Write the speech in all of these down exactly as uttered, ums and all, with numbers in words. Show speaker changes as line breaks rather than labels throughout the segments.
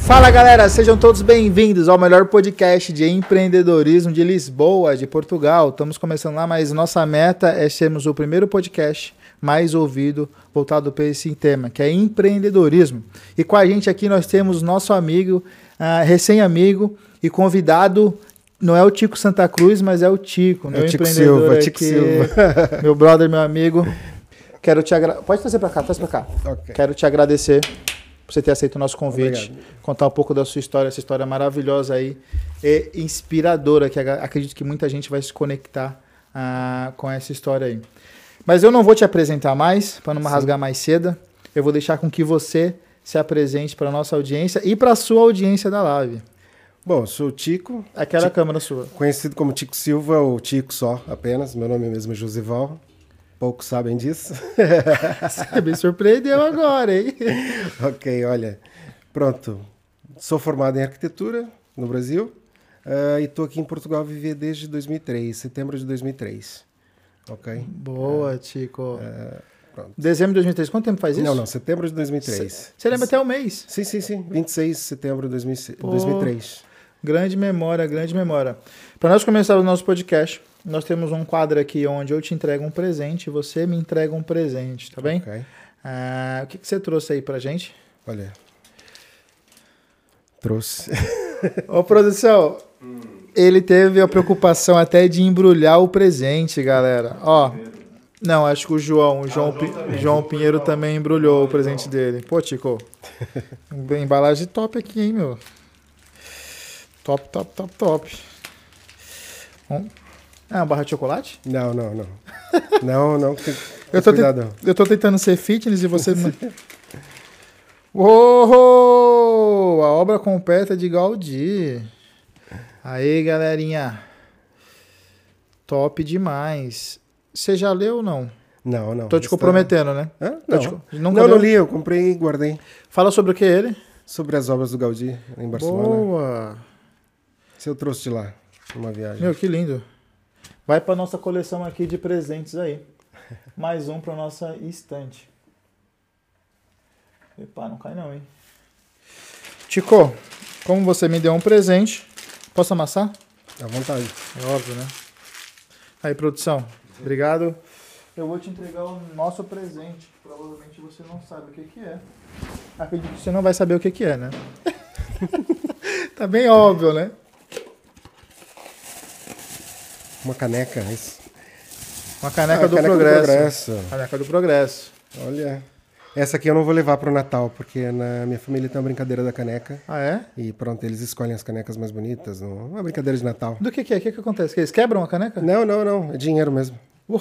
Fala galera, sejam todos bem-vindos ao melhor podcast de empreendedorismo de Lisboa, de Portugal. Estamos começando lá, mas nossa meta é sermos o primeiro podcast mais ouvido voltado para esse tema, que é empreendedorismo. E com a gente aqui nós temos nosso amigo, uh, recém-amigo e convidado, não é o Tico Santa Cruz, mas é o Tico, meu é Tico empreendedor Silva, aqui, Tico Silva. Meu brother, meu amigo. Quero te agradecer. Pode trazer para cá, traz para cá. Okay. Quero te agradecer por você ter aceito o nosso convite, obrigado. Contar um pouco da sua história, essa história maravilhosa aí e inspiradora, que acredito que muita gente vai se conectar uh, com essa história aí. Mas eu não vou te apresentar mais, para não me rasgar mais cedo. Eu vou deixar com que você se apresente para a nossa audiência e para a sua audiência da live.
Bom, eu sou o Tico.
Aquela
Tico,
câmera sua.
Conhecido como Tico Silva, ou Tico só apenas. Meu nome mesmo é Josival. Poucos sabem disso.
Você me surpreendeu agora, hein?
Ok, olha. Pronto. Sou formado em arquitetura no Brasil uh, e estou aqui em Portugal a viver desde dois mil e três, setembro de dois mil e três. Ok?
Boa, uh, Tico.
Uh, pronto.
Dezembro de dois mil e três, quanto tempo faz isso?
Não, não, setembro de dois mil e três.
Você lembra até o mês?
Sim, sim, sim. vinte e seis de setembro de dois mil e três.
Grande memória, grande memória. Para nós começarmos o nosso podcast, nós temos um quadro aqui onde eu te entrego um presente e você me entrega um presente, tá bem?
Ok.
Ah, o que, que você trouxe aí pra gente?
Olha, trouxe.
Ô, produção, hum. ele teve a preocupação até de embrulhar o presente, galera. Ó, não, acho que o João, o João, ah, o João, também, João Pinheiro também embrulhou o presente dele. Pô, Tico, embalagem top aqui, hein, meu? Top, top, top, top. Bom. É uma barra de chocolate?
Não, não, não. Não, não. Tem,
eu, tô te, eu tô tentando ser fitness e você... Uou! A obra completa de Gaudí. Aí, galerinha. Top demais. Você já leu ou não?
Não, não.
Tô te comprometendo, né?
Hã? Não,
te...
não, não li. Eu comprei e guardei.
Fala sobre o que ele?
Sobre as obras do Gaudí em Barcelona.
Boa!
Se eu trouxe de lá, numa viagem.
Meu, que lindo. Vai para nossa coleção aqui de presentes aí. Mais um para nossa estante. Epa, não cai não, hein? Tico, como você me deu um presente, posso amassar?
À vontade.
É óbvio, né? Aí, produção, obrigado. Eu vou te entregar o nosso presente. Provavelmente você não sabe o que que é. Acredito que você não vai saber o que que é, né? Tá bem óbvio, né?
Uma caneca, isso.
Uma caneca, ah, do, caneca progresso. do Progresso. Caneca do Progresso.
Olha, essa aqui eu não vou levar pro Natal, porque na minha família tem uma brincadeira da caneca.
Ah, é?
E pronto, eles escolhem as canecas mais bonitas. Uma brincadeira de Natal.
Do que que é? O que que acontece? Eles quebram a caneca?
Não, não, não. É dinheiro mesmo.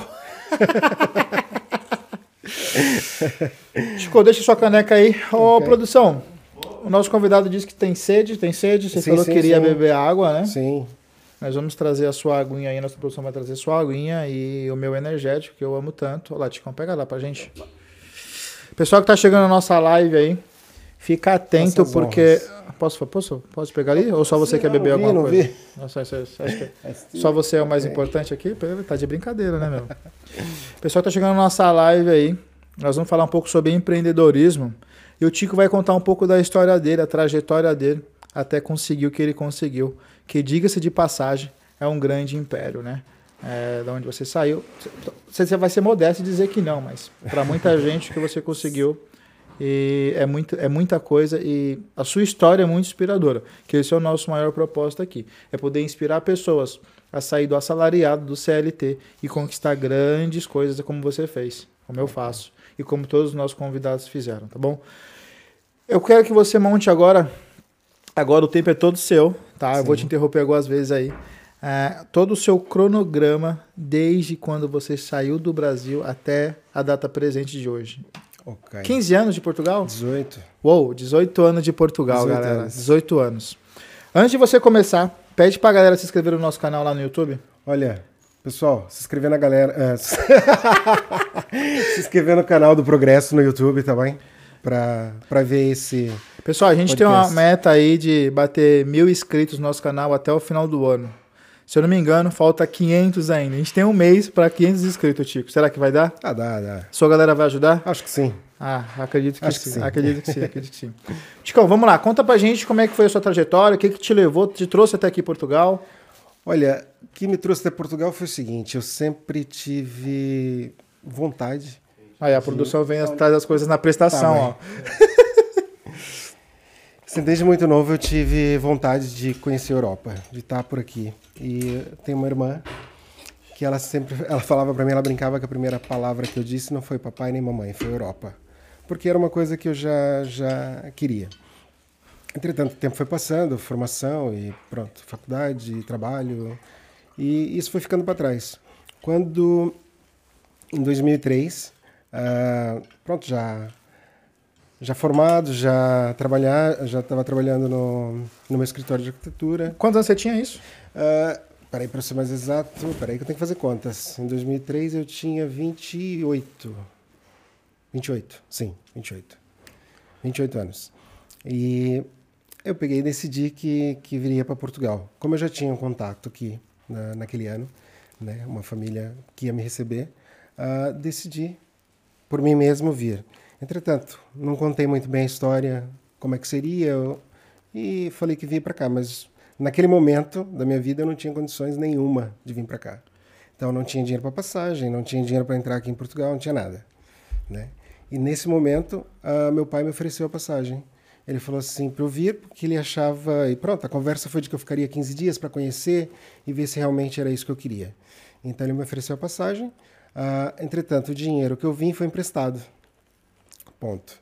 Chico, deixa sua caneca aí. Ô, okay. Produção, o nosso convidado disse que tem sede. Tem sede? Você sim, falou sim, que queria sim. beber água, né?
Sim.
Nós vamos trazer a sua aguinha aí, nossa produção vai trazer sua aguinha e o meu energético, que eu amo tanto. Olha lá, Ticão, pega lá pra gente. Pessoal que tá chegando na nossa live aí, fica atento Nossas porque... Posso, posso, posso pegar ali? Ou só você Sim, quer beber não, alguma vi, coisa? Vi. Nossa, acho que só você é o mais importante aqui? Tá de brincadeira, né, meu? Pessoal que tá chegando na nossa live aí, nós vamos falar um pouco sobre empreendedorismo. E o Tico vai contar um pouco da história dele, a trajetória dele, até conseguir o que ele conseguiu. Que, diga-se de passagem, é um grande império, né? É, da onde você saiu. Você vai ser modesto e dizer que não, mas para muita gente que você conseguiu e é, muito, é muita coisa e a sua história é muito inspiradora, que esse é o nosso maior propósito aqui, é poder inspirar pessoas a sair do assalariado, do C L T e conquistar grandes coisas como você fez, como eu faço e como todos os nossos convidados fizeram, tá bom? Eu quero que você monte agora, agora o tempo é todo seu, tá? Sim. Eu vou te interromper algumas vezes aí. Uh, todo o seu cronograma desde quando você saiu do Brasil até a data presente de hoje.
Okay.
quinze anos de Portugal?
dezoito.
Uou, dezoito anos de Portugal,
dezoito
galera.
Anos.
dezoito anos. Antes de você começar, pede pra galera se inscrever no nosso canal lá no YouTube.
Olha, pessoal, se inscrever na galera... Uh, se inscrever no canal do Progresso no YouTube, tá bem? Pra, pra ver esse...
Pessoal, a gente podcast. Tem uma meta aí de bater mil inscritos no nosso canal até o final do ano. Se eu não me engano, falta quinhentos ainda. A gente tem um mês para quinhentos inscritos, Tico. Será que vai dar?
Ah, dá, dá.
Sua galera vai ajudar?
Acho que sim.
Ah, acredito que
Acho
sim.
que sim.
Acredito que sim, acredito que sim. Ticão, vamos lá. Conta pra gente como é que foi a sua trajetória, o que que te levou, te trouxe até aqui em Portugal.
Olha, o que me trouxe até Portugal foi o seguinte, eu sempre tive vontade.
Aí a
de...
produção vem atrás das coisas na prestação,
Tá,
ó.
Assim, desde muito novo eu tive vontade de conhecer a Europa, de estar por aqui. E tem uma irmã que ela sempre, ela falava para mim, ela brincava que a primeira palavra que eu disse não foi papai nem mamãe, foi Europa. Porque era uma coisa que eu já, já queria. Entretanto, o tempo foi passando, formação e pronto, faculdade, trabalho, e isso foi ficando para trás. Quando, em dois mil e três, uh, pronto, já... Já formado, já trabalhar, já estava trabalhando no, no meu escritório de arquitetura.
Quantos anos você tinha isso?
Uh, peraí, para ser mais exato, peraí que eu tenho que fazer contas. Em dois mil e três eu tinha vinte e oito. vinte e oito, sim, vinte e oito. vinte e oito anos. E eu peguei e decidi que, que viria para Portugal. Como eu já tinha um contato aqui na, naquele ano, né, uma família que ia me receber, uh, decidi por mim mesmo vir. Entretanto, não contei muito bem a história, como é que seria, eu, e falei que vinha para cá, mas naquele momento da minha vida eu não tinha condições nenhuma de vir para cá. Então não tinha dinheiro para passagem, não tinha dinheiro para entrar aqui em Portugal, não tinha nada, né? E nesse momento, uh, meu pai me ofereceu a passagem. Ele falou assim para eu vir, porque ele achava, e pronto, a conversa foi de que eu ficaria quinze dias para conhecer e ver se realmente era isso que eu queria. Então ele me ofereceu a passagem, uh, entretanto o dinheiro que eu vim foi emprestado. Ponto.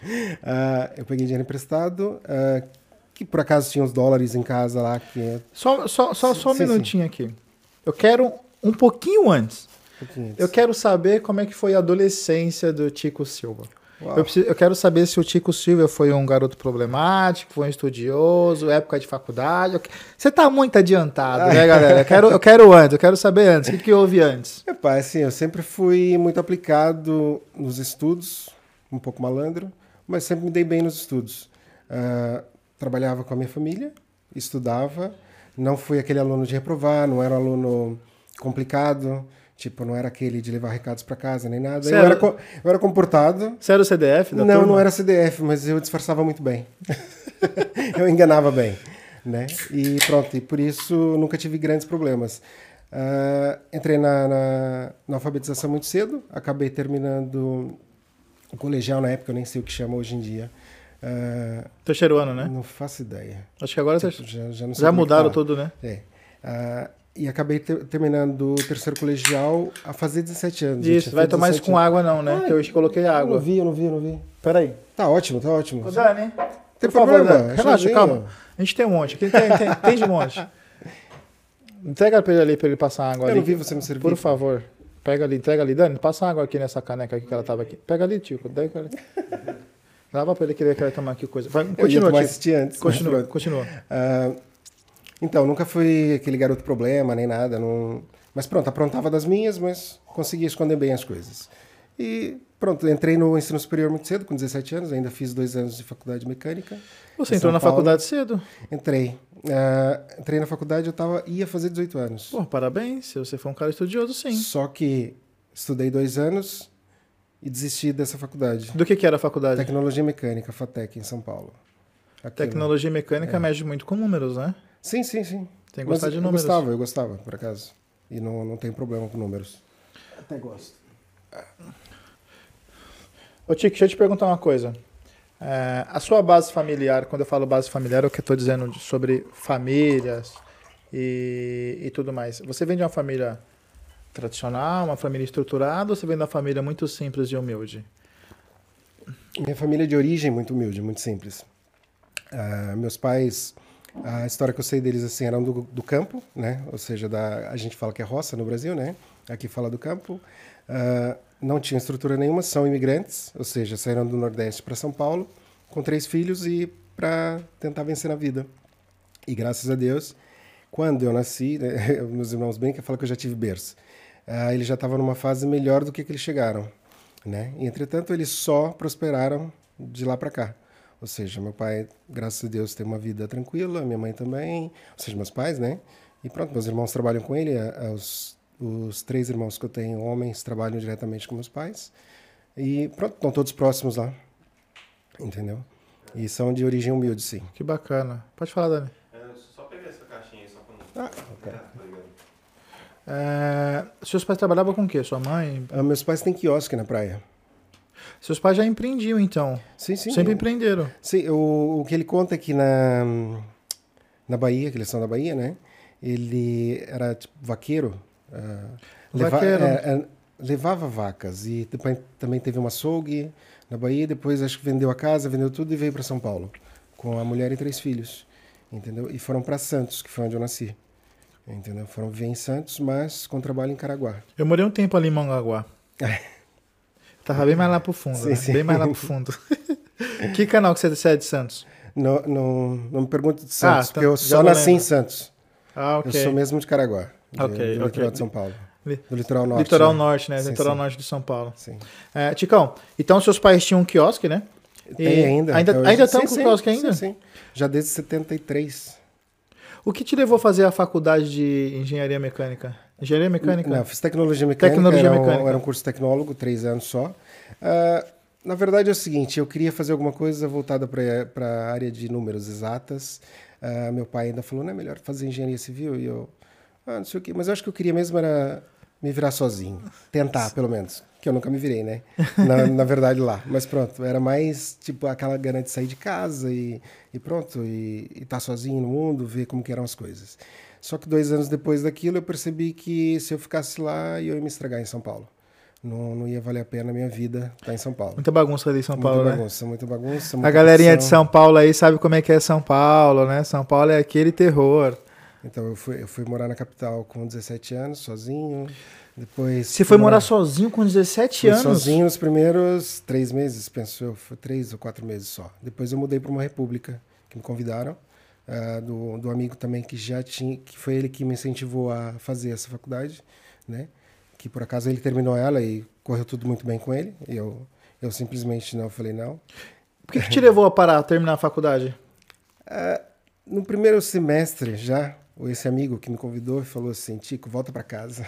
uh, eu peguei dinheiro emprestado, uh, que por acaso tinha os dólares em casa lá. Que...
Só, só, só, só um
sim,
minutinho sim. aqui. Eu quero um pouquinho antes.
Um pouquinho antes.
Eu quero saber como é que foi a adolescência do Tico Silva. Eu, preciso, eu quero saber se o Tico Silva foi um garoto problemático, foi um estudioso, época de faculdade. Você tá muito adiantado, né, galera? Eu quero, eu quero antes, eu quero saber antes. O que, que houve antes?
É, pai, assim, eu sempre fui muito aplicado nos estudos, um pouco malandro, mas sempre me dei bem nos estudos. Uh, trabalhava com a minha família, estudava, não fui aquele aluno de reprovar, não era um aluno complicado, tipo, não era aquele de levar recados para casa, nem nada. Eu era, eu era comportado.
Você era o C D F da
Não,
turma?
não era C D F, mas eu disfarçava muito bem. Eu enganava bem, né? E pronto, e por isso nunca tive grandes problemas. Uh, entrei na, na, na alfabetização muito cedo, acabei terminando o colegial na época, eu nem sei o que chama hoje em dia. Uh,
Terceiro ano, né?
Não faço ideia.
Acho que agora
tipo,
você...
já, já, não sei
já mudaram tudo, né?
É. Uh, e acabei ter, terminando o terceiro colegial a fazer dezessete anos.
Isso, vai tomar isso com água não, né? Ai, que eu hoje coloquei água.
Eu não vi, eu não vi, eu não vi.
Peraí.
Tá ótimo, tá ótimo.
Ô, Dani,
tem problema.
Favor, Dani. Relaxa, sozinho. Calma. A gente tem um monte. Aqui tem, tem, tem de monte. Entrega pra ele ali, pra ele passar água
eu
ali.
Eu não vi você me servir.
Por favor. Pega ali, entrega ali. Dani, passa água aqui nessa caneca aqui que ela tava aqui. Pega ali, tio. Lava pra ele que ele quer tomar aqui coisa. Vai, continua,
tio. Antes,
continua, continua.
Uh, então, nunca fui aquele garoto problema, nem nada. Não... Mas pronto, aprontava das minhas, mas conseguia esconder bem as coisas. E pronto, entrei no ensino superior muito cedo, com dezessete anos. Ainda fiz dois anos de faculdade de mecânica.
Você entrou na faculdade cedo?
Entrei. Uh, entrei na faculdade, eu tava, ia fazer dezoito anos.
Pô, parabéns, se você for um cara estudioso, sim.
Só que estudei dois anos e desisti dessa faculdade.
Do que que era a faculdade?
Tecnologia Mecânica, FATEC, em São Paulo.
Aquilo. Tecnologia Mecânica é. mexe muito com números, né?
Sim, sim, sim.
Tem que gostar
Mas
de números.
Eu gostava, eu gostava, por acaso. E não, não tenho problema com números.
Até gosto. Ô, Tico, deixa eu te perguntar uma coisa. É, a sua base familiar, quando eu falo base familiar, é o que eu estou dizendo sobre famílias e, e tudo mais. Você vem de uma família tradicional, uma família estruturada, ou você vem de uma família muito simples e humilde?
Minha família é de origem muito humilde, muito simples. Uh, meus pais, a história que eu sei deles assim, eram do, do campo, né? Ou seja, da, a gente fala que é roça no Brasil, né? Aqui fala do campo. Uh, não tinham estrutura nenhuma, são imigrantes, ou seja, saíram do Nordeste para São Paulo com três filhos e para tentar vencer na vida. E graças a Deus, quando eu nasci, né, meus irmãos brincam, falam que eu já tive berço. Uh, eles já estavam numa fase melhor do que, que eles chegaram, né? E, entretanto, eles só prosperaram de lá para cá. Ou seja, meu pai, graças a Deus, tem uma vida tranquila, minha mãe também, ou seja, meus pais, né? E pronto, meus irmãos trabalham com ele, os Os três irmãos que eu tenho, homens, trabalham diretamente com meus pais. E pronto, estão todos próximos lá. Entendeu? E são de origem humilde, sim.
Que bacana. Pode falar, Dani.
É, só pegar essa caixinha aí, só pra não...
Ah, ok.
É, seus pais trabalhavam com o quê? Sua mãe?
Ah, meus pais têm quiosque na praia.
Seus pais já empreendiam, então?
Sim, sim.
Sempre
eu,
empreenderam?
Sim, o, o que ele conta é que na, na Bahia, que eles são da Bahia, né? Ele era tipo vaqueiro. Uh, leva,
Vaqueiro.
é, é, levava vacas e depois, também teve uma açougue na Bahia. Depois acho que vendeu a casa, vendeu tudo e veio para São Paulo com a mulher e três filhos, entendeu? E foram para Santos, que foi onde eu nasci, entendeu? Foram viver em Santos, mas com trabalho em Caraguá.
Eu morei um tempo ali em Mongaguá. Tava bem mais lá pro fundo,
Sim,
né?
sim.
Bem mais lá pro fundo. Que canal que você é de Santos?
Não, não, não me pergunte de Santos,
Ah,
porque eu
já
só
vou
nasci em
lembrar.
Santos.
Ah, ok.
Eu sou mesmo de Caraguá, de,
Ok,
do
ok.
litoral de São Paulo.
Li-
Do litoral norte.
Litoral
né?
Norte, né?
Sim,
Litoral
sim.
Norte de São Paulo.
Sim.
É, Ticão, então seus pais tinham um quiosque, né? E
Tem ainda.
Ainda,
até hoje.
ainda estão
Sim,
com o
sim,
quiosque ainda?
Sim, sim. Já desde setenta e três.
O que te levou a fazer a faculdade de engenharia mecânica? Engenharia mecânica?
Não, fiz tecnologia mecânica.
Tecnologia
era, um,
mecânica.
era um curso tecnólogo, três anos só. Ah, na verdade é o seguinte, eu queria fazer alguma coisa voltada para a área de números exatas. Ah, meu pai ainda falou, não é melhor fazer engenharia civil? E eu, ah, não sei o quê. Mas eu acho que eu queria mesmo era me virar sozinho. Tentar, pelo menos. Que eu nunca me virei, né? Na, na verdade, lá. Mas pronto, era mais tipo aquela gana de sair de casa e, e pronto, e estar tá sozinho no mundo, ver como que eram as coisas. Só que dois anos depois daquilo, eu percebi que se eu ficasse lá, eu ia me estragar em São Paulo. Não, não ia valer a pena a minha vida estar em São Paulo.
Muita bagunça ali em São
Muita
Paulo,
bagunça,
né?
muita bagunça, muita
A galerinha de
confusão.
São Paulo aí sabe como é que é São Paulo, né? São Paulo é aquele terror.
Então, eu fui, eu fui morar na capital com dezessete anos, sozinho. Depois
Você
fui
foi morar sozinho com dezessete
Fui
anos?
sozinho nos primeiros três meses, penso eu. Foi três ou quatro meses só. Depois eu mudei para uma república, que me convidaram. Uh, do, do amigo também que já tinha... Que foi ele que me incentivou a fazer essa faculdade, né? Que por acaso ele terminou ela e correu tudo muito bem com ele. E eu, eu simplesmente não falei não.
Por que, que te levou a parar, a terminar a faculdade?
Uh, no primeiro semestre já, esse amigo que me convidou falou assim, Tico, volta para casa.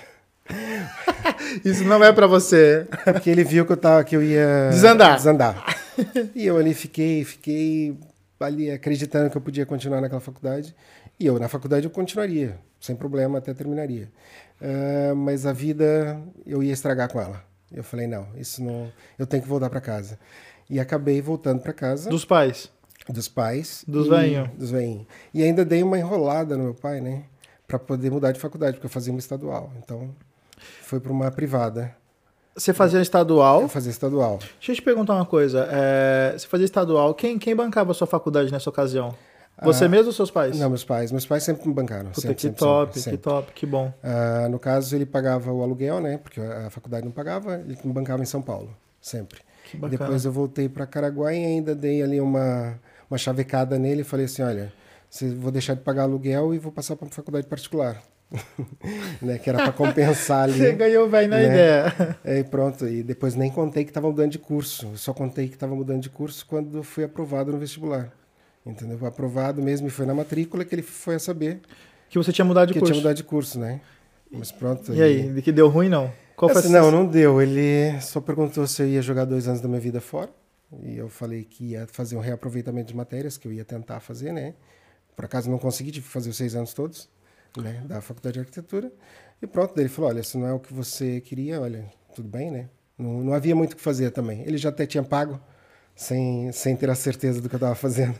Isso não é pra você.
Porque ele viu que eu, tava, que eu ia
Desandar.
desandar. E eu ali fiquei, fiquei ali acreditando que eu podia continuar naquela faculdade. E eu, na faculdade, eu continuaria, sem problema, até terminaria. Uh, mas a vida, eu ia estragar com ela. Eu falei, não, isso não... Eu tenho que voltar para casa. E acabei voltando para casa.
Dos pais?
Dos pais.
Dos
e-
veinhos.
Dos veinhos. E ainda dei uma enrolada no meu pai, né? Para poder mudar de faculdade, porque eu fazia uma estadual. Então, foi para uma privada.
Você fazia estadual?
Eu fazia estadual.
Deixa eu te perguntar uma coisa. É, você fazia estadual. Quem, quem bancava a sua faculdade nessa ocasião? Você
Ah,
mesmo ou seus pais?
Não, meus pais. Meus pais sempre me bancaram.
Puta,
sempre,
que
sempre,
top,
sempre,
que
sempre.
top, que bom.
Ah, no caso, ele pagava o aluguel, né? Porque a faculdade não pagava, ele me bancava em São Paulo, sempre.
Que bacana.
Depois eu voltei para Caraguá e ainda dei ali uma, uma chavecada nele e falei assim, olha, você, vou deixar de pagar aluguel e vou passar para uma faculdade particular. Né? Que era para compensar ali.
Você ganhou bem na
né?
ideia.
É, e pronto. E depois nem contei que estava mudando de curso. Eu só contei que estava mudando de curso quando fui aprovado no vestibular. Entendeu? Foi aprovado mesmo e foi na matrícula que ele foi a saber
Que você tinha mudado de
que eu
curso.
tinha mudado de curso, né? Mas pronto.
E aí, de que deu ruim, não? Qual foi
Assim,
a-
não, não deu. Ele só perguntou se eu ia jogar dois anos da minha vida fora. E eu falei que ia fazer um reaproveitamento de matérias, que eu ia tentar fazer, né? Por acaso não consegui, tive que fazer os seis anos todos, né? Da faculdade de arquitetura. E pronto, daí ele falou, olha, se não é o que você queria, olha, tudo bem, né? Não, não havia muito o que fazer também. Ele já até tinha pago, sem, sem ter a certeza do que eu estava fazendo.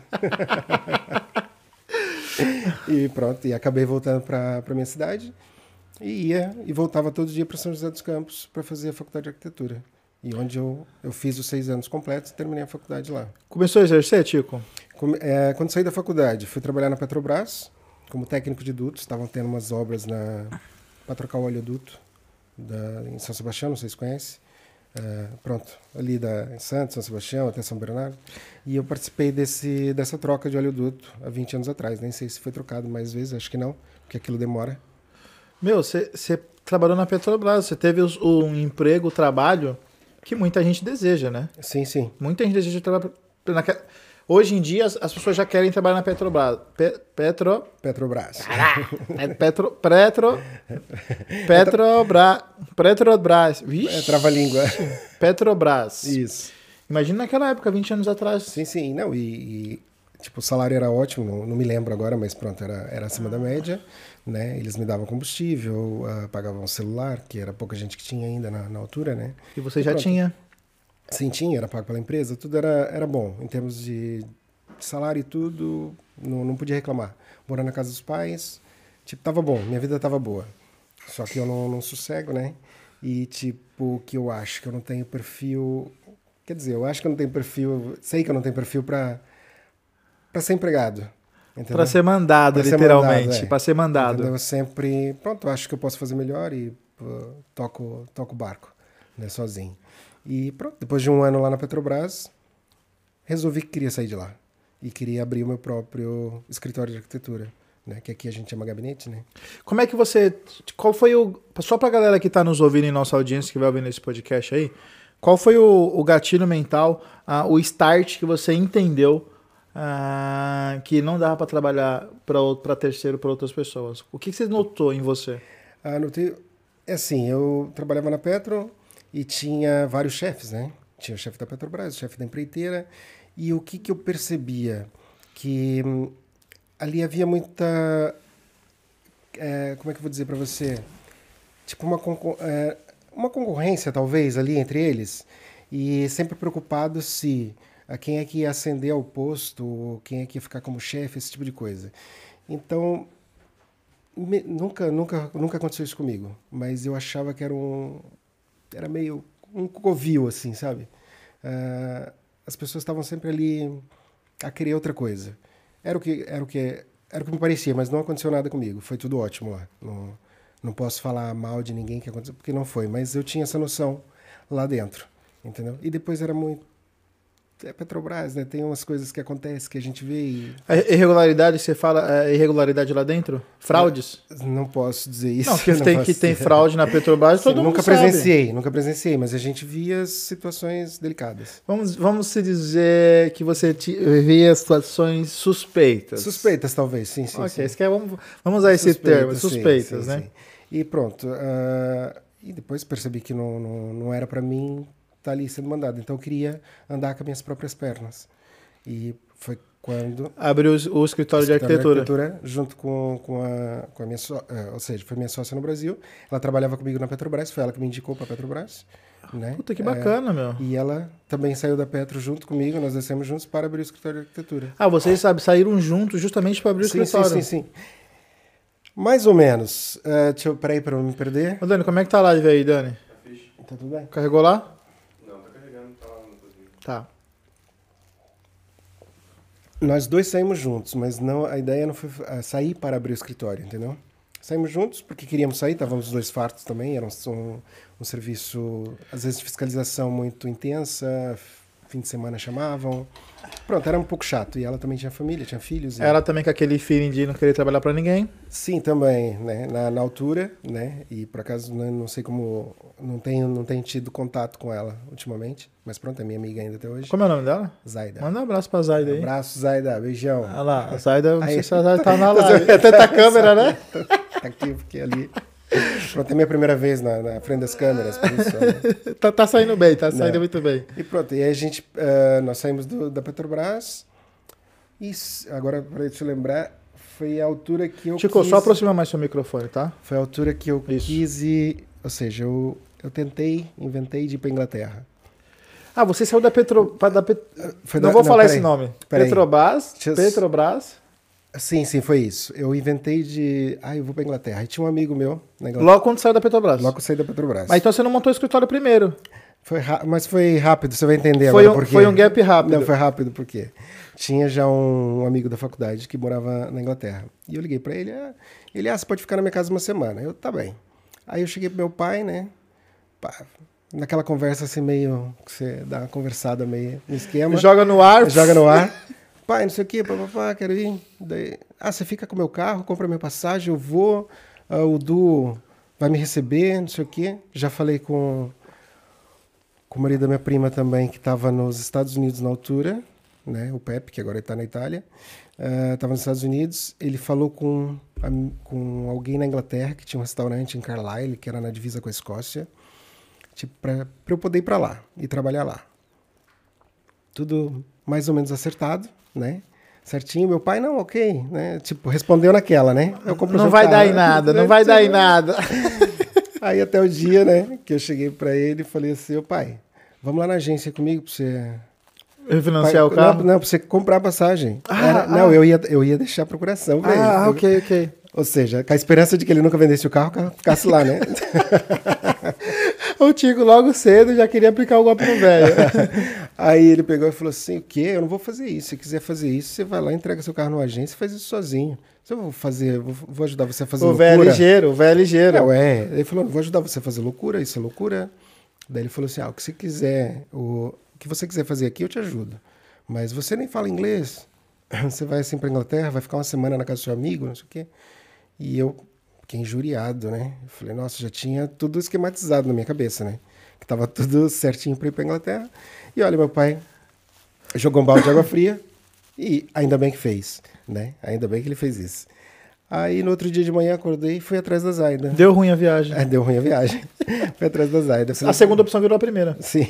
E pronto, e acabei voltando para a minha cidade. E ia e voltava todo dia para São José dos Campos para fazer a faculdade de arquitetura. E onde eu, eu fiz os seis anos completos e terminei a faculdade lá.
Começou a exercer, Tico?
Come- é, quando saí da faculdade, fui trabalhar na Petrobras como técnico de dutos. Estavam tendo umas obras para trocar o oleoduto da, em São Sebastião, não sei se conhece. É, pronto, ali da, em Santos, São Sebastião, até São Bernardo. E eu participei desse, dessa troca de oleoduto há vinte anos atrás. Nem sei se foi trocado mais vezes, acho que não, porque aquilo demora.
Meu, você você trabalhou na Petrobras, você teve os- um emprego, trabalho que muita gente deseja, né?
Sim, sim.
Muita gente deseja trabalhar naquela... Hoje em dia, as, as pessoas já querem trabalhar na Petrobras. Pe, Petro...
Petrobras.
É Petro... Petro... Petrobras... Petrobras. Vixe.
É trava-língua.
Petrobras.
Isso.
Imagina naquela época, vinte anos atrás.
Sim, sim. Não, e, e tipo, o salário era ótimo, não, não me lembro agora, mas pronto, era, era acima da média, né? Eles me davam combustível, uh, pagavam celular, que era pouca gente que tinha ainda na, na altura, né?
E você
E
já
pronto.
tinha.
Sim, tinha, era pago pela empresa, tudo era, era bom. Em termos de salário e tudo, não, não podia reclamar. Morando na casa dos pais, tipo, tava bom, minha vida tava boa. Só que eu não, não sossego, né? E, tipo, que eu acho que eu não tenho perfil... Quer dizer, eu acho que eu não tenho perfil... Sei que eu não tenho perfil pra, pra ser empregado. Entendeu?
Pra ser mandado,
Pra ser
literalmente.
mandado, é.
Pra ser mandado.
Entendeu? Eu sempre... Pronto, eu acho que eu posso fazer melhor e pô, toco toco o barco, né? Sozinho. E pronto, depois de um ano lá na Petrobras, resolvi que queria sair de lá. E queria abrir o meu próprio escritório de arquitetura, né? Que aqui a gente chama gabinete, né?
Como é que você... Qual foi o... Só pra galera que tá nos ouvindo em nossa audiência, que vai ouvir nesse podcast aí, qual foi o, o gatilho mental, uh, o start que você entendeu uh, que não dava pra trabalhar pra terceiro, pra outras pessoas? O que, que você notou em você?
Ah, notei... É assim, eu trabalhava na Petro... E tinha vários chefes, né? Tinha o chefe da Petrobras, o chefe da empreiteira. E o que, que eu percebia? Que hum, ali havia muita... É, como é que eu vou dizer para você? Tipo uma, concor- é, uma concorrência, talvez, ali entre eles. E sempre preocupado se a quem é que ia ascender ao posto, ou quem é que ia ficar como chefe, esse tipo de coisa. Então, me, nunca, nunca, nunca aconteceu isso comigo. Mas eu achava que era um... Era meio um covil, assim, sabe? Uh, as pessoas estavam sempre ali a querer outra coisa. Era o que, era o que, era o que me parecia, mas não aconteceu nada comigo. Foi tudo ótimo lá. Não, não posso falar mal de ninguém que aconteceu, porque não foi. Mas eu tinha essa noção lá dentro, entendeu? E depois era muito... É Petrobras, né? Tem umas coisas que acontecem que a gente vê e...
A irregularidade, você fala é irregularidade lá dentro? Fraudes?
Não posso dizer isso.
Não, que
não
tem,
posso
que tem
dizer.
fraude na Petrobras,
Sim,
todo mundo
nunca
sabe.
presenciei, nunca presenciei, mas a gente via situações delicadas.
Vamos, vamos se dizer que você te, via situações suspeitas.
Suspeitas, talvez, sim, sim.
Ok,
sim.
isso que é, vamos, vamos usar esse
Suspeitas,
termo,
sim,
suspeitas,
sim,
né?
sim. E pronto. Uh, e depois percebi que não, não, não era para mim estar ali sendo mandado. Então eu queria andar com as minhas próprias pernas. E foi quando...
Abriu o, o escritório, de arquitetura.
de arquitetura. Junto com, com, a, com a minha sócia, uh, ou seja, foi minha sócia no Brasil. Ela trabalhava comigo na Petrobras, foi ela que me indicou para a Petrobras. Né?
Puta, que bacana,
é,
meu.
E ela também saiu da Petro junto comigo, nós descemos juntos para abrir o escritório de arquitetura.
Ah, vocês sabe, saíram juntos justamente para abrir o
sim,
escritório.
Sim, sim, sim. Mais ou menos. Uh, deixa eu... Peraí para não me perder.
Ô, Dani, como é que tá a live aí, Dani?
Tá fixe?
Tá tudo bem?
Carregou lá?
Não, tá carregando, tá lá no cozinho.
Tá.
Nós dois saímos juntos, mas não, a ideia não foi uh, sair para abrir o escritório, entendeu? Saímos juntos porque queríamos sair, estávamos os dois fartos também, era um, um, um serviço, às vezes, de fiscalização muito intensa, fim de semana chamavam. Pronto, era um pouco chato. E ela também tinha família, tinha filhos. E...
Ela também com aquele feeling de não querer trabalhar para ninguém?
Sim, também, né? Na, na altura, né? E por acaso não, não sei como, não tenho, não tenho tido contato com ela ultimamente, mas pronto, é minha amiga ainda até hoje.
Como é o nome dela?
Zaida.
Manda um abraço pra Zaida aí.
Um abraço, Zaida, beijão.
Olha lá, a Zaida, não
Aí-
sei se a Zaida tá na live. Até tá a câmera, né?
Tá aqui, porque ali... Pronto, é minha primeira vez na, na frente das câmeras, por isso... Né?
tá, tá saindo bem, tá saindo
Não.
muito bem.
E pronto, e aí a gente, uh, nós saímos do, da Petrobras, e s- agora, para te lembrar, foi a altura que eu
Chico,
quis...
só aproxima mais seu microfone, tá?
Foi a altura que eu
Isso.
quis ir... Ou seja, eu, eu tentei, inventei de ir para Inglaterra.
Ah, você saiu da Petro... Da Pet...
Foi
não
da-
vou falar
peraí,
esse nome.
peraí.
Petrobras,
Deixa eu-
Petrobras.
Sim, sim, foi isso. Eu inventei de... Ah, eu vou para Inglaterra. E tinha um amigo meu na Inglaterra.
Logo quando saiu da Petrobras.
Logo eu saí da Petrobras.
Mas então você não montou o escritório primeiro.
Foi ra- Mas foi rápido, você vai entender
Foi
agora
um,
por quê.
foi um gap rápido.
Não, foi rápido porque tinha já um, um amigo da faculdade que morava na Inglaterra. E eu liguei pra ele, ah, ele, ah, você pode ficar na minha casa uma semana. Eu, tá bem. Aí eu cheguei pro meu pai, né, pá, naquela conversa assim meio, que você dá uma conversada meio no esquema.
Joga no ar.
Joga no ar. Pai, não sei o quê, papapá, quero ir. Daí, ah, você fica com o meu carro, compra minha passagem, eu vou, ah, o Du vai me receber, não sei o quê. Já falei com, com o marido da minha prima também, que estava nos Estados Unidos na altura. né? O Pepe, que agora está na Itália. Estava uh, nos Estados Unidos. Ele falou com, com alguém na Inglaterra que tinha um restaurante em Carlisle, que era na divisa com a Escócia, tipo, para eu poder ir para lá e trabalhar lá. Tudo mais ou menos acertado, né? Certinho. Meu pai, não, ok, né? Tipo, respondeu naquela, né? Eu compro
não vai dar em nada, não vai dar em nada.
Aí até o dia, né, que eu cheguei para ele e falei assim, ô pai, vamos lá na agência comigo para você...
Refinanciar
pai,
o carro?
Não, não, para você comprar a passagem.
Ah,
Era,
ah.
Não, eu ia, eu ia deixar a procuração pra ele.
Ah, ok, ok.
Ou seja, com a esperança de que ele nunca vendesse o carro, o carro ficasse lá, né?
O Tico logo cedo já queria aplicar o golpe no velho.
Aí ele pegou e falou assim, o quê? Eu não vou fazer isso. Se quiser fazer isso, você vai lá, entrega seu carro numa agência e faz isso sozinho. Se eu vou fazer, vou, vou ajudar você a fazer
o
loucura.
velho é ligeiro, o velho é ligeiro.
Não, é. Ele falou, não vou ajudar você a fazer loucura, isso é loucura. Daí ele falou assim, ah, o que você quiser, o, o que você quiser fazer aqui, eu te ajudo. Mas você nem fala inglês. Você vai assim pra Inglaterra, vai ficar uma semana na casa do seu amigo, não sei o quê. E eu fiquei injuriado, né? Eu falei, nossa, já tinha tudo esquematizado na minha cabeça, né? Que tava tudo certinho pra ir pra Inglaterra. E olha, meu pai jogou um balde de água fria e ainda bem que fez, né? Ainda bem que ele fez isso. Aí no outro dia de manhã acordei e fui atrás da Zaida.
Deu ruim a viagem.
É, deu ruim a viagem. Fui atrás da Zaida. Falei,
a segunda opção virou a primeira.
Sim.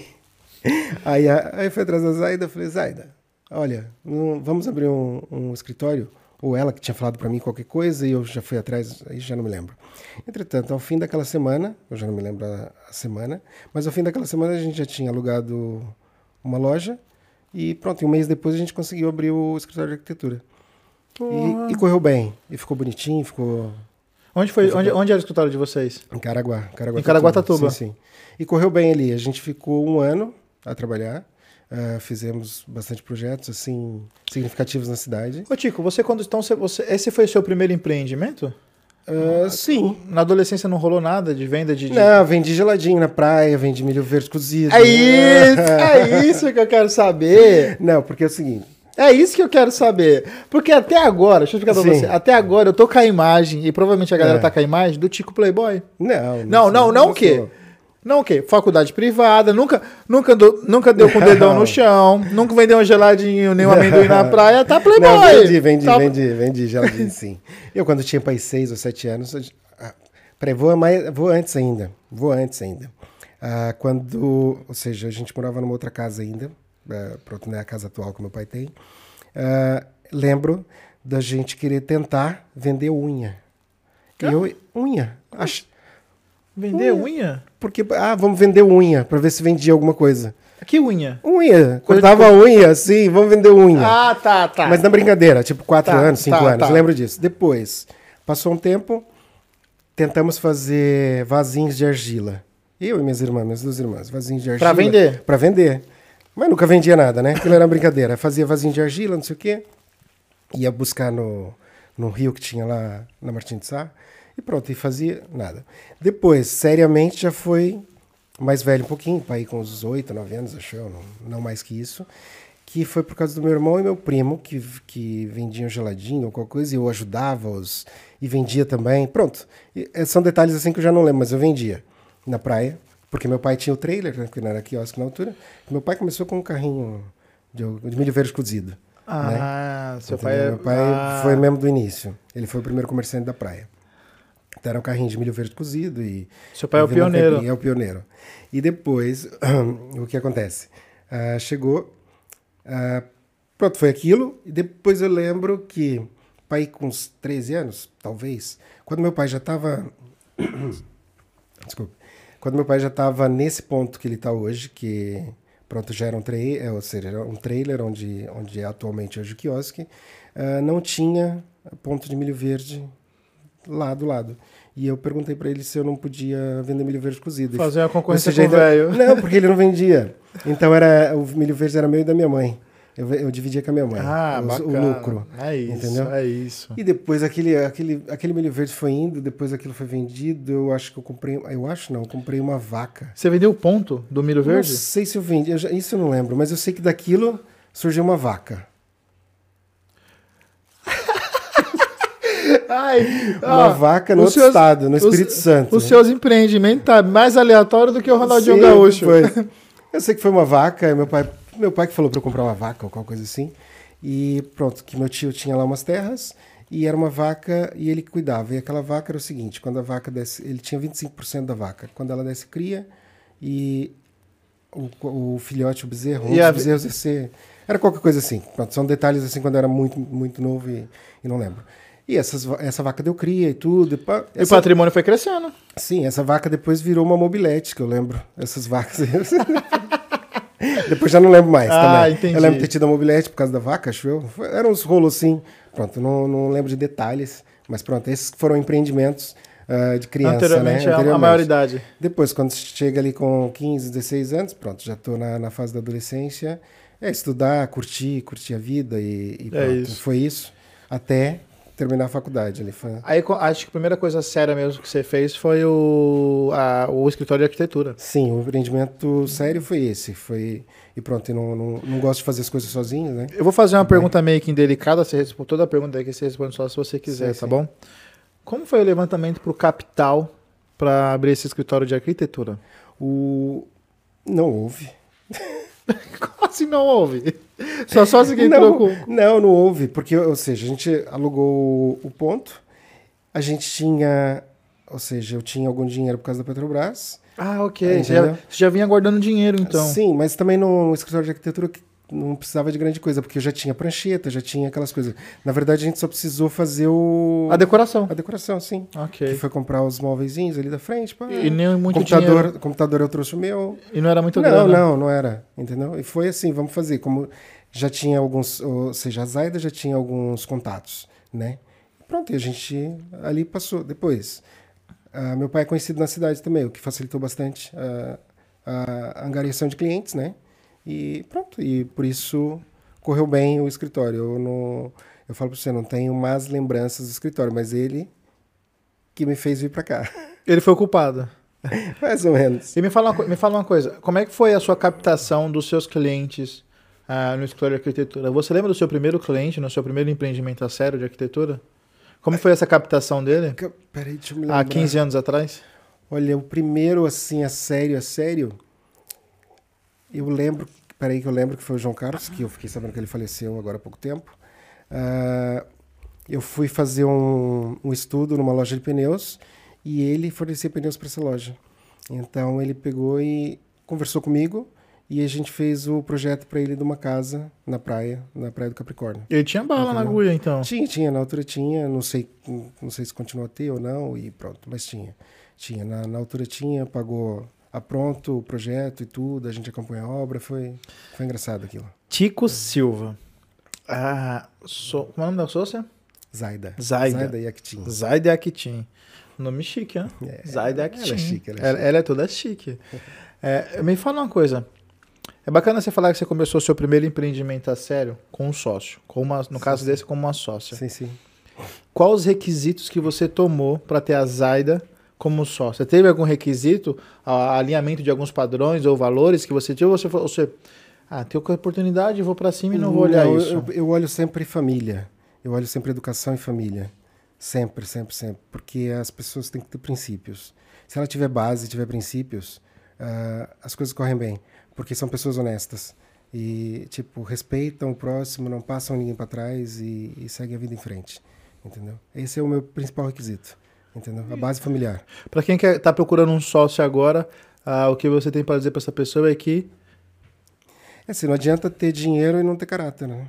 Aí, aí fui atrás da Zaida, falei, Zaida, olha, um, vamos abrir um, um escritório? Ou ela que tinha falado para mim qualquer coisa e eu já fui atrás, aí já não me lembro. Entretanto, ao fim daquela semana, eu já não me lembro a, a semana, mas ao fim daquela semana a gente já tinha alugado uma loja e pronto, um mês depois a gente conseguiu abrir o escritório de arquitetura. E, e correu bem, e ficou bonitinho, ficou...
Onde, foi, onde, onde era o escritório de vocês?
Em Caraguá. Caraguatatuba.
Em Caraguatatuba.
Sim, sim. E correu bem ali, a gente ficou um ano a trabalhar. Uh, fizemos bastante projetos, assim, significativos na cidade.
Ô, Tico, você quando então, você, esse foi o seu primeiro empreendimento?
Uh, sim.
Na adolescência não rolou nada de venda de... de...
Não, vendi geladinho na praia, vendi milho verde cozido.
É isso, é isso que eu quero saber.
Não, porque é o seguinte...
É isso que eu quero saber. Porque até agora, deixa eu explicar pra
Sim.
você, até agora eu tô com a imagem, e provavelmente a galera
É.
tá com a imagem, do Tico Playboy.
Não,
Não, não, não, não o quê?
sou.
Não o quê? Faculdade privada, nunca, nunca, do, nunca deu com o dedão no chão, nunca vendeu um geladinho, nem um amendoim na praia, tá Playboy.
Não, vendi, vendi,
Tá-
vendi, vendi geladinho, sim. Eu, quando tinha para seis ou sete anos... eu- ah, peraí, vou, mais, vou antes ainda. Vou antes ainda. Ah, quando... Ou seja, a gente morava numa outra casa ainda. Ah, pronto, não é a casa atual que meu pai tem. Ah, lembro da gente querer tentar vender unha. E eu... Unha. Ach,
Vender unha?
porque, ah, vamos vender unha, para ver se vendia alguma coisa.
Que unha?
Unha.
Coisa
Cortava a unha, sim, vamos vender unha.
Ah, tá, tá.
Mas na brincadeira, tipo quatro
Tá,
anos, cinco
tá,
anos,
tá.
eu lembro disso. Depois, passou um tempo, tentamos fazer vasinhos de argila. Eu e minhas irmãs, minhas duas irmãs, vasinhos de argila.
Pra vender?
Pra vender. Mas nunca vendia nada, né? Aquilo era brincadeira. Fazia vasinho de argila, não sei o quê. Ia buscar no, no rio que tinha lá na Martim de Sá. E pronto, e fazia nada. Depois, seriamente, já foi mais velho um pouquinho, para ir com uns oito, nove anos, acho eu, não, não mais que isso. Que foi por causa do meu irmão e meu primo, que, que vendiam geladinho ou qualquer coisa, e eu ajudava-os e vendia também. Pronto. E, eh, são detalhes assim que eu já não lembro, mas eu vendia na praia, porque meu pai tinha o trailer, né, que não era quiosque na altura. Meu pai começou com um carrinho de, de milho verde cozido.
Ah, seu
Entendeu?
pai é...
Meu pai
ah.
foi mesmo do início. Ele foi o primeiro comerciante da praia. Então era um carrinho de milho verde cozido e...
Seu pai é o
vendendo
pioneiro.
caipira, É o pioneiro. E depois, o que acontece? Ah, chegou... ah, pronto, foi aquilo. E depois eu lembro que, pai com uns treze anos, talvez, quando meu pai já estava... Desculpa. Quando meu pai já estava nesse ponto que ele está hoje, que... Pronto, já era um trailer, ou seja, era um trailer onde, onde é atualmente hoje o quiosque, ah, não tinha ponto de milho verde lá do lado. E eu perguntei para ele se eu não podia vender milho verde cozido.
Fazer uma concorrência
Ou seja,
com o
ainda-
velho.
Não, porque ele não vendia. Então era, o milho verde era meu e da minha mãe. Eu, eu dividia com a minha mãe.
Ah,
o,
bacana.
o lucro.
É isso,
Entendeu?
é isso.
E depois aquele, aquele, aquele milho verde foi indo, depois aquilo foi vendido, eu acho que eu comprei, eu acho não, eu comprei uma vaca.
Você vendeu o ponto do milho verde?
Não sei se eu vendi, eu já- isso eu não lembro, mas eu sei que daquilo surgiu uma vaca.
Ai,
Uma
ó,
vaca no
os
outro
seus-
estado, no
os-
Espírito Santo.
Os seus empreendimentos tá mais aleatório do que o Ronaldinho
Sim,
Gaúcho.
foi. Eu sei que foi uma vaca, e meu pai meu pai que falou para eu comprar uma vaca ou qualquer coisa assim. E pronto, que meu tio tinha lá umas terras e era uma vaca e ele cuidava. E aquela vaca era o seguinte, quando a vaca desse, ele tinha vinte e cinco por cento da vaca. Quando ela desse cria e o, o filhote, o bezerro, um
E
dos
a-
bezerros ia ser... Era qualquer coisa assim. Pronto, são detalhes assim quando eu era muito, muito novo e, e não lembro. E essas, va- essa vaca deu cria e tudo. E, pá,
E o
essa,
patrimônio foi crescendo.
sim, essa vaca depois virou uma mobilete, que eu lembro. Essas vacas... Depois já não lembro mais
Ah,
também.
entendi.
Eu lembro de ter tido a mobilete por causa da vaca, acho eu. Foi- Eram uns rolos assim. Pronto, não, não lembro de detalhes. Mas pronto, esses foram empreendimentos ah, de criança,
Anteriormente,
né?
a- a maioridade.
Depois, quando chega ali com quinze, dezesseis anos, pronto, já estou na, na fase da adolescência. É estudar, curtir, curtir a vida e, e
É
pronto.
isso.
Foi isso até terminar a faculdade. Ali foi...
Aí co- acho que a primeira coisa séria mesmo que você fez foi o, a- o escritório de arquitetura.
Sim, o empreendimento sério foi esse. Foi... E pronto, eu não, não, não gosto de fazer as coisas sozinho, né?
Eu vou fazer uma pergunta meio que indelicada, você responde toda a pergunta aqui, você responde só se você quiser,
Sim,
tá
sim.
bom? Como foi o levantamento para o capital para abrir esse escritório de arquitetura?
O... Não houve.
Como assim não houve? Só só se quem
não,
trocou.
não, não houve, porque, ou seja, a gente alugou o ponto, a gente tinha, ou seja, eu tinha algum dinheiro por causa da Petrobras.
Ah, ok.
É,
Você já,
entendeu?
você já vinha guardando dinheiro, então.
Sim, mas também no escritório de arquitetura que não precisava de grande coisa, porque eu já tinha prancheta, já tinha aquelas coisas. Na verdade, a gente só precisou fazer o...
A decoração.
a decoração, sim.
Ok.
Que foi comprar os móveizinhos ali da frente. Pá.
E nem muito
computador,
dinheiro.
computador eu trouxe o meu.
E não era muito
Não,
grana.
não, não era, entendeu? E foi assim, vamos fazer, como já tinha alguns, ou seja, a Zaida já tinha alguns contatos, né? Pronto, e a gente ali passou. Depois, ah, meu pai é conhecido na cidade também, o que facilitou bastante ah, a angariação de clientes, né? E pronto, e por isso correu bem o escritório. Eu não, eu falo para você, não tenho más lembranças do escritório, mas ele que me fez vir para cá,
Ele foi o culpado.
mais ou menos.
E me fala, uma, co- me fala uma coisa, como é que foi a sua captação dos seus clientes ah, no escritório de arquitetura? Você lembra do seu primeiro cliente, no seu primeiro empreendimento a sério de arquitetura? Como foi essa captação dele?
Peraí, deixa eu me lembrar.
Há quinze anos atrás?
Olha, o primeiro, assim, a sério, a sério, eu lembro, peraí que eu lembro que foi o João Carlos, que eu fiquei sabendo que ele faleceu agora há pouco tempo. Ah, eu fui fazer um, um estudo numa loja de pneus e ele fornecia pneus para essa loja. Então ele pegou e conversou comigo e a gente fez o projeto para ele de uma casa na praia, na Praia do Capricórnio.
Ele tinha bala na
Entendeu?
agulha, então.
Tinha, tinha, na altura tinha, não sei, não sei se continua a ter ou não, e pronto, mas tinha. Tinha, na, na altura tinha, pagou a pronto o projeto e tudo, a gente acompanhou a obra, foi, foi engraçado aquilo.
Tico Silva. Ah, so, como é o nome da sócia?
Zaida.
Zaida.
Zaida e Actin.
Zaida Akitin. Nome chique, hein?
É,
Zaida
ela é
Akitin.
chique, ela é
ela,
chique.
ela é toda chique. É, me fala uma coisa. É bacana você falar que você começou o seu primeiro empreendimento a sério com um sócio. Com uma, no
Sim,
caso
sim.
desse, como uma sócia.
Sim, sim.
Quais os requisitos que você tomou para ter a Zaida como sócia? Você teve algum requisito, a- alinhamento de alguns padrões ou valores que você tinha? Ou você, falou- você ah, tenho oportunidade, vou para cima e não vou olhar
Não,
isso?
Eu, eu olho sempre família. Eu olho sempre educação e família. Sempre, sempre, sempre. Porque as pessoas têm que ter princípios. Se ela tiver base, tiver princípios, ah, as coisas correm bem. Porque são pessoas honestas. E, tipo, respeitam o próximo, não passam ninguém para trás e, e seguem a vida em frente. Entendeu? Esse é o meu principal requisito. Entendeu? A base familiar.
Para quem está procurando um sócio agora, ah, o que você tem para dizer para essa pessoa é que
É assim, não adianta ter dinheiro e não ter caráter, né?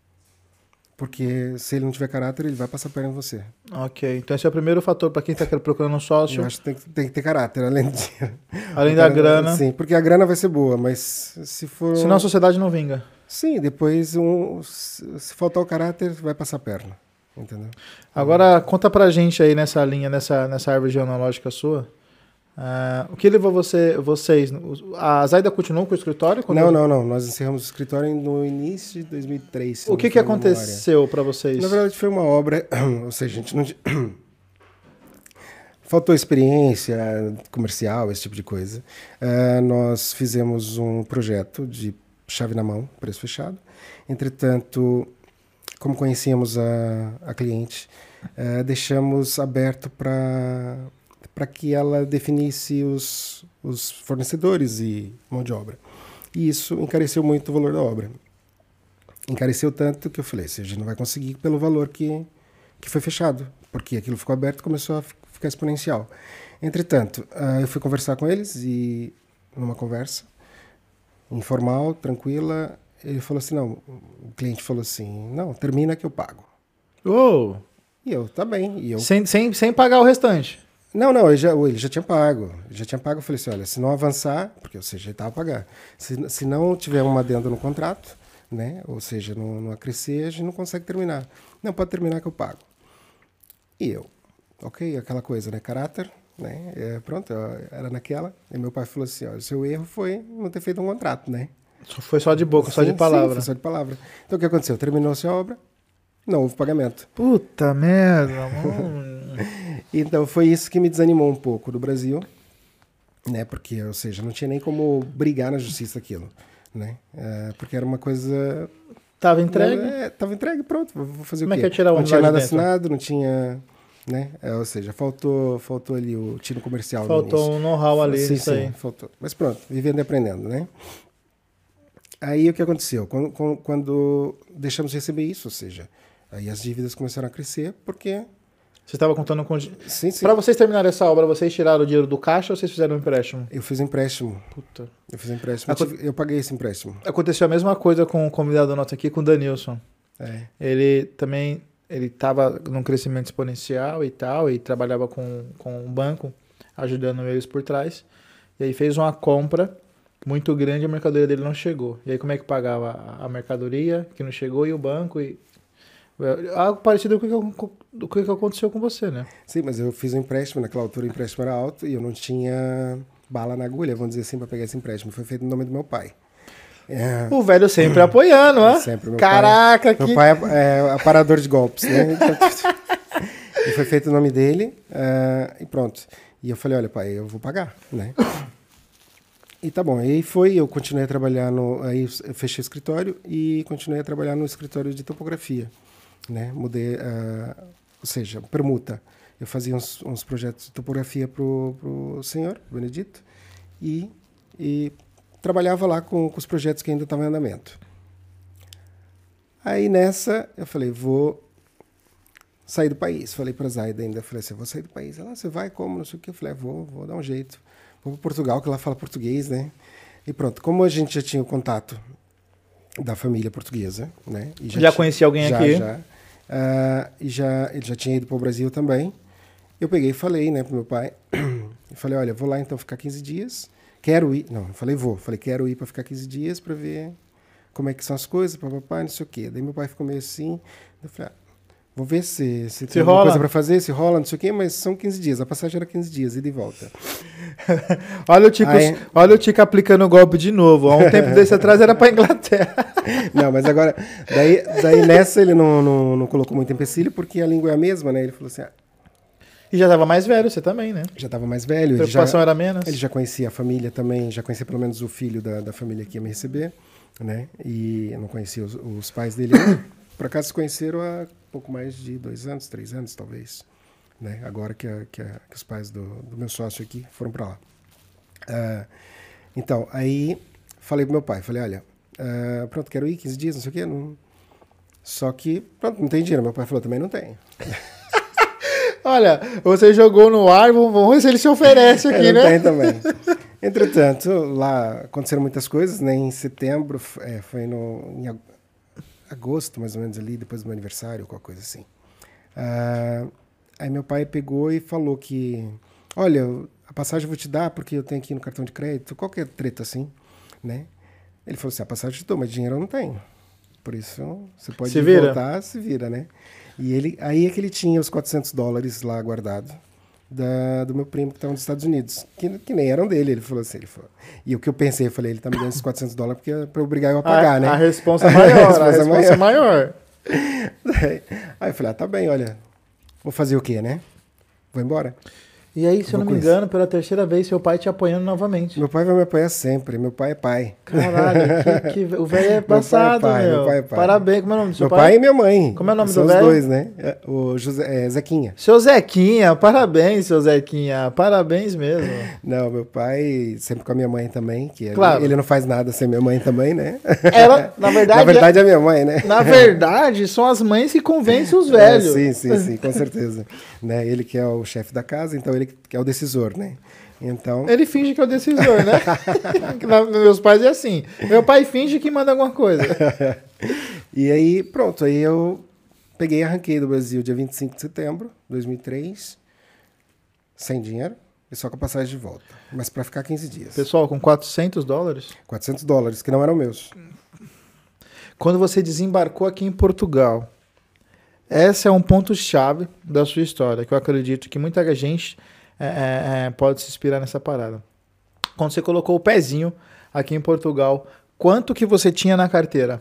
Porque se ele não tiver caráter, ele vai passar a perna em você.
ok, então esse é o primeiro fator para quem está procurando um sócio,
Eu acho que tem, que tem que ter caráter, além de...
além da grana,
Sim, porque a grana vai ser boa, mas se for...
senão a sociedade não vinga.
Sim, depois, um, se se faltar o caráter, vai passar a perna. Entendeu?
Agora, conta pra gente aí nessa linha, nessa, nessa árvore genealógica sua, ah, o que levou você, vocês... A Zaida continuou com o escritório? Quando-
Não, não, não. Nós encerramos o escritório no início de dois mil e três. se
O
não
que,
me
que
falha a memória.
aconteceu pra vocês?
Na verdade, foi uma obra... Ou seja, a gente não... Faltou experiência comercial, esse tipo de coisa. Ah, nós fizemos um projeto de chave na mão, preço fechado. Entretanto, como conhecíamos a, a cliente, ah, deixamos aberto para para que ela definisse os, os fornecedores e mão de obra. E isso encareceu muito o valor da obra. Encareceu tanto que eu falei, a gente não vai conseguir pelo valor que, que foi fechado, porque aquilo ficou aberto e começou a ficar exponencial. Entretanto, uh, eu fui conversar com eles e, numa conversa informal, tranquila, ele falou assim, não, o cliente falou assim, não, termina que eu pago.
Oh.
E eu, tá bem. E eu...
sem, sem, sem pagar o restante?
Não, não, ele já, ele já tinha pago. Ele já tinha pago, eu falei assim, olha, se não avançar, porque, ou seja, ele estava a pagar, se, se não tiver uma adenda no contrato, né, ou seja, não, não acrescer, a gente não consegue terminar. Não, pode terminar que eu pago. E eu, ok, aquela coisa, né, caráter, né, é, pronto, era naquela. E meu pai falou assim, olha, o seu erro foi não ter feito um contrato, né.
Foi só de boca, só
sim,
de palavra.
Sim, foi só de palavra. Então o que aconteceu? Terminou-se a obra, não houve pagamento.
Puta merda, mano.
Então foi isso que me desanimou um pouco do Brasil, né? Porque, ou seja, não tinha nem como brigar na justiça aquilo, né? É, porque era uma coisa...
Tava entregue?
É, tava entregue, pronto, vou fazer
como
o quê?
Como é que ia tirar o
Não tinha
de
nada
dentro?
assinado, não tinha... Né? É, ou seja, faltou, faltou ali o tiro comercial.
Faltou um know-how ali,
sim,
isso
sim,
aí.
Faltou. Mas pronto, vivendo e aprendendo, né? Aí o que aconteceu? Quando, quando, quando deixamos de receber isso, ou seja, aí as dívidas começaram a crescer porque...
Você estava contando com...
Sim, sim.
Para vocês terminarem essa obra, vocês tiraram o dinheiro do caixa ou vocês fizeram um empréstimo?
Eu fiz um empréstimo.
Puta.
Eu fiz um empréstimo.
Aco...
Eu, tive, eu paguei esse empréstimo.
Aconteceu a mesma coisa com o convidado nosso aqui, com o Danilson.
É.
Ele também... Ele estava num crescimento exponencial e tal, e trabalhava com, com um banco, ajudando eles por trás. E aí fez uma compra muito grande e a mercadoria dele não chegou. E aí como é que pagava a mercadoria que não chegou e o banco? E... Algo parecido com o que, do que aconteceu com você, né?
Sim, mas eu fiz um empréstimo, naquela altura o empréstimo era alto e eu não tinha bala na agulha, vamos dizer assim, para pegar esse empréstimo. Foi feito no nome do meu pai. É...
O velho sempre apoiando, ó.
Sempre. Meu
Caraca,
pai,
que...
Meu pai é, é aparador de golpes, né? E foi feito o nome dele uh, e pronto. E eu falei, olha, pai, eu vou pagar, né? E tá bom, aí foi, eu continuei a trabalhar no... Aí eu fechei o escritório e continuei a trabalhar no escritório de topografia, né? Mudei, uh, ou seja, permuta. Eu fazia uns, uns projetos de topografia pro, pro senhor, Benedito, e... e trabalhava lá com, com os projetos que ainda estavam em andamento. Aí nessa, eu falei, vou sair do país. Falei para a Zaida ainda, falei assim, vou sair do país. Ela, você vai como? Não sei o que. Eu falei, vou, vou dar um jeito. Vou para Portugal, que ela fala português, né? E pronto, como a gente já tinha o contato da família portuguesa, né? E
já já conhecia alguém
já,
aqui?
Já, uh, e já, ele já tinha ido para o Brasil também. Eu peguei e falei, né, pro meu pai. Eu falei, olha, vou lá então ficar quinze dias. Quero ir, não, falei vou, falei quero ir para ficar quinze dias para ver como é que são as coisas, para papai, não sei o quê. Daí meu pai ficou meio assim, eu falei, ah, vou ver se, se, se tem alguma coisa para fazer, se rola, não sei o quê, mas são quinze dias, a passagem era quinze dias, ida e volta.
olha, o Tico, Aí... olha o Tico aplicando o golpe de novo, há um tempo desse atrás era para Inglaterra.
Não, mas agora, daí, daí nessa ele não, não, não colocou muito empecilho, porque a língua é a mesma, né, ele falou assim, ah,
e já estava mais velho, você também, né?
Já estava mais velho.
A preocupação
já,
era menos.
Ele já conhecia a família também, já conhecia pelo menos o filho da, da família que ia me receber, né? E eu não conhecia os, os pais dele. Por acaso se conheceram há pouco mais de dois anos, três anos talvez, né? Agora que, a, que, a, que os pais do, do meu sócio aqui foram para lá. Uh, então, aí falei pro meu pai, falei, olha, uh, pronto, quero ir quinze dias, não sei o quê. Não... Só que, pronto, não tem dinheiro. Meu pai falou, também não tem.
Olha, você jogou no ar, vamos ver se ele se oferece aqui,
é, não
né?
Tem também. Entretanto, lá aconteceram muitas coisas, né? Em setembro, é, foi no, em agosto, mais ou menos ali, depois do meu aniversário, qualquer coisa assim. Ah, aí meu pai pegou e falou que, olha, a passagem eu vou te dar porque eu tenho aqui no cartão de crédito, qualquer treta assim, né? Ele falou assim, a passagem eu te dou, mas dinheiro eu não tenho. Por isso, você pode
se vira.
voltar, se vira, né? E ele, aí é que ele tinha os quatrocentos dólares lá guardado da, do meu primo que estava nos Estados Unidos, que, que nem eram dele. Ele falou assim, ele falou, e o que eu pensei, eu falei, ele tá me dando esses quatrocentos dólares porque é para obrigar eu a pagar,
a,
né?
A responsa é maior, a responsa, a responsa é maior.
Aí eu falei, ah, tá bem, olha, vou fazer o quê, né? Vou embora.
E aí, se eu
Vou
não me
conhecer.
engano, pela terceira vez, seu pai te apoiando novamente.
Meu pai vai me apoiar sempre. Meu pai é pai.
Caralho, que, que- o velho é
pai é
passado,
pai,
meu.
meu pai é pai.
Parabéns, como é o nome do seu
Meu pai e minha mãe.
Como é o nome
São
do
os
velho?
dois, né? É, O José, é, Zequinha.
Seu Zequinha, parabéns, seu Zequinha. Parabéns mesmo.
Não, meu pai sempre com a minha mãe também, que ele-
Claro.
ele não faz nada sem minha mãe também, né?
Ela, na verdade,
Na verdade é minha mãe, né?
na verdade, são as mães que convencem os velhos.
É, sim, sim, sim, com certeza. Né? Ele que é o chefe da casa, então ele que é o decisor, né? Então,
Ele finge que é o decisor, né? Na- Meus pais é assim. Meu pai finge que manda alguma coisa.
e aí, pronto, aí eu peguei e arranquei do Brasil dia vinte e cinco de setembro de dois mil e três, sem dinheiro e só com a passagem de volta, mas para ficar quinze dias.
Pessoal, com quatrocentos dólares.
quatrocentos dólares, que não eram meus.
Quando você desembarcou aqui em Portugal, esse é um ponto-chave da sua história, que eu acredito que muita gente é, é, é, pode se inspirar nessa parada. Quando você colocou o pezinho aqui em Portugal, quanto que você tinha na carteira?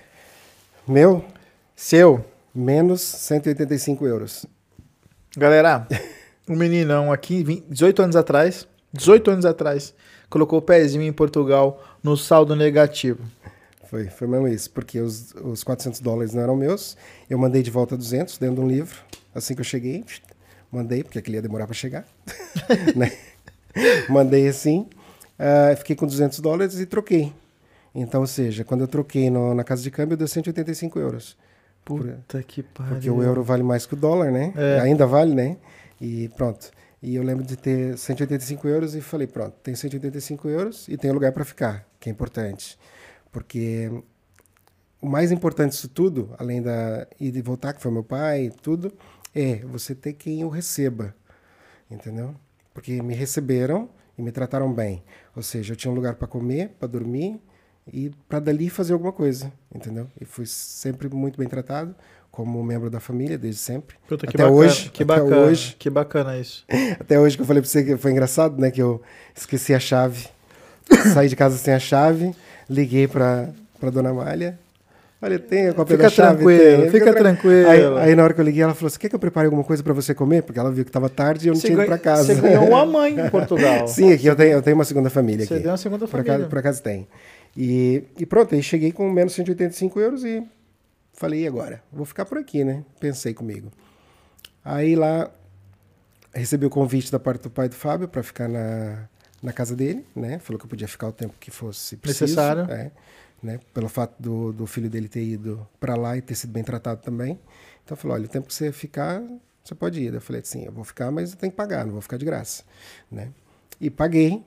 Meu,
Seu.
menos cento e oitenta e cinco euros.
Galera, um meninão aqui, vinte, dezoito anos atrás, dezoito anos atrás, colocou o pezinho em Portugal no saldo negativo.
Foi, foi mesmo isso, porque os, os quatrocentos dólares não eram meus, eu mandei de volta duzentos dentro de um livro, assim que eu cheguei, mandei, porque aquele ia demorar para chegar, né? Mandei assim, uh, fiquei com duzentos dólares e troquei. Então, ou seja, quando eu troquei no, na casa de câmbio, deu cento e oitenta e cinco euros.
Puta que pariu.
Porque o euro vale mais que o dólar, né?
É.
Ainda vale, né? E pronto. E eu lembro de ter cento e oitenta e cinco euros e falei, pronto, tem cento e oitenta e cinco euros e tem lugar para ficar, que é importante. Porque o mais importante disso tudo, além da ir e voltar, que foi meu pai e tudo, é você ter quem o receba, entendeu? Porque me receberam e me trataram bem. Ou seja, eu tinha um lugar para comer, para dormir e para dali fazer alguma coisa, entendeu? E fui sempre muito bem tratado como membro da família, desde sempre.
Puta, que
até
bacana,
hoje,
que
até
bacana,
hoje.
que bacana isso.
Até hoje que eu falei para você que foi engraçado, né? Que eu esqueci a chave. Saí de casa sem a chave, liguei para para dona Malha. Olha, tem a cópia
Fica
da chave?
tranquilo,
Tem.
fica
tra-
tranquilo.
Aí, aí na hora que eu liguei, ela falou: você quer que eu prepare alguma coisa para você comer? Porque ela viu que estava tarde e eu não
Você
tinha ido
ganha-
para casa.
Você ganhou uma mãe em Portugal.
Sim, aqui eu tenho, eu tenho uma segunda família
Você
aqui.
deu uma segunda
Por
família.
acaso, por acaso tem. E, e pronto, aí cheguei com menos cento e oitenta e cinco euros e falei, e agora? Vou ficar por aqui, né? Pensei comigo. Aí lá, recebi o convite da parte do pai do Fábio para ficar na, na casa dele, né? Falou que eu podia ficar o tempo que fosse preciso.
Necessário.
É, né? Pelo fato do, do filho dele ter ido para lá e ter sido bem tratado também. Então falou, olha, o tempo que você ficar, você pode ir. Eu falei assim, eu vou ficar, mas eu tenho que pagar, não vou ficar de graça, né? E paguei.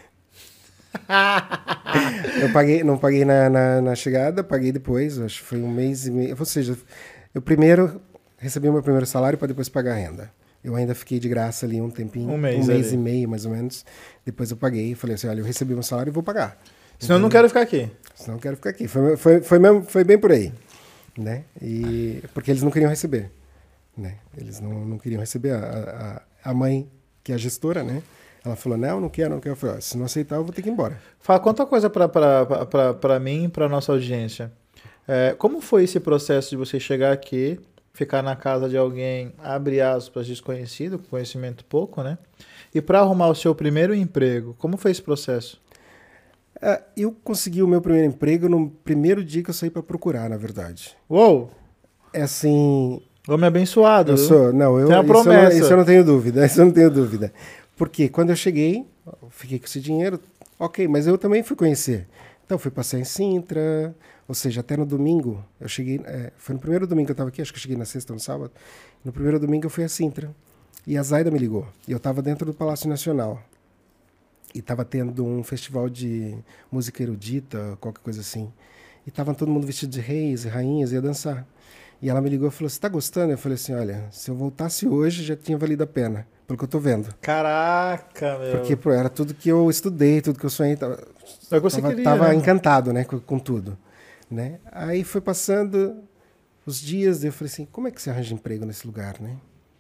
Eu paguei, não paguei na, na, na chegada, paguei depois, acho que foi um mês e meio. Ou seja, eu primeiro recebi o meu primeiro salário para depois pagar a renda. Eu ainda fiquei de graça ali um tempinho,
Um mês
um mês
ali.
e meio mais ou menos. Depois eu paguei e falei assim, olha, eu recebi meu salário e vou pagar.
Senão eu não quero ficar aqui.
Senão eu quero ficar aqui. Foi, foi, foi, mesmo, foi bem por aí, né? E, porque eles não queriam receber, né? Eles não, não queriam receber. A, a, a mãe, que é a gestora, né? Ela falou, não, não quero, não quero. Eu falei, ó, se não aceitar, eu vou ter que ir embora.
Fala, conta uma coisa para mim e para nossa audiência. É, como foi esse processo de você chegar aqui, ficar na casa de alguém, abre aspas, desconhecido, com conhecimento pouco, né? E para arrumar o seu primeiro emprego, como foi esse processo?
Ah, eu consegui o meu primeiro emprego no primeiro dia que eu saí para procurar, na verdade.
Uou!
É assim...
Homem abençoado.
Eu
viu?
sou... Não, eu,
Tem uma
isso, eu não,
promessa.
isso eu não tenho dúvida. Isso eu não tenho dúvida. Porque quando eu cheguei, eu fiquei com esse dinheiro, ok, mas eu também fui conhecer. Então, fui passear em Sintra, ou seja, até no domingo, eu cheguei... É, foi no primeiro domingo que eu estava aqui, acho que eu cheguei na sexta ou no sábado. No primeiro domingo eu fui a Sintra. E a Zaida me ligou. E eu estava dentro do Palácio Nacional. E estava tendo um festival de música erudita, qualquer coisa assim. E estavam todo mundo vestido de reis e rainhas, ia dançar. E ela me ligou e falou, você está gostando? Eu falei assim, olha, se eu voltasse hoje, já tinha valido a pena, pelo que eu estou vendo.
Caraca, meu.
Porque pô, era tudo que eu estudei, tudo que eu sonhei. Tava,
É o que você
tava,
queria,
tava
né?
encantado, né, com, com tudo. Né? Aí foi passando os dias, e eu falei assim, como é que você arranja emprego nesse lugar, né?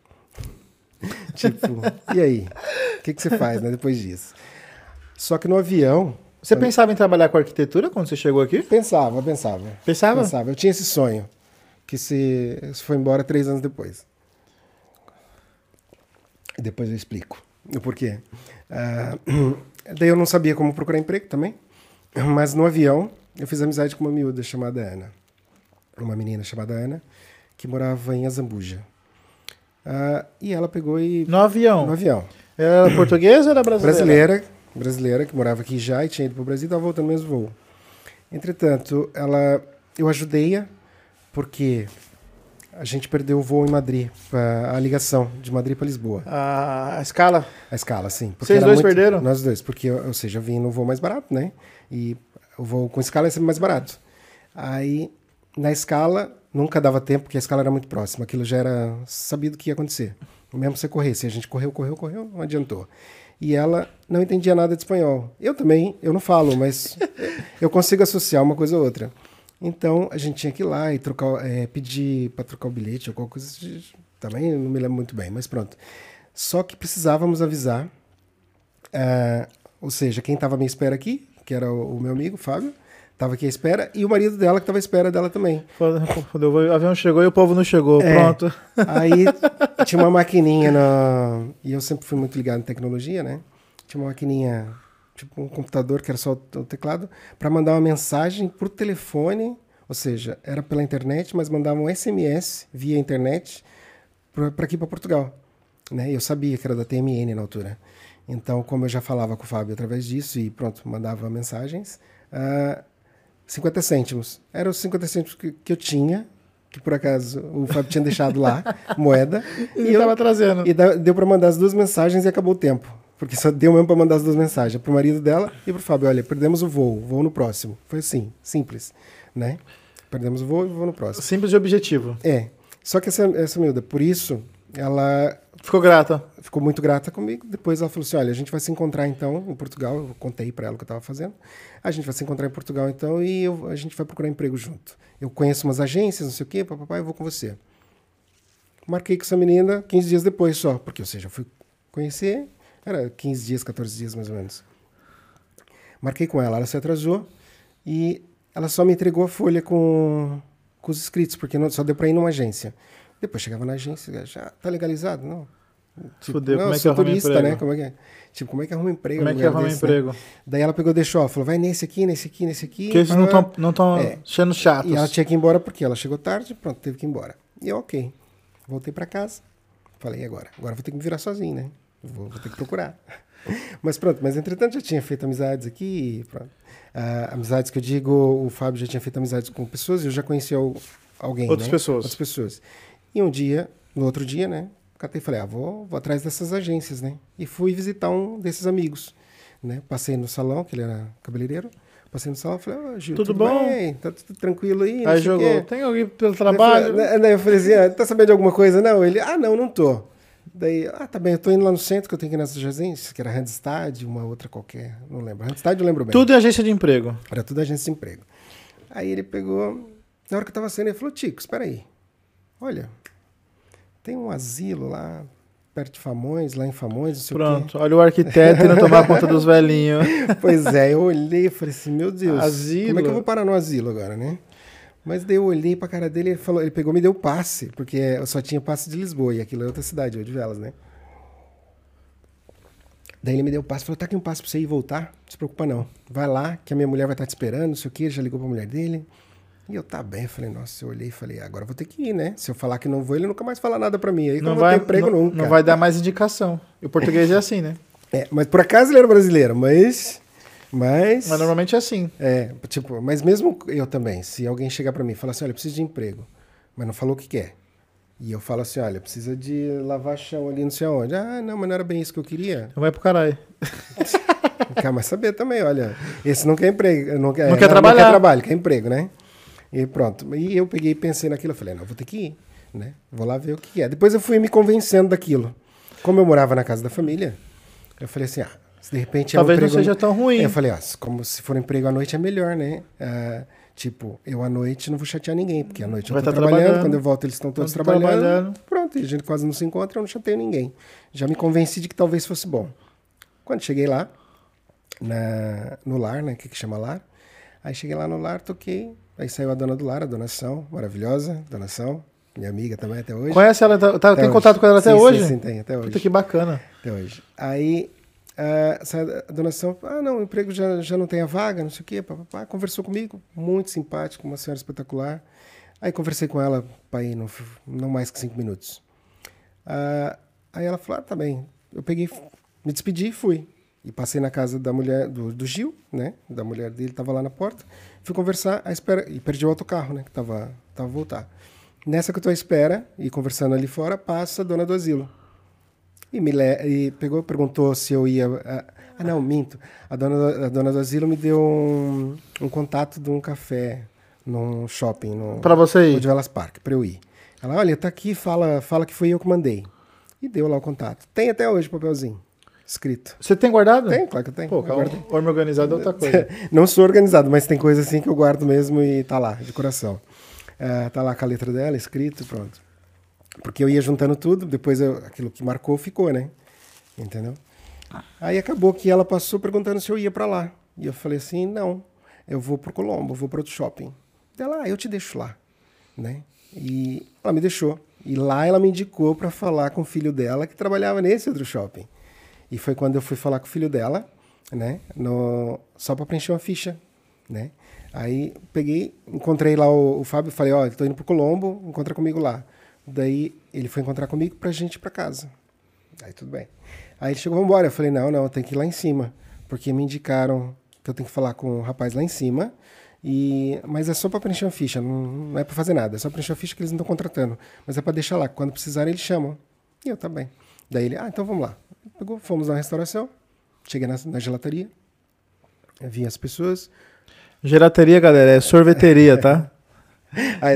Tipo, e aí? O que, que você faz, né, depois disso? Só que no avião...
Você pensava em trabalhar com arquitetura quando você chegou aqui?
Pensava, pensava.
Pensava?
Pensava. Eu tinha esse sonho, que se, se foi embora três anos depois. E depois eu explico. O porquê. Ah, daí eu não sabia como procurar emprego também, mas no avião eu fiz amizade com uma miúda chamada Ana. Uma menina chamada Ana, que morava em Azambuja. Ah, e ela pegou e...
No avião.
No avião.
Ela era portuguesa ou era brasileira?
Brasileira, brasileira, que morava aqui já e tinha ido para o Brasil e estava voltando no mesmo voo. Entretanto, ela, eu ajudei-a porque a gente perdeu o voo em Madrid, pra, a ligação de Madrid para Lisboa.
A, a escala?
A escala, sim.
Vocês dois perderam?
Nós dois, porque, ou seja, eu vim no voo mais barato, né? E o voo com escala é sempre mais barato. Aí, na escala, nunca dava tempo, porque a escala era muito próxima. Aquilo já era sabido que ia acontecer. Mesmo se você corresse. A gente correu, correu, correu, não adiantou. E ela não entendia nada de espanhol. Eu também, eu não falo, mas eu consigo associar uma coisa a outra. Então, a gente tinha que ir lá e trocar, é, pedir para trocar o bilhete ou qualquer coisa. Também não me lembro muito bem, mas pronto. Só que precisávamos avisar, uh, ou seja, quem estava à minha espera aqui, que era o, o meu amigo, Fábio, estava aqui à espera, e o marido dela, que estava à espera dela também.
O avião chegou e o povo não chegou, é, pronto.
Aí tinha uma maquininha, na... e eu sempre fui muito ligado em tecnologia, né? Tinha uma maquininha, tipo um computador, que era só o teclado, para mandar uma mensagem por telefone, ou seja, era pela internet, mas mandava um S M S via internet para aqui para Portugal. Né? Eu sabia que era da T M N na altura. Então, como eu já falava com o Fábio através disso e pronto, mandava mensagens, uh, cinquenta cêntimos. Eram os cinquenta cêntimos que, que eu tinha, que por acaso o Fábio tinha deixado lá, moeda.
E, e eu estava trazendo.
E da, deu para mandar as duas mensagens e acabou o tempo. Porque só deu mesmo para mandar as duas mensagens, para o marido dela e para o Fábio. Olha, perdemos o voo, voo no próximo. Foi assim, simples, né? Perdemos o voo e voo no próximo.
Simples e objetivo.
É. Só que essa, essa miúda, por isso, ela...
Ficou grata.
Ficou muito grata comigo. Depois ela falou assim, olha, a gente vai se encontrar então em Portugal. Eu contei para ela o que eu estava fazendo. A gente vai se encontrar em Portugal então e eu, a gente vai procurar emprego junto. Eu conheço umas agências, não sei o quê, papai, eu vou com você. Marquei com essa menina quinze dias depois só. Porque, ou seja, eu fui conhecer, era quinze dias, quatorze dias mais ou menos. Marquei com ela, ela se atrasou e ela só me entregou a folha com, com os inscritos, porque não, só deu para ir numa agência. Depois chegava na agência, já tá legalizado? Não. Tipo,
Fudeu,
não,
como é que
sou
arruma
turista,
emprego?
né? Como é que é? Tipo, como é que arruma emprego?
Como é que arruma
desse,
emprego?
Né? Daí ela pegou, deixou, ó, falou, vai nesse aqui, nesse aqui, nesse aqui.
Porque eles não estão não tão é. sendo chatos.
E ela tinha que ir embora porque ela chegou tarde, pronto, teve que ir embora. E eu, ok. Voltei pra casa. Falei, e agora? Agora vou ter que me virar sozinho, né? Vou, vou ter que procurar. Mas pronto, mas entretanto já tinha feito amizades aqui, pronto. Uh, amizades que eu digo, o Fábio já tinha feito amizades com pessoas, eu já conhecia alguém,
Outras
né?
pessoas.
Outras pessoas. E um dia, no outro dia, né, catei e falei, ah, vou, vou atrás dessas agências, né? E fui visitar um desses amigos, né? Passei no salão, que ele era cabeleireiro, passei no salão e falei, ô, oh, Gil,
tudo,
tudo
bom?
Bem? Tá tudo tranquilo aí?
Aí jogou, tem alguém pelo trabalho?
Daí eu falei, eu falei assim, ah, tá sabendo de alguma coisa? Não, ele, ah, não, não tô. Daí, ah, tá bem, eu tô indo lá no centro, que eu tenho que ir nessas agências, que era Randstad, uma outra qualquer, não lembro. Randstad eu lembro bem.
Tudo é agência de emprego.
Era tudo agência de emprego. Aí ele pegou, na hora que eu tava saindo, ele falou, Tico, espera aí, olha, tem um asilo lá, perto de Famões, lá em Famões, não sei
Pronto,
o quê.
olha o arquiteto indo tomar conta dos velhinhos.
Pois é, eu olhei e falei assim, meu Deus,
asilo?
Como é que eu vou parar no asilo agora, né? Mas daí eu olhei pra cara dele e ele falou, ele pegou e me deu passe, porque eu só tinha passe de Lisboa, e aquilo é outra cidade, Odivelas, né? Daí ele me deu passe, falou, tá aqui um passe pra você ir e voltar, não se preocupa não. Vai lá, que a minha mulher vai estar te esperando, não sei o quê, ele já ligou pra mulher dele. E eu, tá bem, eu falei, nossa, eu olhei e falei, agora eu vou ter que ir, né? Se eu falar que não vou, ele nunca mais fala nada pra mim, aí não, não vai ter emprego
não,
nunca.
Não vai dar mais indicação. E o português é assim, né?
É, mas por acaso ele era brasileiro, mas... Mas,
mas normalmente é assim.
É, tipo, mas mesmo eu também, se alguém chegar pra mim e falar assim, olha, eu preciso de emprego, mas não falou o que quer. E eu falo assim, olha, precisa de lavar chão ali não sei aonde. Ah, não, mas não era bem isso que eu queria.
Então vai pro caralho.
Não quer mais saber também, olha. Esse não quer emprego. Não quer,
não quer
não,
trabalhar.
Não quer trabalho, quer emprego, né? E pronto. E eu peguei e pensei naquilo, eu falei, não, vou ter que ir, né? Vou lá ver o que é. Depois eu fui me convencendo daquilo. Como eu morava na casa da família, eu falei assim, ah, se de repente
talvez
é um
não seja tão ruim.
Eu falei, ah, como se for um emprego à noite é melhor, né? Ah, tipo, eu à noite não vou chatear ninguém, porque à noite eu
vai
tô
tá
trabalhando,
trabalhando,
quando eu volto eles estão todos trabalhando, trabalhando. Pronto, e a gente quase não se encontra, eu não chateio ninguém. Já me convenci de que talvez fosse bom. Quando cheguei lá, na, no lar, né, que, que chama lar, aí cheguei lá no lar, toquei, aí saiu a dona do lar, a dona São, maravilhosa, dona São, minha amiga também até hoje.
Conhece ela? Tá, tá-
Até
tem
hoje.
contato com ela até
Sim,
hoje?
Sim, sim, tem, até hoje.
Puta, que bacana.
Até hoje. Aí, a, a dona São, ah, não, o emprego já, já não tem a vaga, não sei o quê, papapá. Conversou comigo, muito simpático, uma senhora espetacular. Aí conversei com ela, pai, não, não mais que cinco minutos. Ah, aí ela falou, ah, tá bem. Eu peguei, me despedi e fui. E passei na casa da mulher, do, do Gil, né? Da mulher dele, tava lá na porta. Fui conversar, à espera, e perdi o autocarro, né? Que tava, tava a voltar. Nessa que eu tô à espera, e conversando ali fora, passa a dona do asilo. E me le e pegou, perguntou se eu ia... Ah, não, minto. A dona, a dona do asilo me deu um, um contato de um café num shopping, no
Pra você ir?
Goodfellas Park, pra eu ir. Ela, olha, tá aqui, fala, fala que foi eu que mandei. E deu lá o contato. Tem até hoje o papelzinho escrito.
Você tem guardado?
Tem, claro que eu tenho.
Pô,
Eu guardo.
homem organizado é outra coisa.
Não sou organizado, mas tem coisa assim que eu guardo mesmo e tá lá, de coração. Uh, tá lá com a letra dela, escrito, pronto. Porque eu ia juntando tudo, depois eu, aquilo que marcou ficou, né? Entendeu? Aí acabou que ela passou perguntando se eu ia pra lá. E eu falei assim, não, eu vou pro Colombo, eu vou pro outro shopping. Ela, ah, eu te deixo lá, né? E ela me deixou. E lá ela me indicou pra falar com o filho dela que trabalhava nesse outro shopping. E foi quando eu fui falar com o filho dela, né? No, só pra preencher uma ficha, né? Aí peguei, encontrei lá o, o Fábio, falei, ó, oh, tô indo pro Colombo, encontra comigo lá. Daí ele foi encontrar comigo pra gente ir pra casa. Aí tudo bem. Aí ele chegou, vamos embora. Eu falei, não, não, eu tenho que ir lá em cima. Porque me indicaram que eu tenho que falar com o rapaz lá em cima. E, mas é só pra preencher uma ficha, não, não é pra fazer nada. É só preencher uma ficha que eles não estão contratando. Mas é pra deixar lá, quando precisarem eles chamam. E eu, tá bem. Daí ele, ah, então vamos lá. Pegou, fomos na restauração, cheguei na, na gelateria, vi as pessoas.
Gelateria, galera, é sorveteria, tá?
Aí,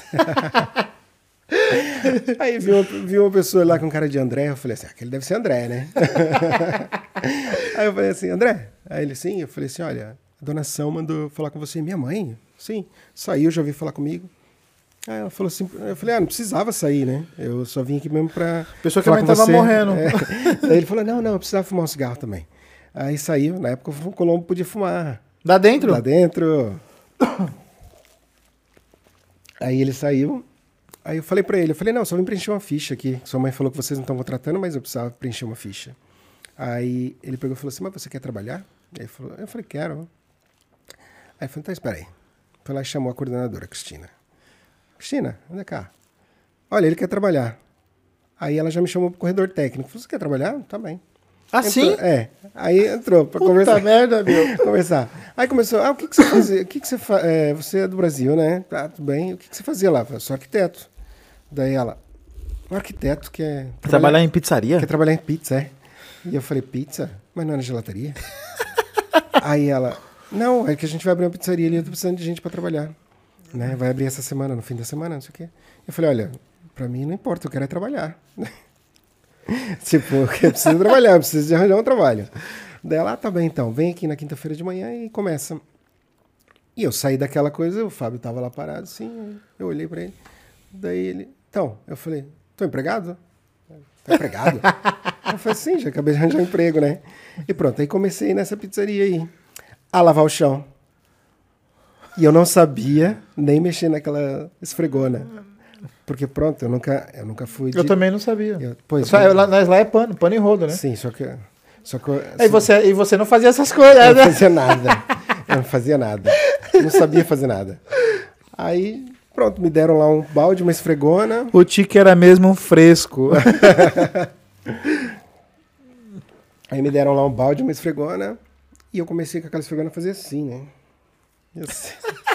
aí vi, uma, vi uma pessoa lá com cara de André, eu falei assim, aquele deve ser André, né? Aí eu falei assim, André? Aí ele, sim, eu falei assim, olha, a dona São mandou falar com você. Minha mãe? Sim, saiu, já veio falar comigo. Aí ela falou assim, eu falei, ah, não precisava sair, né? Eu só vim aqui mesmo pra...
A pessoa que
falar
também
com
tava
você.
morrendo.
É. Aí ele falou, não, não, eu precisava fumar um cigarro também. Aí saiu, na época o Colombo podia fumar.
Dá dentro?
Lá dentro. Aí ele saiu, aí eu falei pra ele, eu falei, não, só vim preencher uma ficha aqui. Sua mãe falou que vocês não estão contratando, mas eu precisava preencher uma ficha. Aí ele pegou e falou assim, mas você quer trabalhar? Aí ele falou, eu falei, quero. Aí eu falei, então espera aí. Foi lá e chamou a coordenadora, Cristina. Cristina, anda cá. Olha, ele quer trabalhar. Aí ela já me chamou pro corredor técnico. Falei, você quer trabalhar? Tá bem.
Ah,
Entrou,
sim?
É. Aí entrou pra
Puta
conversar.
merda, meu.
Conversar. Aí começou, ah, o que, que você fazia? O que, que você fa... é, você é do Brasil, né? Tá, tudo bem. O que, que você fazia lá? Eu falei, sou arquiteto. Daí ela, um arquiteto quer
Trabalhar,
trabalhar
em pizzaria?
Quer trabalhar em pizza, é? E eu falei, pizza? Mas não é na gelateria? Aí ela, não, é que a gente vai abrir uma pizzaria ali, eu tô precisando de gente pra trabalhar. Né? Vai abrir essa semana, no fim da semana, não sei o quê. Eu falei, olha, pra mim não importa, eu quero é trabalhar. Tipo, eu preciso trabalhar, eu preciso de arranjar um trabalho. Daí ela, ah, tá bem então, vem aqui na quinta-feira de manhã e começa. E eu saí daquela coisa, o Fábio tava lá parado, assim, eu olhei pra ele. Daí ele, então, eu falei, tô empregado? Tá empregado? Eu falei, sim, já acabei de arranjar um emprego, né? E pronto, aí comecei nessa pizzaria aí, a lavar o chão. E eu não sabia nem mexer naquela esfregona. Porque pronto, eu nunca, eu nunca fui de...
Eu também não sabia.
Eu, pois,
Só, eu, lá, nós lá é pano, pano e rodo, né?
Sim, só que... Só que eu,
E
assim,
você, e você não fazia essas coisas,
eu não
né?
fazia nada. Eu não fazia nada. Eu não sabia fazer nada. Aí, pronto, me deram lá um balde, uma esfregona.
O tique era mesmo um fresco.
Aí me deram lá um balde, uma esfregona. E eu comecei com aquela esfregona a fazer assim, né? Assim.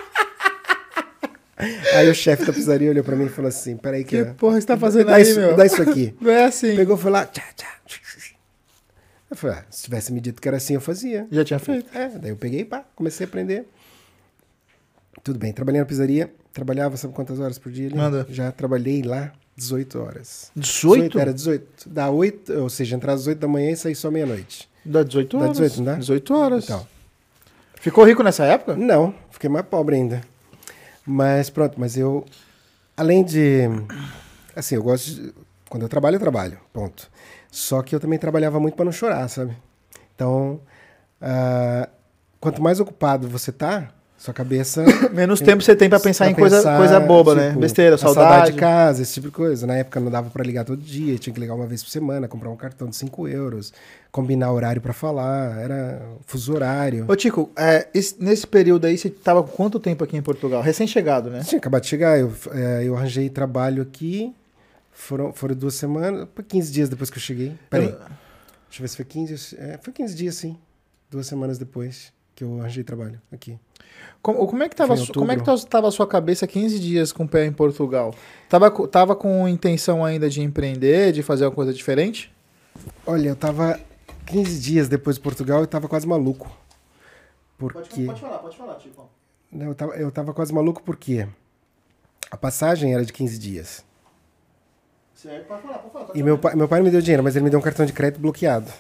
Aí o chefe da pizzaria olhou pra mim e falou assim, peraí que...
Que porra você tá fazendo
dá
aí,
isso,
meu?
Dá isso aqui.
Não é assim.
Pegou e foi lá... Tchá, tchá. Eu falei, ah, se tivesse me dito que era assim, eu fazia.
Já tinha feito.
É, daí eu peguei e pá, comecei a aprender. Tudo bem, trabalhei na pizzaria, trabalhava, sabe quantas horas por dia ali?
Manda.
Já trabalhei lá dezoito horas.
dezoito?
Era dezoito. Dá oito, ou seja, entrar às oito da manhã e sair só meia-noite.
Dá dezoito
Dá
horas.
dezoito, não dá?
dezoito horas.
Então.
Ficou rico nessa época?
Não, fiquei mais pobre ainda. Mas pronto, mas eu, além de, assim, eu gosto de, quando eu trabalho, eu trabalho, ponto. Só que eu também trabalhava muito para não chorar, sabe? Então, uh, quanto mais ocupado você tá, Sua cabeça...
Menos tempo você tem pra pensar
pra
em coisa,
pensar,
coisa boba, né?
tipo,
Besteira,
a saudade
saudade.
de casa, esse tipo de coisa. Na época não dava pra ligar todo dia, tinha que ligar uma vez por semana, comprar um cartão de cinco euros, combinar horário pra falar, era fuso horário.
Ô, Tico, é, esse- nesse período aí, você tava com quanto tempo aqui em Portugal? Recém-chegado, né?
Tinha acabado de chegar, eu, é, eu arranjei trabalho aqui, foram, foram duas semanas, quinze dias depois que eu cheguei. Peraí,
Eu-
deixa eu ver se foi quinze, é, foi quinze dias sim, duas semanas depois que eu arranjei trabalho aqui.
Como, como é que tava,
Foi em
su- como é que
outubro.
tava a sua cabeça quinze dias com o pé em Portugal? Tava, co- tava com intenção ainda de empreender, de fazer uma coisa diferente?
Olha, eu tava quinze dias depois de Portugal, eu tava quase maluco. Porque...
falar, pode falar, Tico.
Não, eu tava, eu tava quase maluco porque a passagem era de quinze dias.
Pode falar, pode falar.
E meu pai, meu pai não me deu dinheiro, mas ele me deu um cartão de crédito bloqueado.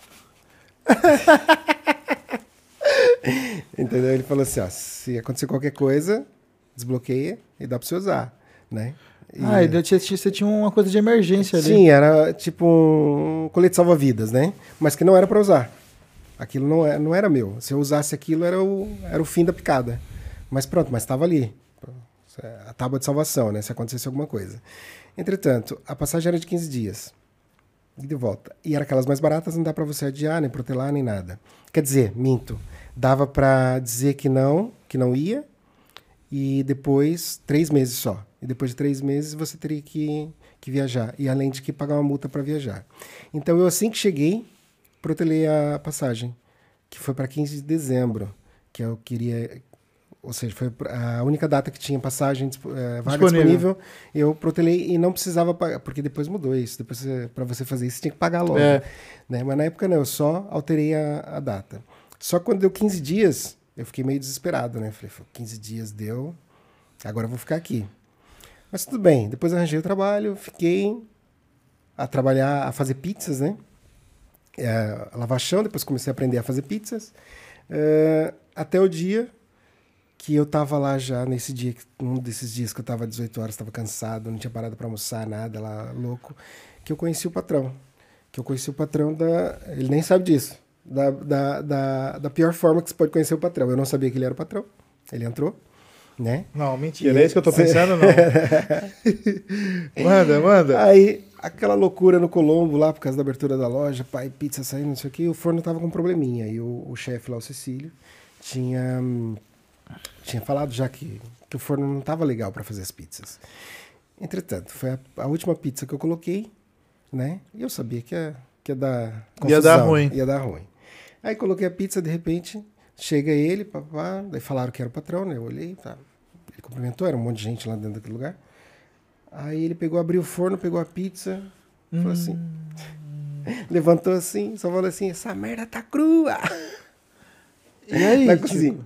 Entendeu? Ele falou assim, ó, se acontecer qualquer coisa, desbloqueia e dá pra você usar, né? E-
Ah, e você tinha- você tinha uma coisa de emergência ali.
Sim, era tipo um colete salva-vidas, né? Mas que não era pra usar. Aquilo não era, não era meu. Se eu usasse aquilo, era o, era o fim da picada. Mas pronto, mas estava ali. A tábua de salvação, né? Se acontecesse alguma coisa. Entretanto, a passagem era de quinze dias. E de volta. E era aquelas mais baratas, não dá pra você adiar, nem protelar, nem nada. Quer dizer, minto. Dava pra dizer que não, que não ia. E depois, três meses só. E depois de três meses, você teria que, que viajar. E além de que pagar uma multa para viajar. Então, eu assim que cheguei, protelei a passagem. Que foi para quinze de dezembro. Que eu queria... Ou seja, foi a única data que tinha passagem, é, vaga
Disponível.
disponível. Eu protelei e não precisava pagar. Porque depois mudou isso. Depois, para você fazer isso, você tinha que pagar logo.
É.
Né? Mas na época, não. Eu só alterei a, a data. Só que quando deu quinze dias... Eu fiquei meio desesperado, né? Falei, quinze dias deu, agora eu vou ficar aqui. Mas tudo bem, depois eu arranjei o trabalho, fiquei a trabalhar, a fazer pizzas, né? É, a lavar chão, depois comecei a aprender a fazer pizzas. É, até o dia que eu tava lá já, nesse dia, que- um desses dias que eu tava dezoito horas, tava cansado, não tinha parado para almoçar, nada, lá louco, que eu conheci o patrão. Que eu conheci o patrão da... Ele nem sabe disso. Da, da, da, da pior forma que você pode conhecer o patrão. Eu não sabia que ele era o patrão. Ele entrou, né?
Não, mentira. É isso que eu tô pensando, não. Manda, manda.
Aí, aquela loucura no Colombo lá, por causa da abertura da loja, pai, pizza saindo, não sei o que, o forno tava com um probleminha. E o, o chefe lá, o Cecílio, tinha, hum, tinha falado já que, que o forno não tava legal para fazer as pizzas. Entretanto, foi a, a última pizza que eu coloquei, né? E eu sabia que ia, que ia dar confusão.
Ia dar ruim.
Ia dar ruim. Aí coloquei a pizza, de repente, chega ele, papá, daí falaram que era o patrão, né? Eu olhei, tá. Ele cumprimentou, era um monte de gente lá dentro daquele lugar. Aí ele pegou, abriu o forno, pegou a pizza, falou assim, levantou assim, só falou assim, essa merda tá crua.
E aí,
Na
tipo,
cozinha.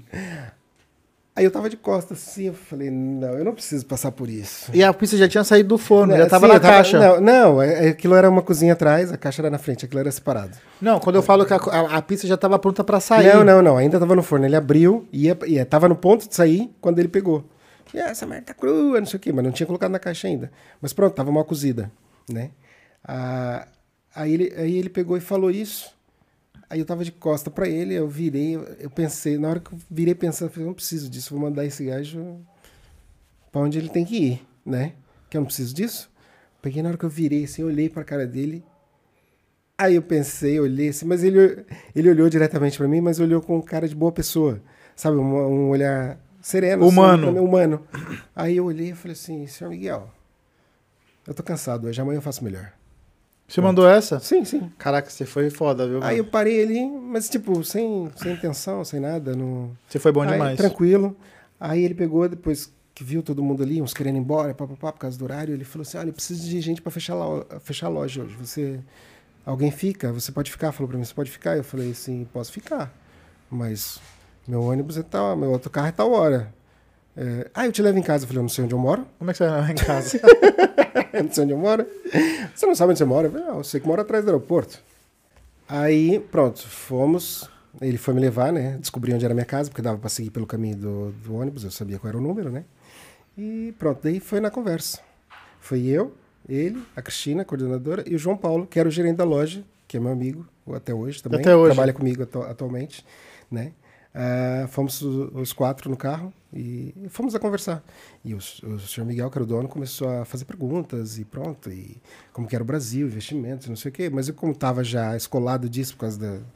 Aí eu tava de costas assim, eu falei, não, eu não preciso passar por isso.
E a pizza já tinha saído do forno, já
Né,
tava
sim,
na
eu tava-
caixa.
Não, não, é- é- aquilo era uma cozinha atrás, a caixa era na frente, aquilo era separado.
Não, quando eu falo que a, a- a pizza já tava pronta pra sair.
Não, não, não, ainda tava no forno. Ele abriu, ia, ia, tava no ponto de sair quando ele pegou. E essa merda tá crua, não sei o quê, mas não tinha colocado na caixa ainda. Mas pronto, tava mal cozida, né? Ah, aí, ele, aí ele pegou e falou isso. Aí eu tava de costa pra ele, eu virei, eu pensei, na hora que eu virei pensando, eu falei, não preciso disso, vou mandar esse gajo pra onde ele tem que ir, né? Que eu não preciso disso. Peguei na hora que eu virei, assim, eu olhei pra cara dele. Aí eu pensei, olhei assim, mas ele, ele olhou diretamente pra mim, mas olhou com cara de boa pessoa. Sabe, um, um olhar sereno.
Humano.
Assim, pra mim, humano. Aí eu olhei e falei assim, senhor Miguel, eu tô cansado hoje, amanhã eu faço melhor.
Você mandou essa?
Sim, sim.
Caraca, você foi foda, viu?
Aí
mano?
eu parei ali, mas tipo, sem, sem intenção, sem nada. Não...
Você foi bom
Aí,
demais.
tranquilo. Aí ele pegou, depois que viu todo mundo ali, uns querendo ir embora, pá, pá, pá, por causa do horário, ele falou assim, olha, eu preciso de gente pra fechar, lo- fechar a loja hoje. Você... Alguém fica? Você pode ficar? Falou pra mim, você pode ficar? Eu falei assim, posso ficar. Mas meu ônibus é tal, meu outro carro é tal hora. É... Ah, eu te levo em casa. Eu falei, eu não sei onde eu moro.
Como é que você vai lá em casa?
Eu não sei onde eu moro. Você não sabe onde você mora? Eu falei, não, eu sei que mora atrás do aeroporto. Aí, pronto, fomos. Ele foi me levar, né? Descobri onde era a minha casa, porque dava pra seguir pelo caminho do, do ônibus, eu sabia qual era o número, né? E pronto, daí foi na conversa. Foi eu, ele, a Cristina, a coordenadora, e o João Paulo, que era o gerente da loja, que é meu amigo até hoje também.
Até hoje.
Trabalha comigo atu- atualmente, né? Uh, fomos os, os quatro no carro e fomos a conversar. E o, o senhor Miguel, que era o dono, começou a fazer perguntas e pronto, e como que era o Brasil, investimentos, não sei o quê. Mas eu, como estava já escolado disso por causa da,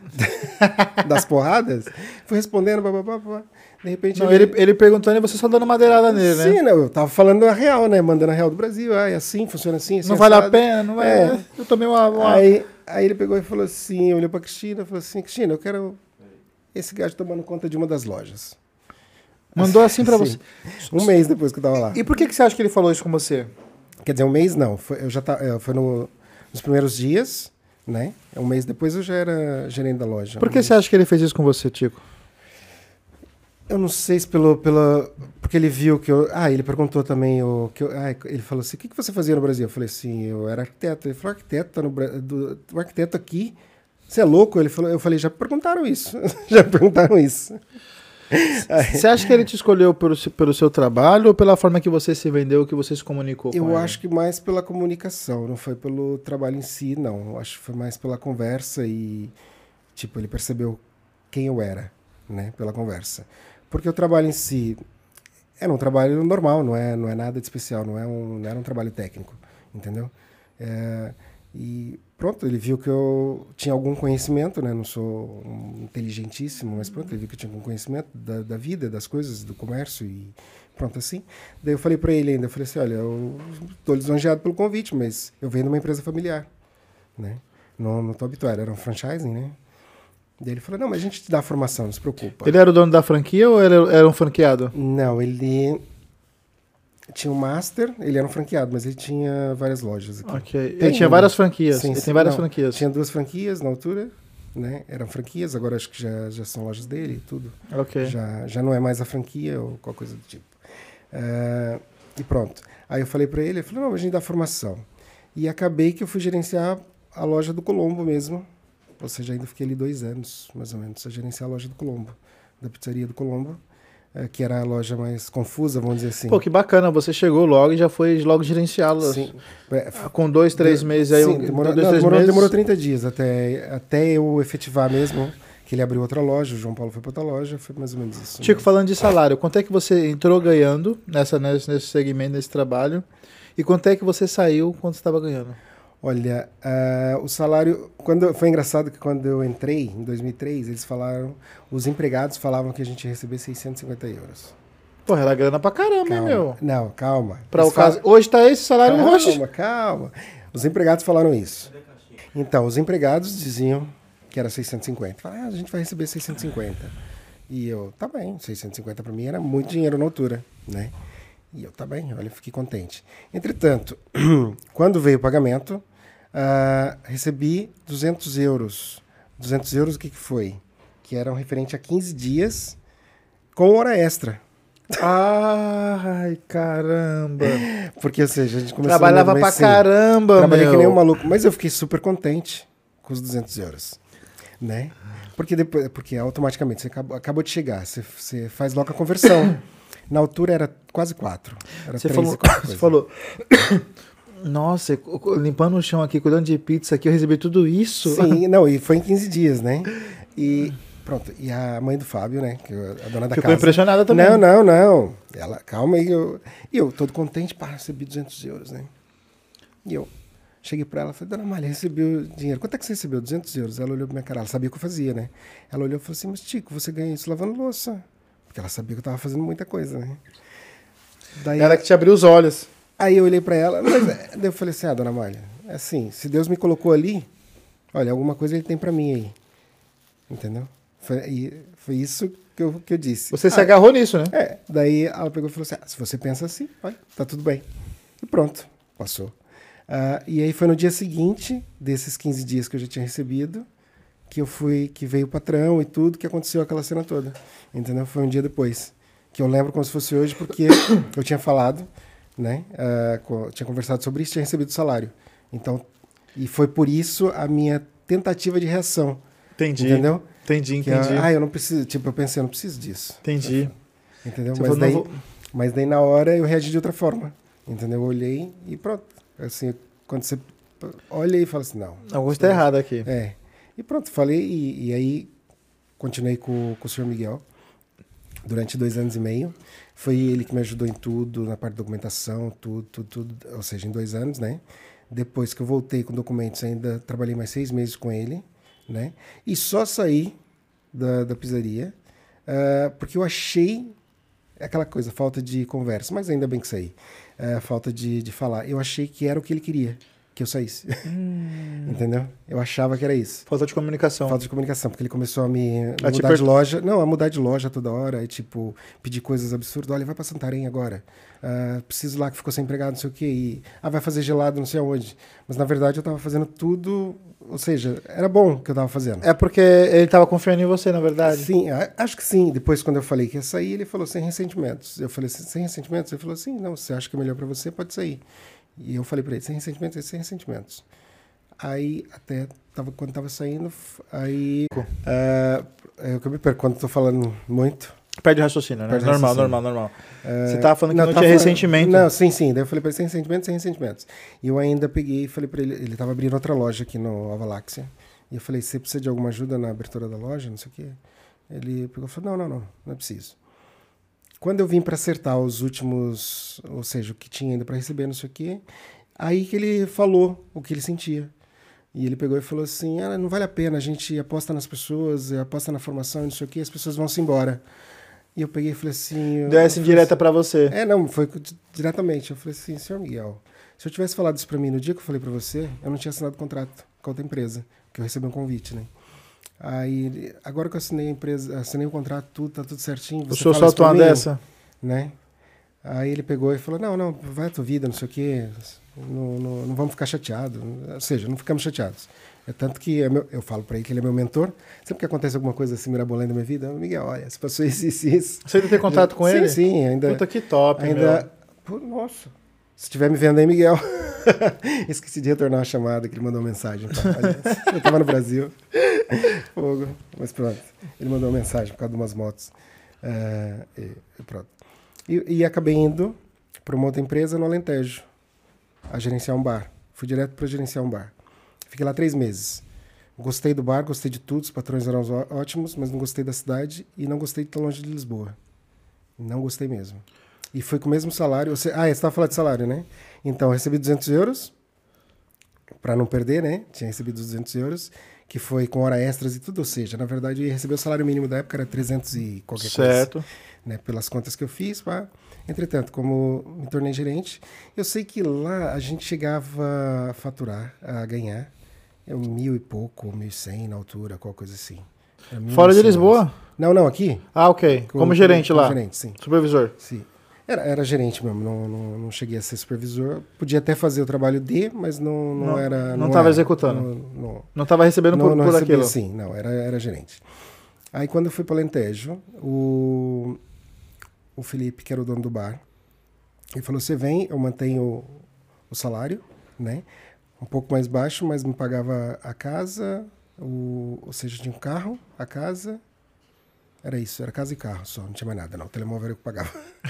das porradas, fui respondendo, blá, blá, blá, blá. De repente...
Não, ele, ele, ele perguntando e você só dando madeirada nele, né?
Sim, não, eu tava falando a real, né? Mandando a real do Brasil. Ah, é assim, funciona assim, assim
não vale
assado.
a pena, não vai...
É.
Eu tomei uma... uma...
Aí, aí ele pegou e falou assim, olhou pra Cristina e falou assim, Cristina, eu quero esse gajo tomando conta de uma das lojas.
Mandou assim pra você.
Um mês depois que eu tava lá.
E por que, que você acha que ele falou isso com você?
Quer dizer, um mês não. Foi, eu já tá, foi no, nos primeiros dias, né? Um mês depois eu já era gerente da loja.
Por que
um
você acha que ele fez isso com você, Tico?
Eu não sei se pelo, pela... Porque ele viu que eu... Ah, ele perguntou também... O, que eu, ah, ele falou assim, o que, que você fazia no Brasil? Eu falei assim, eu era arquiteto. Ele falou, arquiteto, tá no, do, o arquiteto aqui... Você é louco? Ele falou, eu falei, já perguntaram isso. já perguntaram isso.
Você acha que ele te escolheu pelo, pelo seu trabalho ou pela forma que você se vendeu, que você se comunicou com
Eu
ele?
acho que mais pela comunicação, não foi pelo trabalho em si, não. Eu acho que foi mais pela conversa e... Tipo, ele percebeu quem eu era, né? Pela conversa. Porque o trabalho em si era um trabalho normal, não é, não é nada de especial, não, é um, não era um trabalho técnico, entendeu? É, e pronto, ele viu que eu tinha algum conhecimento, né? Não sou um inteligentíssimo, mas pronto, ele viu que eu tinha algum conhecimento da, da vida, das coisas, do comércio e pronto, assim. Daí eu falei para ele ainda, eu falei assim, olha, eu estou lisonjeado pelo convite, mas eu venho de uma empresa familiar, né? Não, não estou habituado, era um franchising, né? Daí ele falou, não, mas a gente te dá a formação, não se preocupa.
Ele era o dono da franquia ou ele era um franqueado?
Não, ele tinha um master, ele era um franqueado, mas ele tinha várias lojas aqui.
Ok. Ele
Tem
tinha
uma.
várias franquias.
Sim,
ele
sim,
tem várias
não,
franquias.
Tinha duas franquias na altura, né? Eram franquias, agora acho que já, já são lojas dele e tudo.
Ok.
Já, já não é mais a franquia ou qualquer coisa do tipo. Uh, e pronto. Aí eu falei para ele, ele falou, não, a gente dá formação. E acabei que eu fui gerenciar a loja do Colombo mesmo. Ou seja, ainda fiquei ali dois anos, mais ou menos, a gerenciar a loja do Colombo, da pizzaria do Colombo, é, que era a loja mais confusa, vamos dizer assim.
Pô, que bacana, você chegou logo e já foi logo gerenciá-la.
Sim.
Com dois, três
de,
meses aí.
Sim,
um,
demorou,
dois,
não,
três
demorou,
meses.
demorou trinta dias até, até eu efetivar mesmo, que ele abriu outra loja, o João Paulo foi para outra loja, foi mais ou menos isso.
Tico,
né?
falando de salário, quanto é que você entrou ganhando nessa, nesse, nesse segmento, nesse trabalho? E quanto é que você saiu quando você estava ganhando?
Olha, uh, o salário... Quando, foi engraçado que quando eu entrei, em dois mil e três, eles falaram... Os empregados falavam que a gente ia receber seiscentos e cinquenta euros.
Porra, era grana pra caramba, hein,
Calma.
meu?
Não, calma.
Pra
Eles
o caso...
falam-
Hoje tá esse salário
Calma,
hoje.
calma. Os empregados falaram isso. Então, os empregados diziam que era seiscentos e cinquenta. Falaram, ah, a gente vai receber seiscentos e cinquenta. E eu, tá bem, seiscentos e cinquenta para mim era muito dinheiro na altura, né? E eu, tá bem, olha, fiquei contente. Entretanto, quando veio o pagamento, uh, recebi duzentos euros. duzentos euros o que, que foi? Que eram referente a quinze dias com hora extra.
Ai, caramba.
Porque, ou seja, a gente começou...
Trabalhava
no
pra
mês, sim.
caramba,
Trabalhei
meu.
que nem um maluco, mas eu fiquei super contente com os duzentos euros, né? Porque, depois, porque automaticamente você acabou, acabou de chegar, você, você faz logo a conversão. Na altura era quase quatro. Era
Você
três
falou,
e qualquer
você
coisa.
falou, nossa, limpando o chão aqui, cuidando de pizza aqui, eu recebi tudo isso?
Sim, não, e foi em quinze dias, né? E pronto, e a mãe do Fábio, né? Que eu- a dona da
Ficou
casa.
impressionada também.
Não, não, não. Ela, calma aí. Eu, e eu todo contente, pá, recebi duzentos euros, né? E eu cheguei pra ela e falei, dona Amália, recebi o dinheiro. Quanto é que você recebeu? duzentos euros. Ela olhou pra minha cara, ela sabia o que eu fazia, né? Ela olhou e falou assim, mas Tico, você ganha isso lavando louça. Porque ela sabia que eu tava fazendo muita coisa, né? Daí,
Ela que te abriu os olhos.
aí eu olhei pra ela, mas é, daí eu falei assim, ah, dona Amália, é assim, se Deus me colocou ali, olha, alguma coisa ele tem pra mim aí. Entendeu? Foi, e foi isso que eu, que eu disse.
Você se
Ah,
agarrou nisso, né?
é, daí ela pegou e falou assim, ah, se você pensa assim, olha, tá tudo bem. E pronto, passou. Ah, e aí foi no dia seguinte, desses quinze dias que eu já tinha recebido, que eu fui, que veio o patrão e tudo, que aconteceu aquela cena toda. Entendeu? Foi um dia depois. Que eu lembro como se fosse hoje, porque eu tinha falado, né? ah, co- tinha conversado sobre isso, tinha recebido o salário. Então, e foi por isso a minha tentativa de reação.
Entendi.
Entendeu?
Entendi,
Que,
entendi.
ah, eu não preciso, tipo, eu pensei, eu não preciso disso.
Entendi.
Entendeu?
Você
Mas
falou,
daí,
não vou-
mas daí na hora eu reagi de outra forma. Entendeu? Eu olhei e pronto. Assim, quando você olha e fala assim, não.
Alguma coisa tá errada aqui.
É. E pronto, falei, e, e aí continuei com, com o senhor Miguel durante dois anos e meio. Foi ele que me ajudou em tudo, na parte de documentação, tudo, tudo, tudo, ou seja, em dois anos, né? Depois que eu voltei com documentos, ainda trabalhei mais seis meses com ele, né? E só saí da, da pizzaria uh, porque eu achei aquela coisa, falta de conversa, mas ainda bem que saí. Uh, falta de, de falar. Eu achei que era o que ele queria, que eu saísse. Hum. Entendeu? Eu achava que era isso.
Falta de comunicação.
Falta de comunicação, porque ele começou a me
a
mudar
per...
de loja. Não, a mudar de loja toda hora. E, tipo, pedir coisas absurdas. Olha, vai pra Santarém agora. Uh, preciso lá que ficou sem empregado, não sei o quê. E, ah, vai fazer gelado, não sei aonde. Mas, na verdade, eu tava fazendo tudo... Ou seja, era bom o que eu tava fazendo.
É porque ele tava confiando em você, na verdade?
Sim, acho que sim. Depois, quando eu falei que ia sair, ele falou sem ressentimentos. Eu falei, sem ressentimentos? Ele falou assim, não, você acha que é melhor pra você, pode sair. E eu falei pra ele, sem ressentimentos, sem ressentimentos. Aí, até tava, quando tava saindo, aí... Uh, eu me perco quando tô falando muito.
Perde raciocínio, né?
Perde
normal,
raciocínio.
normal, normal.
Uh,
você tava falando que
não,
não
tava,
tinha ressentimento.
Não, sim, sim. Daí eu falei pra ele, sem ressentimentos, sem ressentimentos. E eu ainda peguei e falei pra ele, ele tava abrindo outra loja aqui no Avaláxia. E eu falei, você precisa de alguma ajuda na abertura da loja, não sei o quê? Ele pegou e falou, não, não, não, não é preciso. Quando eu vim para acertar os últimos, ou seja, o que tinha ainda para receber, não sei o quê, aí que ele falou o que ele sentia. E ele pegou e falou assim, ah, não vale a pena, a gente aposta nas pessoas, aposta na formação, não sei o quê, as pessoas vão se embora. E eu peguei e falei assim...
Deu essa indireta
assim,
para você.
É, não, foi diretamente. Eu falei assim, senhor Miguel, se eu tivesse falado isso para mim no dia que eu falei para você, eu não tinha assinado contrato com outra empresa, que eu recebi um convite, né? Aí, agora que eu assinei a empresa, assinei o contrato, tudo, tá tudo certinho.
O senhor soltou uma dessa?
Né? Aí ele pegou e falou, não, não, vai a tua vida, não sei o quê, não, não, não vamos ficar chateados. Ou seja, não ficamos chateados. É tanto que é meu, eu falo para ele que ele é meu mentor. Sempre que acontece alguma coisa assim mirabolante na minha vida, Miguel, olha, se passou isso, isso, isso.
Você ainda tem contato com
sim,
ele?
Sim, sim. Ainda,
Puta, que top,
ainda, pô, nossa, se estiver me vendo aí, Miguel. Esqueci de retornar uma chamada que ele mandou uma mensagem. Tá? Eu tava no Brasil. Fogo. Mas pronto. Ele mandou uma mensagem por causa de umas motos. Uh, e, e pronto. E, e acabei indo para uma outra empresa no Alentejo, a gerenciar um bar. Fui direto para gerenciar um bar. Fiquei lá três meses. Gostei do bar, gostei de tudo, os patrões eram ótimos, mas não gostei da cidade e não gostei de estar longe de Lisboa. Não gostei mesmo. E foi com o mesmo salário. Você... Ah, você estava falando de salário, né? Então, eu recebi duzentos euros, para não perder, né? Tinha recebido duzentos euros, que foi com hora extras e tudo. Ou seja, na verdade, eu ia receber o salário mínimo da época, era trezentos e qualquer
certo. Coisa.
Certo. Né? Pelas contas que eu fiz, pá. Entretanto, como me tornei gerente, eu sei que lá a gente chegava a faturar, a ganhar, eu, mil e pouco, mil e cem na altura, qualquer coisa assim.
Fora de Lisboa?
Não, não, aqui.
Ah, ok. Como, como gerente como, lá?
Como gerente, sim.
Supervisor?
Sim. Era, era gerente mesmo, não, não, não cheguei a ser supervisor. Podia até fazer o trabalho de, mas não, não, não era...
Não estava executando? Não estava recebendo por,
não, não
por
recebia,
aquilo?
Sim, não, era, era gerente. Aí quando eu fui para o Alentejo, o, o Felipe, que era o dono do bar, ele falou, você vem, eu mantenho o salário, né? Um pouco mais baixo, mas me pagava a casa, o, ou seja, tinha um carro, a casa... Era isso, era casa e carro só, não tinha mais nada, não. O telemóvel era o que pagava.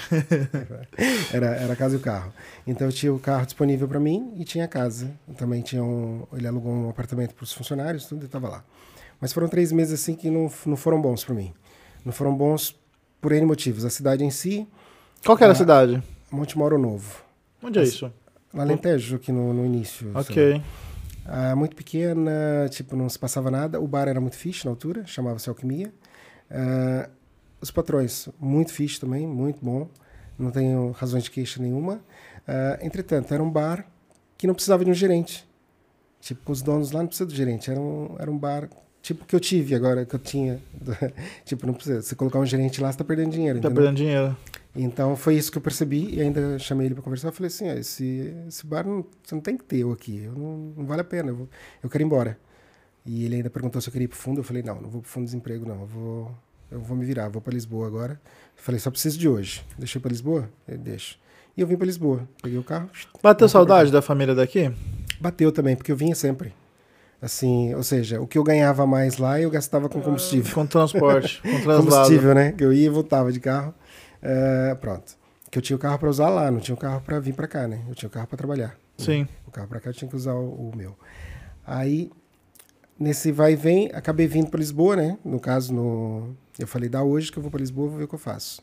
era, era casa e o carro. Então eu tinha o carro disponível para mim e tinha a casa. Eu também tinha um. Ele alugou um apartamento para os funcionários, tudo, e estava lá. Mas foram três meses assim que não, não foram bons para mim. Não foram bons por N motivos. A cidade em si.
Qual que era a, a cidade?
Montemoro Novo.
Onde é isso?
No Alentejo, aqui no, no início.
Ok.
Ah, muito pequena, tipo, não se passava nada. O bar era muito fixe na altura, chamava-se Alquimia. Uh, os patrões, muito fixe também, muito bom, não tenho razões de queixa nenhuma. Uh, entretanto, era um bar que não precisava de um gerente. Tipo, os donos lá não precisam de gerente, era um, era um bar tipo que eu tive agora, que eu tinha. Tipo, não precisa, você colocar um gerente lá, você tá perdendo dinheiro.
Tá
entendeu?
perdendo dinheiro.
Então, foi isso que eu percebi e ainda chamei ele para conversar. Eu falei assim, ah, esse, esse bar não, você não tem que ter eu aqui, eu não, não vale a pena, eu, vou, eu quero ir embora. E ele ainda perguntou se eu queria ir pro fundo. Eu falei, não, não vou pro fundo de desemprego, não. Eu vou, eu vou me virar, vou para Lisboa agora. Eu falei, só preciso de hoje. Deixa eu ir para Lisboa? Ele deixa. E eu vim para Lisboa. Peguei o carro.
Bateu saudade da família daqui?
Bateu também, porque eu vinha sempre. Assim, ou seja, o que eu ganhava mais lá, eu gastava com combustível.
Com transporte, com translado.
Combustível, né? Que eu ia e voltava de carro. Uh, pronto. Que eu tinha o carro para usar lá, não tinha o carro para vir para cá, né? Eu tinha o carro para trabalhar.
Sim.
Né? O carro para cá eu tinha que usar o, o meu. Aí... nesse vai e vem, acabei vindo para Lisboa, né? No caso, no, eu falei, dá hoje que eu vou para Lisboa, vou ver o que eu faço.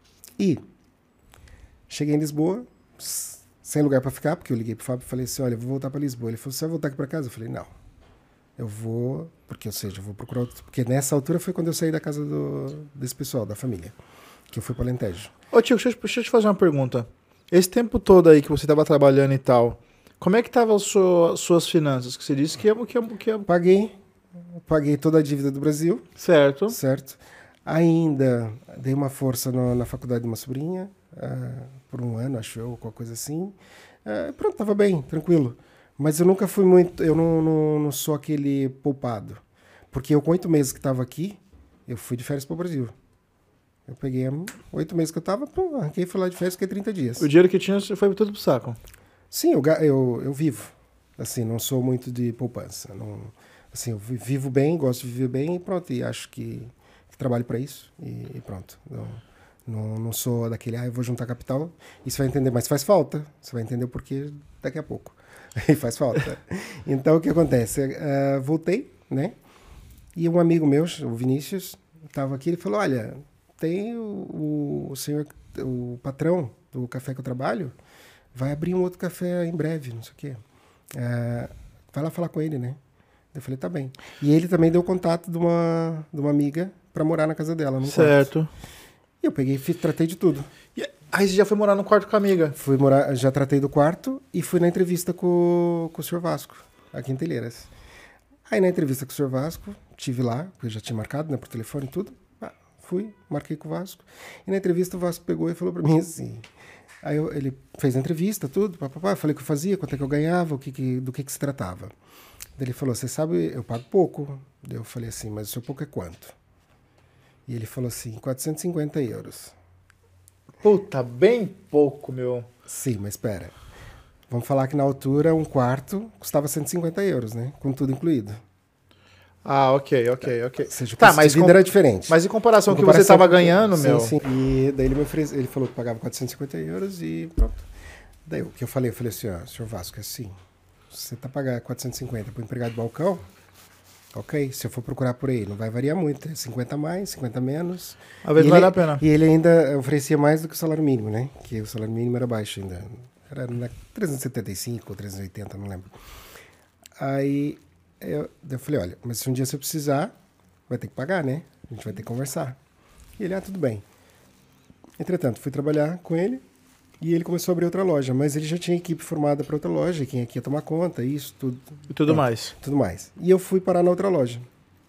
E cheguei em Lisboa, sem lugar para ficar, porque eu liguei pro Fábio e falei assim, olha, eu vou voltar para Lisboa. Ele falou, você vai voltar aqui para casa? Eu falei, não. Eu vou, porque, ou seja, eu vou procurar outro... Porque nessa altura foi quando eu saí da casa do, desse pessoal, da família, que eu fui para Alentejo.
Ô, tio, deixa, eu- deixa eu te fazer uma pergunta. Esse tempo todo aí que você estava trabalhando e tal, como é que estavam as sua, suas finanças? Que você disse que ia... Que ia, que ia...
Paguei, paguei toda a dívida do Brasil,
Certo.
certo? Ainda dei uma força no, na faculdade de uma sobrinha, uh, por um ano, acho eu, qualquer coisa assim. Uh, pronto, estava bem, tranquilo. Mas eu nunca fui muito, eu não, não, não sou aquele poupado. Porque eu com oito meses que estava aqui, eu fui de férias para o Brasil. Eu peguei oito meses que eu estava, arranquei e fui lá de férias, fiquei trinta dias.
O dinheiro que tinha você foi tudo pro saco.
Sim, eu, ga- eu, eu vivo. Assim, não sou muito de poupança. Não, assim, eu vi- vivo bem, gosto de viver bem e pronto. E acho que, que trabalho para isso e, e pronto. Não, não, não sou daquele, ah, eu vou juntar capital. Isso vai entender, mas faz falta. Você vai entender o porquê daqui a pouco. E faz falta. Então, o que acontece? Uh, voltei, né? E um amigo meu, o Vinícius, estava aqui, ele falou, olha, tem o, o senhor, o patrão do café que eu trabalho, vai abrir um outro café em breve, não sei o quê. Uh, vai lá falar com ele, né? Eu falei, tá bem. E ele também deu contato de uma, de uma amiga para morar na casa dela, no
Certo.
quarto. E eu peguei, fiz, tratei de tudo.
E aí você já foi morar no quarto com a amiga?
Fui morar, já tratei do quarto e fui na entrevista com, com o senhor Vasco, aqui em Telheiras. Aí na entrevista com o senhor Vasco, tive lá, porque eu já tinha marcado, né, por telefone e tudo. Ah, fui, marquei com o Vasco. E na entrevista o Vasco pegou e falou pra mim assim... Aí eu, ele fez a entrevista, tudo, papapá, eu falei o que eu fazia, quanto é que eu ganhava, o que que, do que que se tratava. Daí ele falou, você sabe, eu pago pouco. Daí eu falei assim, mas o seu pouco é quanto? E ele falou assim, quatrocentos e cinquenta euros.
Puta, bem pouco, meu.
Sim, mas espera. Vamos falar que na altura um quarto custava cento e cinquenta euros, né? Com tudo incluído.
Ah, ok, ok, ok.
Ou seja, o
Tá,
custo
mas
de vida
com-
era diferente.
Mas em comparação
Em
com o que você
comparação
estava
com-
ganhando,
sim,
meu.
Sim, e daí ele me ofereceu, ele falou que pagava quatrocentos e cinquenta euros e pronto. Daí o que eu falei, eu falei assim, ó, senhor Vasco, é assim, você tá pagando quatrocentos e cinquenta para o empregado de balcão, ok, se eu for procurar por aí, não vai variar muito, é cinquenta a mais, cinquenta a menos.
Às vezes
E
vale
ele-
a pena.
E ele ainda oferecia mais do que o salário mínimo, né? Que o salário mínimo era baixo ainda. Era na trezentos e setenta e cinco ou trezentos e oitenta, não lembro. Aí eu, eu falei, olha, mas se um dia você precisar, vai ter que pagar, né? A gente vai ter que conversar. E ele, ah, tudo bem. Entretanto, fui trabalhar com ele e ele começou a abrir outra loja, mas ele já tinha equipe formada para outra loja, quem aqui ia tomar conta, isso, tudo.
E tudo
Pronto,
mais.
Tudo mais. E eu fui parar na outra loja.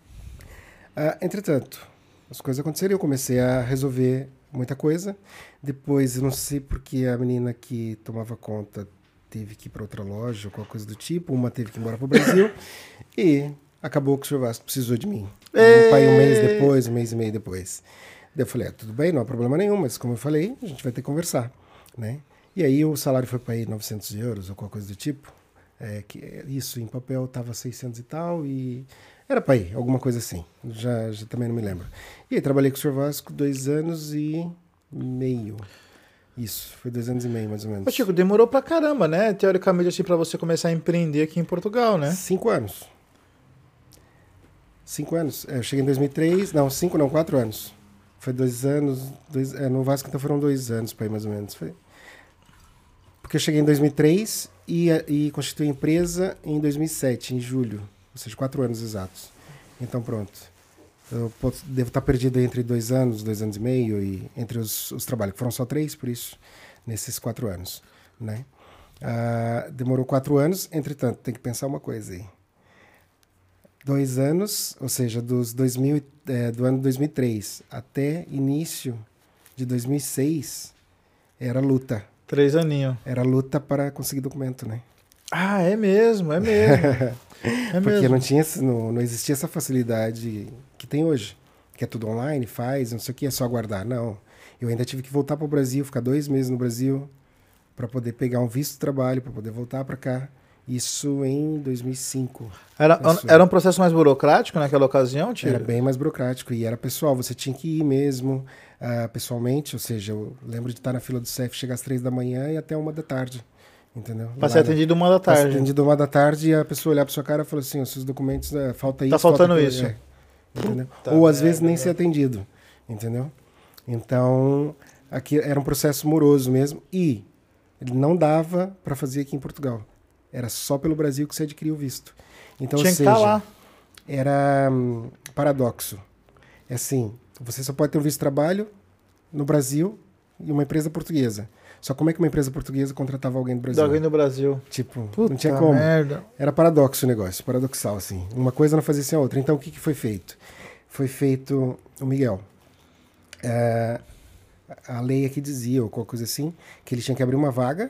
Ah, entretanto, as coisas aconteceram e eu comecei a resolver muita coisa. Depois, eu não sei porque a menina que tomava conta teve que ir para outra loja ou qualquer coisa do tipo, uma teve que ir embora para o Brasil e acabou que o senhor Vasco precisou de mim. Um pai um mês depois, um mês e meio depois. Daí eu falei, ah, tudo bem, não há problema nenhum, mas como eu falei, a gente vai ter que conversar, né? E aí o salário foi para aí novecentos euros ou qualquer coisa do tipo. É, que isso em papel estava seiscentos e tal e era para ir, alguma coisa assim. Já, já também não me lembro. E aí trabalhei com o senhor Vasco dois anos e meio. Isso, foi dois anos e meio mais ou menos.
Ô, Chico, demorou pra caramba, né? Teoricamente, assim, pra você começar a empreender aqui em Portugal, né?
Cinco anos. Cinco anos. É, eu cheguei em dois mil e três, não, cinco não, quatro anos. Foi dois anos, dois, é, no Vasco então foram dois anos para ir mais ou menos. Foi. Porque eu cheguei em dois mil e três e, e constituí a empresa em dois mil e sete, em julho. Ou seja, quatro anos exatos. Então pronto. Eu posso, devo estar perdido entre dois anos, dois anos e meio, e entre os, os trabalhos, que foram só três, por isso, nesses quatro anos. Né? Ah, demorou quatro anos, entretanto, tem que pensar uma coisa aí. Dois anos, ou seja, dos dois mil, é, do ano dois mil e três até início de dois mil e seis, era luta.
Três aninhos.
Era luta para conseguir documento, né?
Ah, é mesmo, é mesmo. É
Porque
mesmo.
não, tinha, não, não existia essa facilidade que tem hoje, que é tudo online, faz, não sei o que, é só aguardar. Não, eu ainda tive que voltar para o Brasil, ficar dois meses no Brasil, para poder pegar um visto de trabalho, para poder voltar para cá. Isso em dois mil e cinco.
Era,
Isso.
era um processo mais burocrático naquela ocasião, tio?
Era bem mais burocrático e era pessoal, você tinha que ir mesmo uh, pessoalmente, ou seja, eu lembro de estar na fila do C E F, chegar às três da manhã e até uma da tarde. entendeu?
Pra ser
Lá na-
atendido uma da
pra ser
tarde.
atendido uma da tarde e a pessoa olhar pra sua cara e falar assim, os seus documentos, é, falta isso,
Tá faltando
falta
isso.
aquilo, é, entendeu?
Puta
Ou às
merda,
vezes nem
meu.
ser atendido, entendeu? Então, aqui era um processo moroso mesmo e ele não dava pra fazer aqui em Portugal. Era só pelo Brasil que você adquiria o visto. Então,
Tinha
ou
que
seja,
estar lá.
era hum, paradoxo. É assim, você só pode ter um visto de trabalho no Brasil e uma empresa portuguesa. Só como é que uma empresa portuguesa contratava alguém do Brasil?
Alguém no Brasil.
Tipo,
Puta
não tinha como.
merda.
Era paradoxo o negócio, paradoxal, assim. Uma coisa não fazia sem a outra. Então, o que, que foi feito? Foi feito o Miguel. É, a lei aqui dizia, ou qualquer coisa assim, que ele tinha que abrir uma vaga,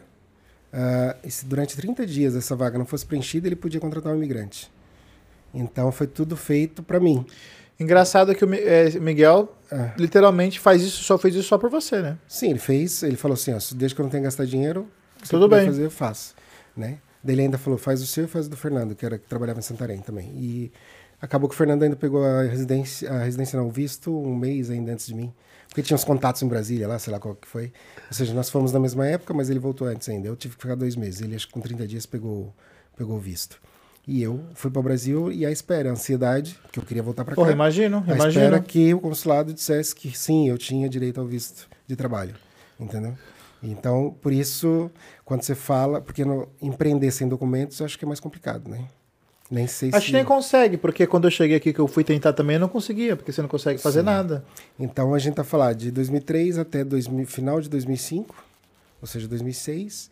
ah, e se durante trinta dias essa vaga não fosse preenchida, ele podia contratar um imigrante. Então, foi tudo feito para mim.
Engraçado que o Mi- é, Miguel
Ah.
literalmente faz isso, só fez isso só por você, né?
Sim, ele fez, ele falou assim, ó, desde que eu não tenho que gastar dinheiro, o que você
Tudo
puder
bem.
fazer, eu faço, né? Daí ele ainda falou, faz o seu e faz o do Fernando, que era que trabalhava em Santarém também. E acabou que o Fernando ainda pegou a residência, a residência não, o visto um mês ainda antes de mim. Porque tinha uns contatos em Brasília lá, sei lá qual que foi. Ou seja, nós fomos na mesma época, mas ele voltou antes ainda. Eu tive que ficar dois meses. Ele, acho que com trinta dias, pegou, pegou o visto. E eu fui para o Brasil e a espera, a ansiedade, que eu queria voltar para cá.
Porra, imagino,
A
imagino.
espera que o consulado dissesse que sim, eu tinha direito ao visto de trabalho, entendeu? Então, por isso, quando você fala, porque no, empreender sem documentos, eu acho que é mais complicado, né? Nem sei
Acho
se...
que nem consegue, porque quando eu cheguei aqui, que eu fui tentar também, eu não conseguia, porque você não consegue fazer
Sim.
nada.
Então, a gente tá falando de dois mil e três até dois mil, final de dois mil e cinco, ou seja, dois mil e seis.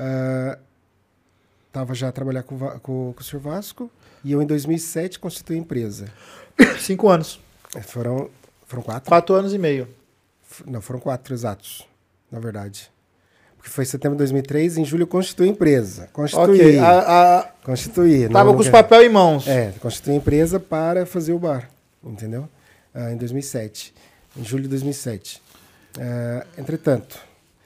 Uh, tava já a trabalhar com, com, com o senhor Vasco, e eu, em dois mil e sete, constituí a empresa.
Cinco anos.
Foram, foram quatro?
Quatro anos e meio.
Não, foram quatro exatos, na verdade. Porque foi em setembro de dois mil e três, em julho eu constituí a empresa. Constituí.
Ok. A, a,
Constituí.
tava
não-
com os
não-
papéis em mãos.
É, constituí a empresa para fazer o bar, entendeu? Ah, em dois mil e sete, em julho de dois mil e sete. Ah, entretanto,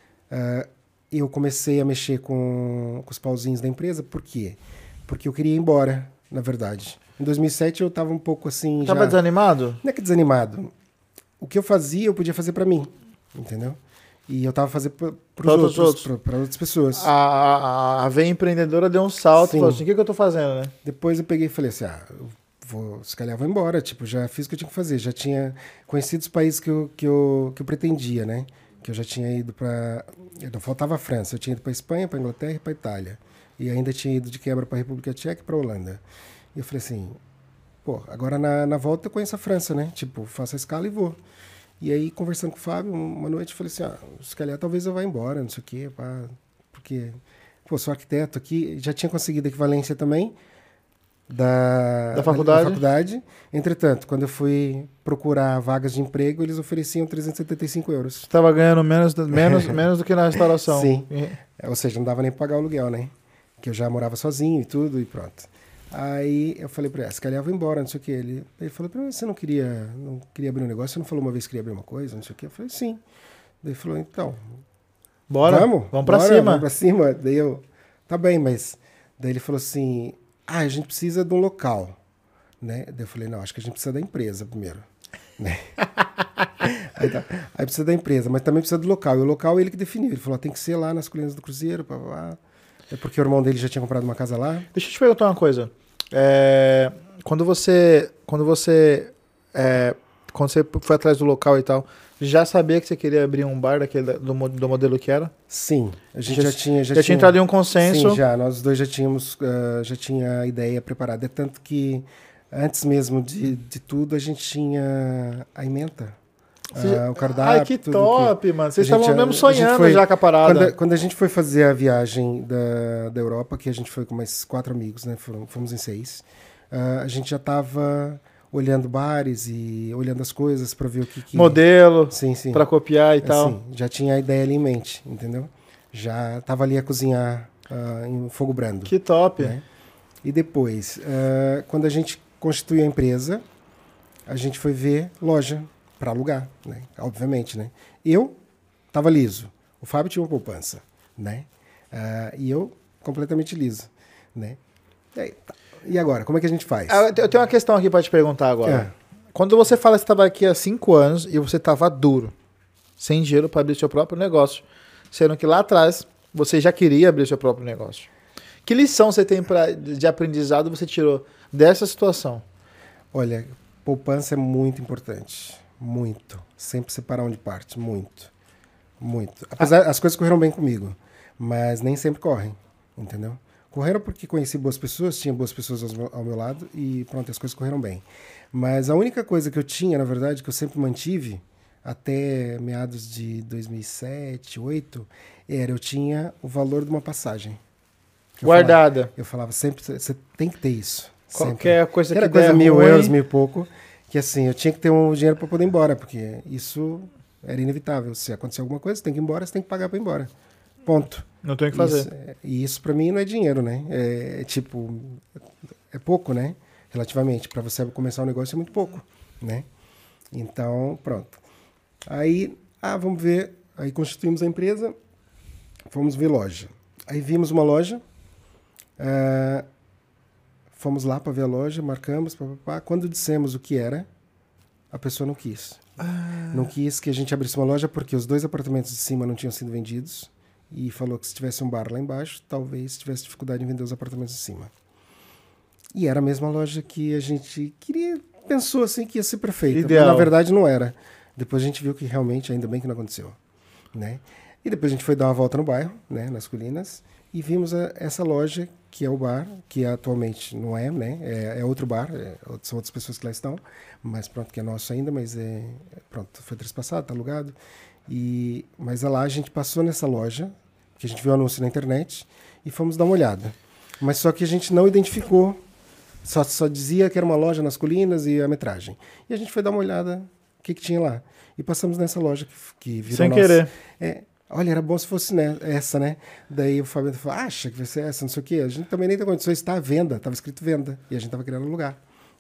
ah, eu comecei a mexer com, com os pauzinhos da empresa, por quê? Porque eu queria ir embora, na verdade. Em dois mil e sete eu estava um pouco assim,
Tava
já...
desanimado?
Não é que desanimado. O que eu fazia, eu podia fazer para mim, entendeu? E eu tava fazendo para
Pra
os
outros
outros,
outros.
para outras pessoas.
A, a, a veia empreendedora deu um salto
Sim.
e falou assim, o que, que eu tô fazendo, né?
Depois eu peguei e falei assim, ah, eu vou, se calhar vou embora, tipo, já fiz o que eu tinha que fazer, já tinha conhecido os países que eu, que eu, que eu pretendia, né? Que eu já tinha ido para, não faltava a França, eu tinha ido para Espanha, para Inglaterra e para Itália. E ainda tinha ido de quebra para a República Tcheca e para Holanda. E eu falei assim, pô, agora na, na volta eu conheço a França, né? Tipo, faço a escala e vou. E aí, conversando com o Fábio, uma noite, eu falei assim, ah, se calhar talvez eu vá embora, não sei o quê, pá, porque, pô, sou arquiteto aqui, já tinha conseguido a equivalência também da,
Da faculdade.
da faculdade. Entretanto, quando eu fui procurar vagas de emprego, eles ofereciam trezentos e setenta e cinco euros.
Você tava ganhando menos, do- menos, menos do que na restauração.
Sim.
E-
É, ou seja, não dava nem pra pagar o aluguel, né? Que eu já morava sozinho e tudo, e pronto. Aí eu falei pra ele, se calhar eu vou embora, não sei o quê. Ele, ele falou pra mim, você não queria, não queria abrir um negócio? Você não falou uma vez que queria abrir uma coisa, não sei o quê? Eu falei, sim. Daí ele falou, então,
Bora,
vamos?
vamos pra
bora,
cima.
Vamos pra cima. Daí eu, tá bem, mas... Daí ele falou assim, ah, a gente precisa de um local, né? Daí eu falei, não, acho que a gente precisa da empresa primeiro, né? aí, tá, aí precisa da empresa, mas também precisa do local. E o local ele que definiu. Ele falou, tem que ser lá nas Colinas do Cruzeiro, pá, pá, pá. É porque o irmão dele já tinha comprado uma casa lá.
Deixa eu te perguntar uma coisa. É, quando você, quando você, é, quando você foi atrás do local e tal, já sabia que você queria abrir um bar daquele, do, mo- do modelo que era?
Sim, a gente
Já-
já, tinha...
Já, tinha entrado em um consenso.
Sim, já. Nós dois já tínhamos, ah, já tinha a ideia preparada. É tanto que antes mesmo de, de tudo, a gente tinha a ementa.
Você-
ah, o cardápio.
Ai, que
tudo
top, mano. Vocês
a gente
estavam
já-
mesmo
a gente
sonhando
foi-
já com a parada.
Quando, a- quando a gente foi fazer a viagem da, da Europa, que a gente foi com mais quatro amigos, né? Foram, fomos em seis. ah, a gente já estava olhando bares e olhando as coisas para ver o que... que
Modelo,
Sim, sim.
pra copiar e tal.
Assim, já tinha a ideia ali em mente, entendeu? Já estava ali a cozinhar ah, em fogo brando.
Que top.
Né? E depois, ah, quando a gente constituiu a empresa, a gente foi ver loja para alugar, né? Obviamente, né? Eu estava liso, o Fábio tinha uma poupança, né? Ah, e eu completamente liso, né? E, aí, tá. E agora, como é que a gente faz?
Ah, Eu tenho uma questão aqui pra te perguntar agora.
É.
Quando você fala que você estava aqui há cinco anos e você estava duro, sem dinheiro para abrir seu próprio negócio, sendo que lá atrás você já queria abrir seu próprio negócio. Que lição você tem pra, de aprendizado você tirou dessa situação?
Olha, poupança é muito importante. Muito. Sempre separar um de parte. Muito. Muito. Apesar, ah. as coisas correram bem comigo, mas nem sempre correm, entendeu? Correram porque conheci boas pessoas, tinha boas pessoas ao meu, ao meu lado e pronto, as coisas correram bem. Mas a única coisa que eu tinha, na verdade, que eu sempre mantive, até meados de dois mil e sete, dois mil e oito, era eu tinha o valor de uma passagem. Eu
Guardada.
Falava, eu falava sempre, você tem que ter isso.
Qualquer
sempre.
coisa que
era
der
coisa mil
ruim.
euros, mil e pouco, que assim, eu tinha que ter um dinheiro para poder ir embora, porque isso era inevitável. Se acontecer alguma coisa, você tem que ir embora, você tem que pagar para ir embora. Ponto.
Não tem o que fazer.
Isso, é, e isso para mim não é dinheiro, né? É, é tipo, é pouco, né? Relativamente. Para você começar um negócio é muito pouco, né? Então, pronto. Aí, ah, vamos ver. Aí constituímos a empresa, fomos ver loja. Aí vimos uma loja, uh, fomos lá para ver a loja, marcamos, pá, pá, pá. Quando dissemos o que era, a pessoa não quis. Ah. Não quis que a gente abrisse uma loja porque os dois apartamentos de cima não tinham sido vendidos e falou que se tivesse um bar lá embaixo, talvez tivesse dificuldade em vender os apartamentos de cima. E era a mesma loja que a gente queria, pensou assim que ia ser perfeita,
Ideal.
Mas na verdade não era. Depois a gente viu que realmente, ainda bem que não aconteceu, né? E depois a gente foi dar uma volta no bairro, né, nas colinas, e vimos a, essa loja, que é o bar, que atualmente não é, né, é, é outro bar, é, são outras pessoas que lá estão, mas pronto, que é nosso ainda, mas é, pronto, foi trespassado, tá alugado, e, mas lá a gente passou nessa loja, que a gente viu o anúncio na internet, e fomos dar uma olhada. Mas só que a gente não identificou, só, só dizia que era uma loja nas colinas e a metragem. E a gente foi dar uma olhada, o que que tinha lá. E passamos nessa loja que, que virou
Sem
nossa.
querer.
É, olha, era bom se fosse né, essa, né? Daí o Fabiano falou, acha que vai ser essa, não sei o quê. A gente também nem tem condições, está à venda, estava escrito venda. E a gente estava querendo alugar.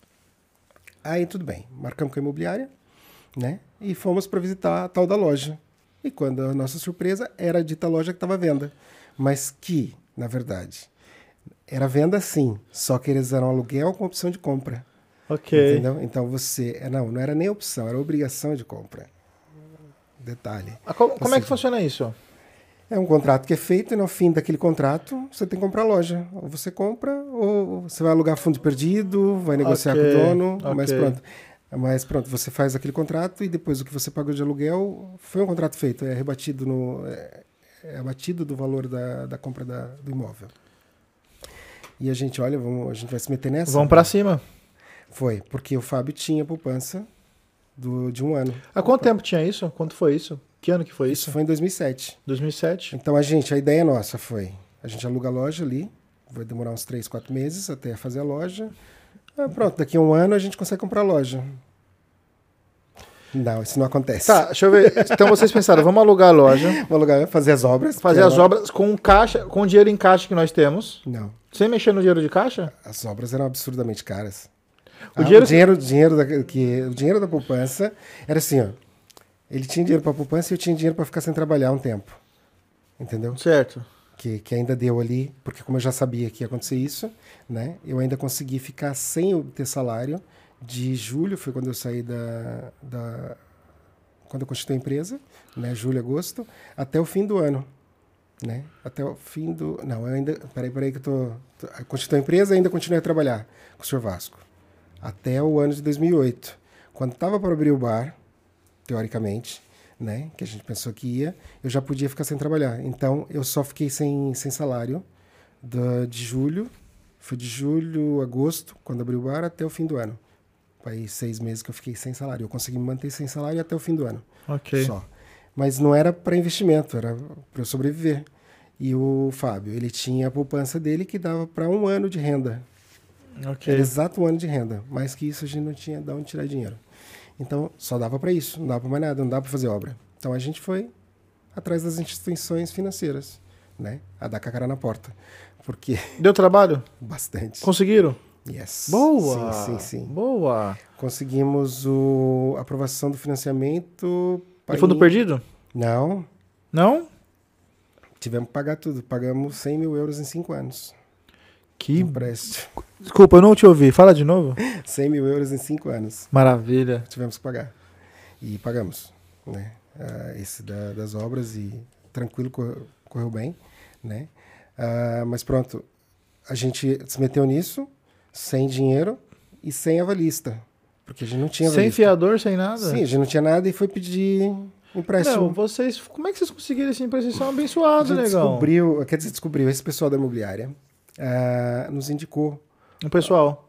Aí tudo bem, marcamos com a imobiliária, né? E fomos para visitar a tal da loja. E quando a nossa surpresa, era a dita loja que estava à venda. Mas que, na verdade, era venda sim, só que eles eram aluguel com opção de compra.
Ok.
Entendeu? Então você... Não, não era nem opção, era obrigação de compra. Detalhe.
Ah, como como
seja,
é que funciona isso?
É um contrato que é feito e no fim daquele contrato você tem que comprar a loja. Ou você compra ou você vai alugar fundo perdido, vai negociar
okay,
com o dono,
okay.
mas pronto. Mas pronto, você faz aquele contrato e depois o que você pagou de aluguel foi um contrato feito, é rebatido no... É, é abatido do valor da, da compra da, do imóvel. E a gente, olha, vamos, a gente vai se meter nessa.
Vamos pra cima.
Foi, porque o Fábio tinha poupança do, de um ano.
Há quanto tempo tinha isso? Quanto foi isso? Que ano que foi isso?
Isso foi em dois mil e sete.
dois mil e sete.
Então, a gente, a ideia nossa foi, a gente aluga a loja ali, vai demorar uns três, quatro meses até fazer a loja. Ah, pronto, daqui a um ano a gente consegue comprar a loja. Não, isso não acontece.
Tá, deixa eu ver. Então vocês pensaram, vamos alugar a loja.
Vamos alugar, fazer as obras.
Fazer as obras com caixa, com o dinheiro em caixa que nós temos.
Não.
Sem mexer no dinheiro de caixa?
As obras eram absurdamente caras.
O
ah,
dinheiro,
o dinheiro, dinheiro da, que, o dinheiro da poupança era assim, ó. Ele tinha dinheiro para poupança e eu tinha dinheiro para ficar sem trabalhar um tempo. Entendeu?
Certo.
Que, que ainda deu ali, porque como eu já sabia que ia acontecer isso, né? Eu ainda consegui ficar sem ter salário. De julho, foi quando eu saí da... da quando eu constituí a empresa, né? Julho, agosto, até o fim do ano. Né? Até o fim do... Não, eu ainda... Peraí, peraí que eu tô... tô eu constituí a empresa e ainda continuei a trabalhar com o senhor Vasco. Até o ano de dois mil e oito. Quando estava para abrir o bar, teoricamente, né? Que a gente pensou que ia, eu já podia ficar sem trabalhar. Então, eu só fiquei sem, sem salário da, de julho. Foi de julho, agosto, quando abriu o bar, até o fim do ano. Aí, seis meses que eu fiquei sem salário. Eu consegui me manter sem salário até o fim do ano.
Ok.
Só. Mas não era para investimento, era para eu sobreviver. E o Fábio, ele tinha a poupança dele que dava para um ano de renda.
Ok.
Era exato um ano de renda. Mais que isso, a gente não tinha de onde tirar dinheiro. Então, só dava para isso, não dava para mais nada, não dava para fazer obra. Então, a gente foi atrás das instituições financeiras, né? A dar com a cara na porta. Porque...
Deu trabalho?
Bastante.
Conseguiram?
Yes.
Boa!
Sim, sim, sim.
Boa!
Conseguimos o... a aprovação do financiamento...
E fundo perdido?
Não.
Não?
Tivemos que pagar tudo. Pagamos cem mil euros em cinco anos.
Que
empréstimo.
Desculpa, eu não te ouvi. Fala de novo.
cem mil euros em cinco anos.
Maravilha.
Tivemos que pagar. E pagamos, né? Uh, esse da, das obras e tranquilo, correu, correu bem. né? Ah, mas pronto, a gente se meteu nisso, sem dinheiro e sem avalista, porque a gente não tinha
Sem
avalista.
fiador, sem nada?
Sim, a gente não tinha nada e foi pedir empréstimo.
Não, vocês, como é que vocês conseguiram esse empréstimo? Vocês são abençoados,
a gente
negão.
descobriu, quer dizer, descobriu, esse pessoal da imobiliária ah, nos indicou
O pessoal.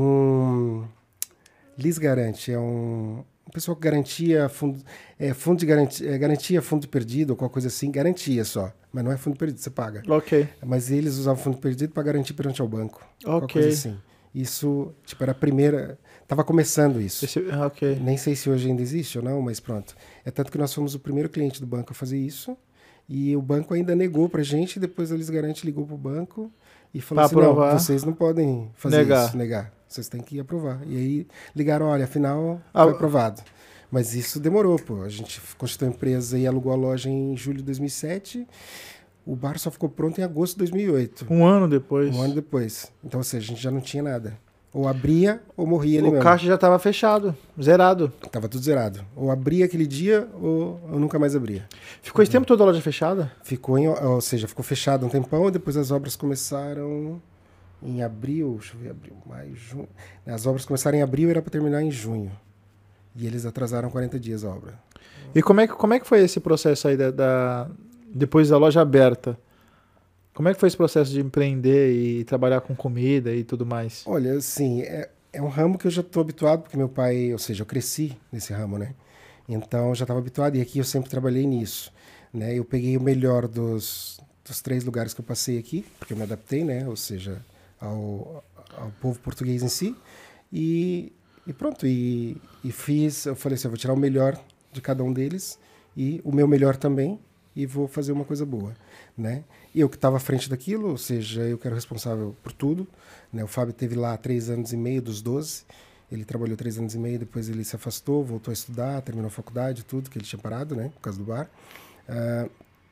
um Lis Garante, é um, um pessoal que garantia fundo, é, fundo de garantia, é, garantia fundo perdido ou qualquer coisa assim, garantia só, mas não é fundo perdido, você paga.
Ok.
Mas eles usavam fundo perdido para garantir perante ao banco. Qualquer
Ok.
coisa assim. Isso, tipo, era a primeira, tava começando isso.
Esse, ok.
Nem sei se hoje ainda existe ou não, mas pronto. É tanto que nós fomos o primeiro cliente do banco a fazer isso, e o banco ainda negou pra gente, depois eles Garante ligou pro banco e falou
Pra
assim,
aprovar.
não, vocês não podem fazer
Negar.
isso, negar. Vocês têm que aprovar. E aí ligaram, olha, afinal
Ah,
foi aprovado. Mas isso demorou, pô. A gente constituiu a empresa e alugou a loja em julho de dois mil e sete. O bar só ficou pronto em agosto de dois mil e oito.
Um ano depois.
Um ano depois. Então, ou seja, a gente já não tinha nada. Ou abria ou morria ali
O
mesmo.
caixa já estava fechado, zerado.
Tava tudo zerado. Ou abria aquele dia ou eu nunca mais abria.
Ficou esse tempo todo a loja fechada?
Ficou em, ou seja, ficou fechado um tempão e depois as obras começaram em abril, deixa eu ver, abril, maio, junho. As obras começaram em abril e era para terminar em junho. E eles atrasaram quarenta dias a obra.
E como é que, como é que foi esse processo aí da, da- depois da loja aberta? Como é que foi esse processo de empreender e trabalhar com comida e tudo mais?
Olha, assim, é, é um ramo que eu já estou habituado, porque meu pai, ou seja, eu cresci nesse ramo, né? Então, eu já estava habituado e aqui eu sempre trabalhei nisso, né? Eu peguei o melhor dos, dos três lugares que eu passei aqui, porque eu me adaptei, né? Ou seja, ao, ao povo português em si. E, e pronto, e, e fiz, eu falei assim, eu vou tirar o melhor de cada um deles e o meu melhor também e vou fazer uma coisa boa, né? E eu que estava à frente daquilo, ou seja, eu que era responsável por tudo, né? O Fábio teve lá três anos e meio dos doze, ele trabalhou três anos e meio, depois ele se afastou, voltou a estudar, terminou a faculdade, tudo, que ele tinha parado, né? Por causa do bar. Ah,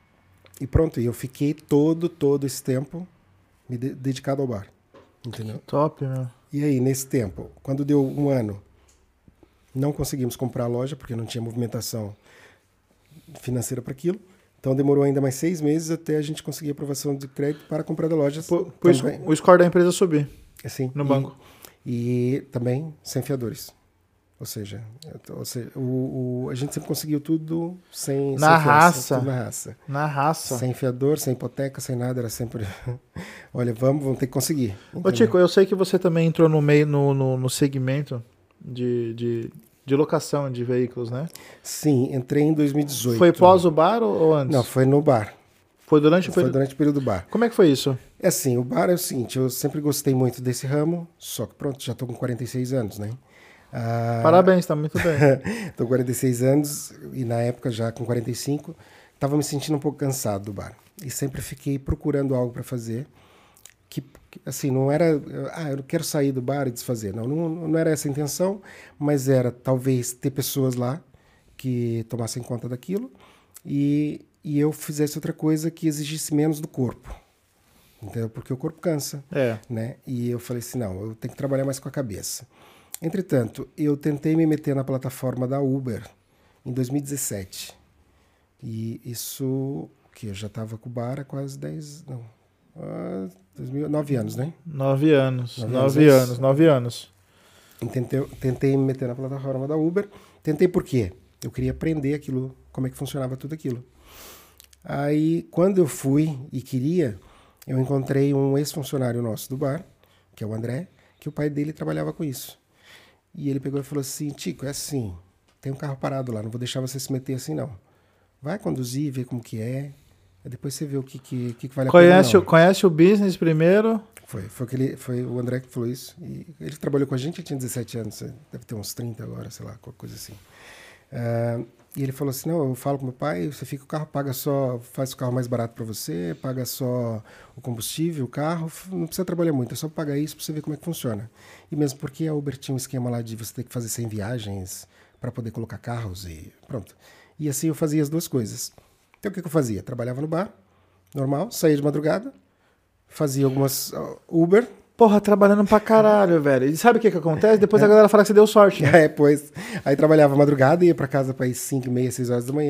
e pronto, e eu fiquei todo, todo esse tempo me de- dedicado ao bar, entendeu?
Top, meu.
E aí, nesse tempo, quando deu um ano, não conseguimos comprar a loja, porque não tinha movimentação financeira para aquilo. Então, demorou ainda mais seis meses até a gente conseguir aprovação de crédito para comprar da loja.
Por, por isso,
também.
o score da empresa subir
Assim,
no
e,
banco.
E também sem fiadores. Ou seja, ou seja o, o- a gente sempre conseguiu tudo sem...
Na
sem fiança,
raça.
tudo na raça.
Na raça.
Sem fiador, sem hipoteca, sem nada. Era sempre... Olha, vamos, vamos ter que conseguir.
Ô,
entendeu?
Tico, eu sei que você também entrou no meio, no, no, no segmento de, de, de locação de veículos, né?
Sim, entrei em dois mil e dezoito.
Foi pós o bar ou, ou antes?
Não, foi no bar.
Foi durante o
Foi
período?
durante o período do bar.
Como é que foi isso?
É assim, o bar é o seguinte, eu sempre gostei muito desse ramo, só que pronto, já estou com quarenta e seis anos, né? Ah,
Parabéns, tá muito bem.
Estou com quarenta e seis anos e na época já com quarenta e cinco, estava me sentindo um pouco cansado do bar. E sempre fiquei procurando algo para fazer que, que, assim, não era, ah, eu quero sair do bar e desfazer. Não, não, não era essa a intenção, mas era talvez ter pessoas lá que tomassem conta daquilo e, e eu fizesse outra coisa que exigisse menos do corpo. Entendeu? Porque o corpo cansa,
É.
né? E eu falei assim, não, eu tenho que trabalhar mais com a cabeça. Entretanto, eu tentei me meter na plataforma da Uber em dois mil e dezessete. E isso, que eu já estava com o bar há quase dez, não, ah, dois mil, nove anos, né?
Nove anos.
Nove
Nove
anos.
anos, nove anos.
E Tentei, tentei me meter na plataforma da Uber. Tentei por quê? Eu queria aprender aquilo, como é que funcionava tudo aquilo. Aí, quando eu fui e queria, eu encontrei um ex-funcionário nosso do bar, que é o André, que o pai dele trabalhava com isso. E ele pegou e falou assim, Tico, é assim, tem um carro parado lá, não vou deixar você se meter assim, não. Vai conduzir, ver como que é, aí depois você vê o que, que, que vale a
Conhece,
pena.
o, conhece o business primeiro?
Foi, foi, aquele, foi o André que falou isso. E ele trabalhou com a gente, ele tinha dezessete anos, deve ter uns trinta agora, sei lá, qualquer coisa assim. Ah, e ele falou assim, não, eu falo com meu pai, você fica o carro, paga só, faz o carro mais barato para você, paga só o combustível, o carro, não precisa trabalhar muito, é só pagar isso para você ver como é que funciona. E mesmo porque a Uber tinha um esquema lá de você ter que fazer cem viagens para poder colocar carros e pronto. E assim eu fazia as duas coisas. Então o que, que eu fazia? Trabalhava no bar, normal, saía de madrugada, fazia algumas uh, Uber.
Porra, trabalhando pra caralho, velho. E sabe o que que acontece? Depois a galera fala que você deu sorte, né?
É, pois. Aí trabalhava madrugada, ia para casa para ir cinco e meia, seis horas da manhã,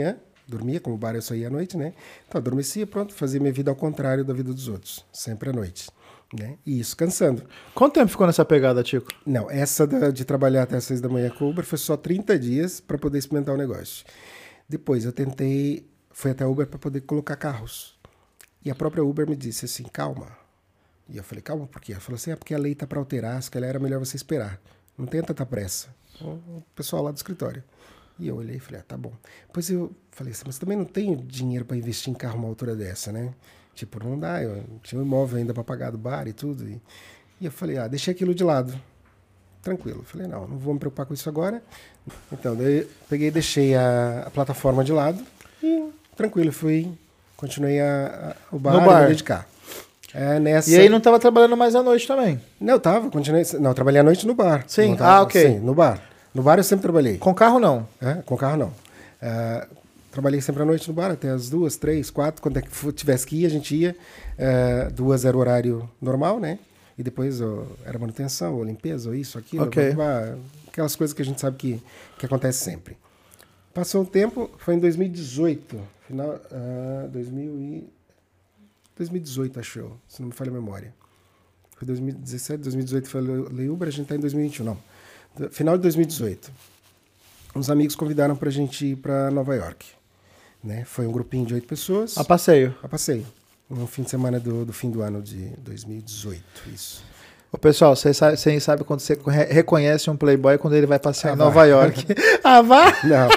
dormia, como o bar eu só ia à noite, né? Então, adormecia, pronto, fazia minha vida ao contrário da vida dos outros, sempre à noite, né? E isso cansando.
Quanto tempo ficou nessa pegada, Tico?
Não, essa da- de trabalhar até as seis da manhã com o Uber foi só trinta dias para poder experimentar o negócio. Depois eu tentei, fui até a Uber para poder colocar carros. E a própria Uber me disse assim, calma. E eu falei, calma, por quê? Ela falou assim, é porque a lei tá para alterar, se calhar era melhor você esperar. Não tenha tanta pressa. O pessoal lá do escritório. E eu olhei e falei, ah, tá bom. Depois eu falei assim, mas também não tenho dinheiro para investir em carro uma altura dessa, né? Tipo, não dá, eu tinha um imóvel ainda para pagar do bar e tudo. E, e eu falei, ah, deixei aquilo de lado. Tranquilo. Eu falei, não, não vou me preocupar com isso agora. Então, daí eu peguei e deixei a, a plataforma de lado e tranquilo, fui, continuei a, a, o bar,
No bar.
e me dedicar. É, nessa...
E aí não tava trabalhando mais à noite também?
Não, eu tava, continuei. Não, eu trabalhei à noite no bar.
Sim,
Não tava-
ah, ok.
Sim, no bar. No bar eu sempre trabalhei.
Com carro não?
É, com carro não. É, trabalhei sempre à noite no bar, até as duas, três, quatro, quando é que for- tivesse que ir, a gente ia. É, duas era o horário normal, né? E depois ó, era manutenção, ou limpeza, ou isso, aquilo.
Ok.
blá, blá, blá. Aquelas coisas que a gente sabe que, que acontece sempre. Passou um tempo, foi em dois mil e dezoito. Final, ah, dois mil e... dois mil e dezoito, acho eu, se não me falha a memória. Foi dois mil e dezessete, dois mil e dezoito foi a Lei Uber, a gente está em dois mil e vinte e um, não. Final de dois mil e dezoito. Uns amigos convidaram para a gente ir para Nova York. Né? Foi um grupinho de oito pessoas.
A passeio.
A passeio. No fim de semana do, do fim do ano de dois mil e dezoito, isso.
Ô, pessoal, vocês sabem sabe, sabe quando você re- reconhece um playboy quando ele vai passear
Ah,
em
vá.
Nova York? Ah, vá?
Não,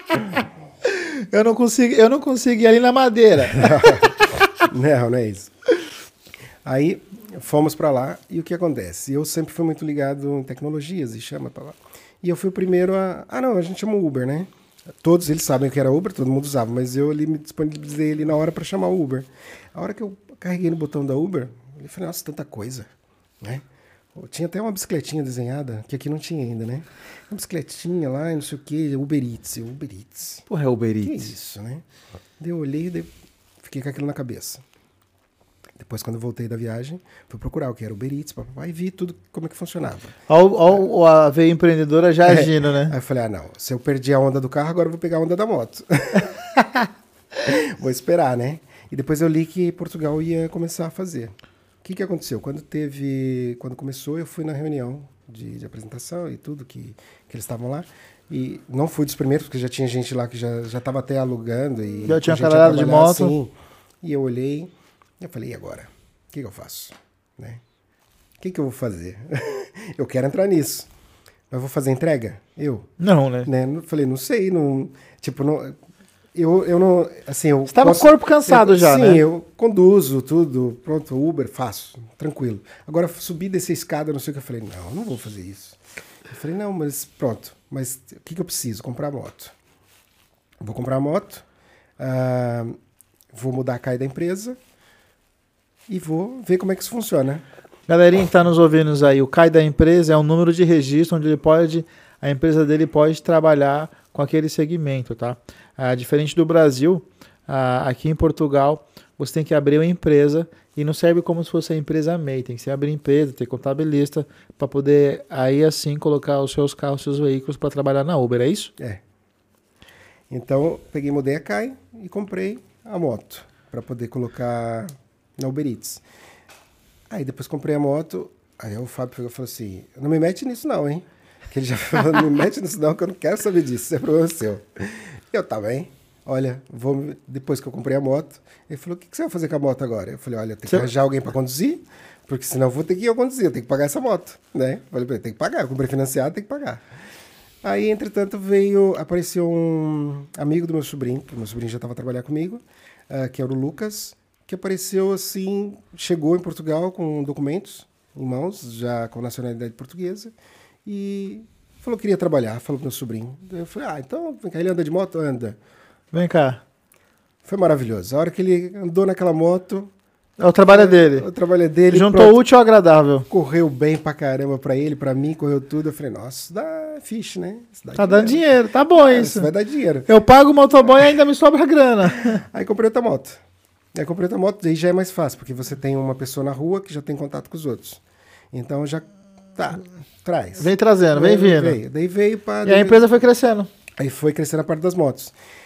Eu não consigo, eu não consigo ir ali na Madeira.
não, não é isso. Aí fomos para lá e o que acontece? Eu sempre fui muito ligado em tecnologias e chama para lá. E eu fui o primeiro a... Ah, não, a gente chama Uber, né? Todos eles sabem que era Uber, todo mundo usava, mas eu ali me disponibilizei ali na hora para chamar o Uber. A hora que eu carreguei no botão da Uber, eu falei, nossa, tanta coisa, né? Tinha até uma bicicletinha desenhada, que aqui não tinha ainda, né? Uma bicicletinha lá, não sei o quê, Uber Eats, Uber Eats.
Porra, é Uber
Que
Eats.
isso, né? Daí eu olhei e daí fiquei com aquilo na cabeça. Depois, quando eu voltei da viagem, fui procurar o que era Uber Eats, papapá, e vi tudo como é que funcionava.
Ó, ó, a veia empreendedora já
É.
agindo, né?
Aí eu falei, ah, não, se eu perdi a onda do carro, agora eu vou pegar a onda da moto. Vou esperar, né? E depois eu li que Portugal ia começar a fazer. O que que aconteceu? Quando teve, quando começou, eu fui na reunião de, de apresentação e tudo, que, que eles estavam lá. E não fui dos primeiros, porque já tinha gente lá que já já estava até alugando. E
Já tinha
a gente ia
caralhado de
trabalhar
moto.
assim. E eu olhei, e eu falei, e agora? O que que eu faço? Né? O que que eu vou fazer? Eu quero entrar nisso. Mas vou fazer entrega? Eu?
Não, né?
Né? Não- Falei, não sei, não... Tipo, não... Eu, eu não... Assim, eu
Você tava com o corpo cansado
eu,
já,
sim,
né?
Sim, eu conduzo tudo, pronto, Uber, faço, tranquilo. Agora, subir dessa escada, não sei o que, eu falei, não, não vou fazer isso. Eu falei, não, mas pronto, mas o que que eu preciso? Comprar moto. Vou comprar a moto, ah, vou mudar a C A I da empresa e vou ver como é que isso funciona.
Galerinha que tá nos ouvindo aí, o C A I da empresa é um número de registro onde ele pode, a empresa dele pode trabalhar com aquele segmento, tá? Ah, diferente do Brasil, ah, aqui em Portugal, você tem que abrir uma empresa e não serve como se fosse a empresa M E I, tem que ser abrir empresa, ter contabilista, para poder aí assim colocar os seus carros, seus veículos para trabalhar na Uber, é isso?
É. Então, peguei, mudei a C A I e comprei a moto para poder colocar na Uber Eats. Aí depois comprei a moto, aí o Fábio pegou e falou assim, não me mete nisso não, hein? Que ele já falou, não me mete nisso não, que eu não quero saber disso, isso é problema seu. E eu, tá bem, olha, vou, depois que eu comprei a moto, ele falou, o que, que você vai fazer com a moto agora? Eu falei, olha, tem que
Você-
arranjar alguém para conduzir, porque senão eu vou ter que ir eu conduzir, eu tenho que pagar essa moto, né? Eu falei, pra ele, tem que pagar, eu comprei financiado, tem que pagar. Aí, entretanto, veio, apareceu um amigo do meu sobrinho, que o meu sobrinho já estava a trabalhar comigo, ah, que era o Lucas, que apareceu assim, chegou em Portugal com documentos em mãos, já com nacionalidade portuguesa, e falou que queria trabalhar, falou pro meu sobrinho. Eu falei, ah, então, vem cá, ele anda de moto? Anda.
Vem cá.
Foi maravilhoso. A hora que ele andou naquela moto,
É o trabalho dele.
o trabalho dele,
Juntou
pronto,
o útil ao agradável.
correu bem pra caramba pra ele, pra mim, correu tudo. Eu falei, nossa, isso dá fixe, né? Isso dá
Tá dando dinheiro, tá bom
Cara,
isso.
isso vai dar dinheiro.
Eu pago o motoboy e ainda me sobra grana.
Aí comprei outra moto. Aí comprei outra moto, daí já é mais fácil, porque você tem uma pessoa na rua que já tem contato com os outros. Então já tá, traz.
Vem trazendo, vem vindo.
Veio. Daí veio para.
E a empresa foi crescendo.
Aí foi crescendo a parte das motos.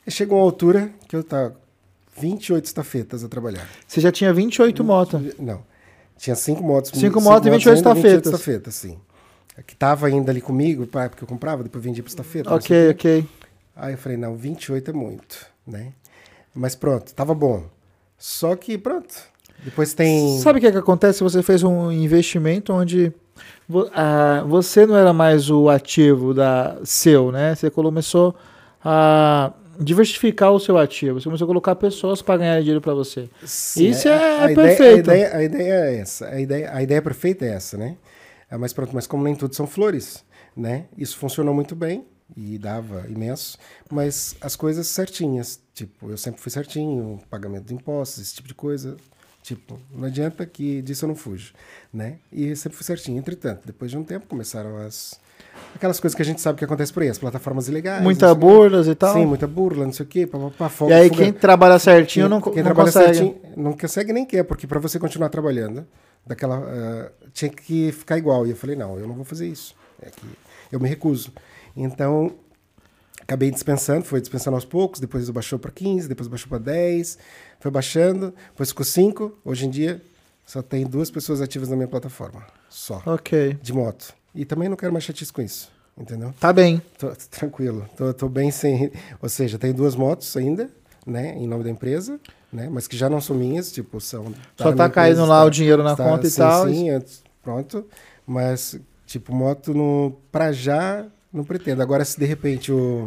E chegou uma altura que eu tava vinte e oito estafetas a trabalhar.
Você já tinha vinte e oito motos.
Não. Tinha cinco motos.
Cinco motos e vinte e oito
ainda,
estafetas.
vinte e oito estafetas, sim. Que tava ainda ali comigo, pá, porque eu comprava, depois vendia para estafeta.
Ok, ok.
Aí eu falei, não, vinte e oito é muito, né? Mas pronto, tava bom. Só que, pronto, depois tem...
Sabe o que, é que acontece? Você fez um investimento onde vo- ah, você não era mais o ativo da, seu, né? Você começou a diversificar o seu ativo. Você começou a colocar pessoas para ganhar dinheiro para você.
Sim,
Isso
a-
é
a ideia-
perfeito.
a, ideia, a ideia é essa. A ideia, a ideia perfeita é essa, né? Ah, mas pronto, mas como nem tudo são flores, né? Isso funcionou muito bem e dava imenso, mas as coisas certinhas, tipo, eu sempre fui certinho, pagamento de impostos, esse tipo de coisa, tipo, não adianta que disso eu não fujo, né? E sempre fui certinho. Entretanto, depois de um tempo começaram as aquelas coisas que a gente sabe que acontece por aí, as plataformas ilegais.
Muita
não sei o quê.
burlas e tal.
Sim, muita burla, não sei o quê, papapá, fogo,
E aí
fuga.
quem trabalha certinho não,
Quem
não
trabalha
consegue.
certinho não consegue nem quer, porque para você continuar trabalhando, daquela ah, tinha que ficar igual. E eu falei, não, eu não vou fazer isso. É que eu me recuso. Então, acabei dispensando, foi dispensando aos poucos, depois baixou para quinze, depois baixou para dez, foi baixando, depois ficou cinco. Hoje em dia, só tem duas pessoas ativas na minha plataforma, só,
Ok.
de moto. E também não quero mais chatice com isso, entendeu?
Tá bem.
Tô, tô tranquilo, tô, tô bem sem... Ou seja, tenho duas motos ainda, né, em nome da empresa, né, mas que já não são minhas, tipo, são...
Só
na
tá
minha
caindo
empresa,
lá
está-
o dinheiro na
está-
conta e
sim,
tal.
Sim, é, pronto, mas, tipo, moto no, pra já não pretendo. Agora, se de repente o...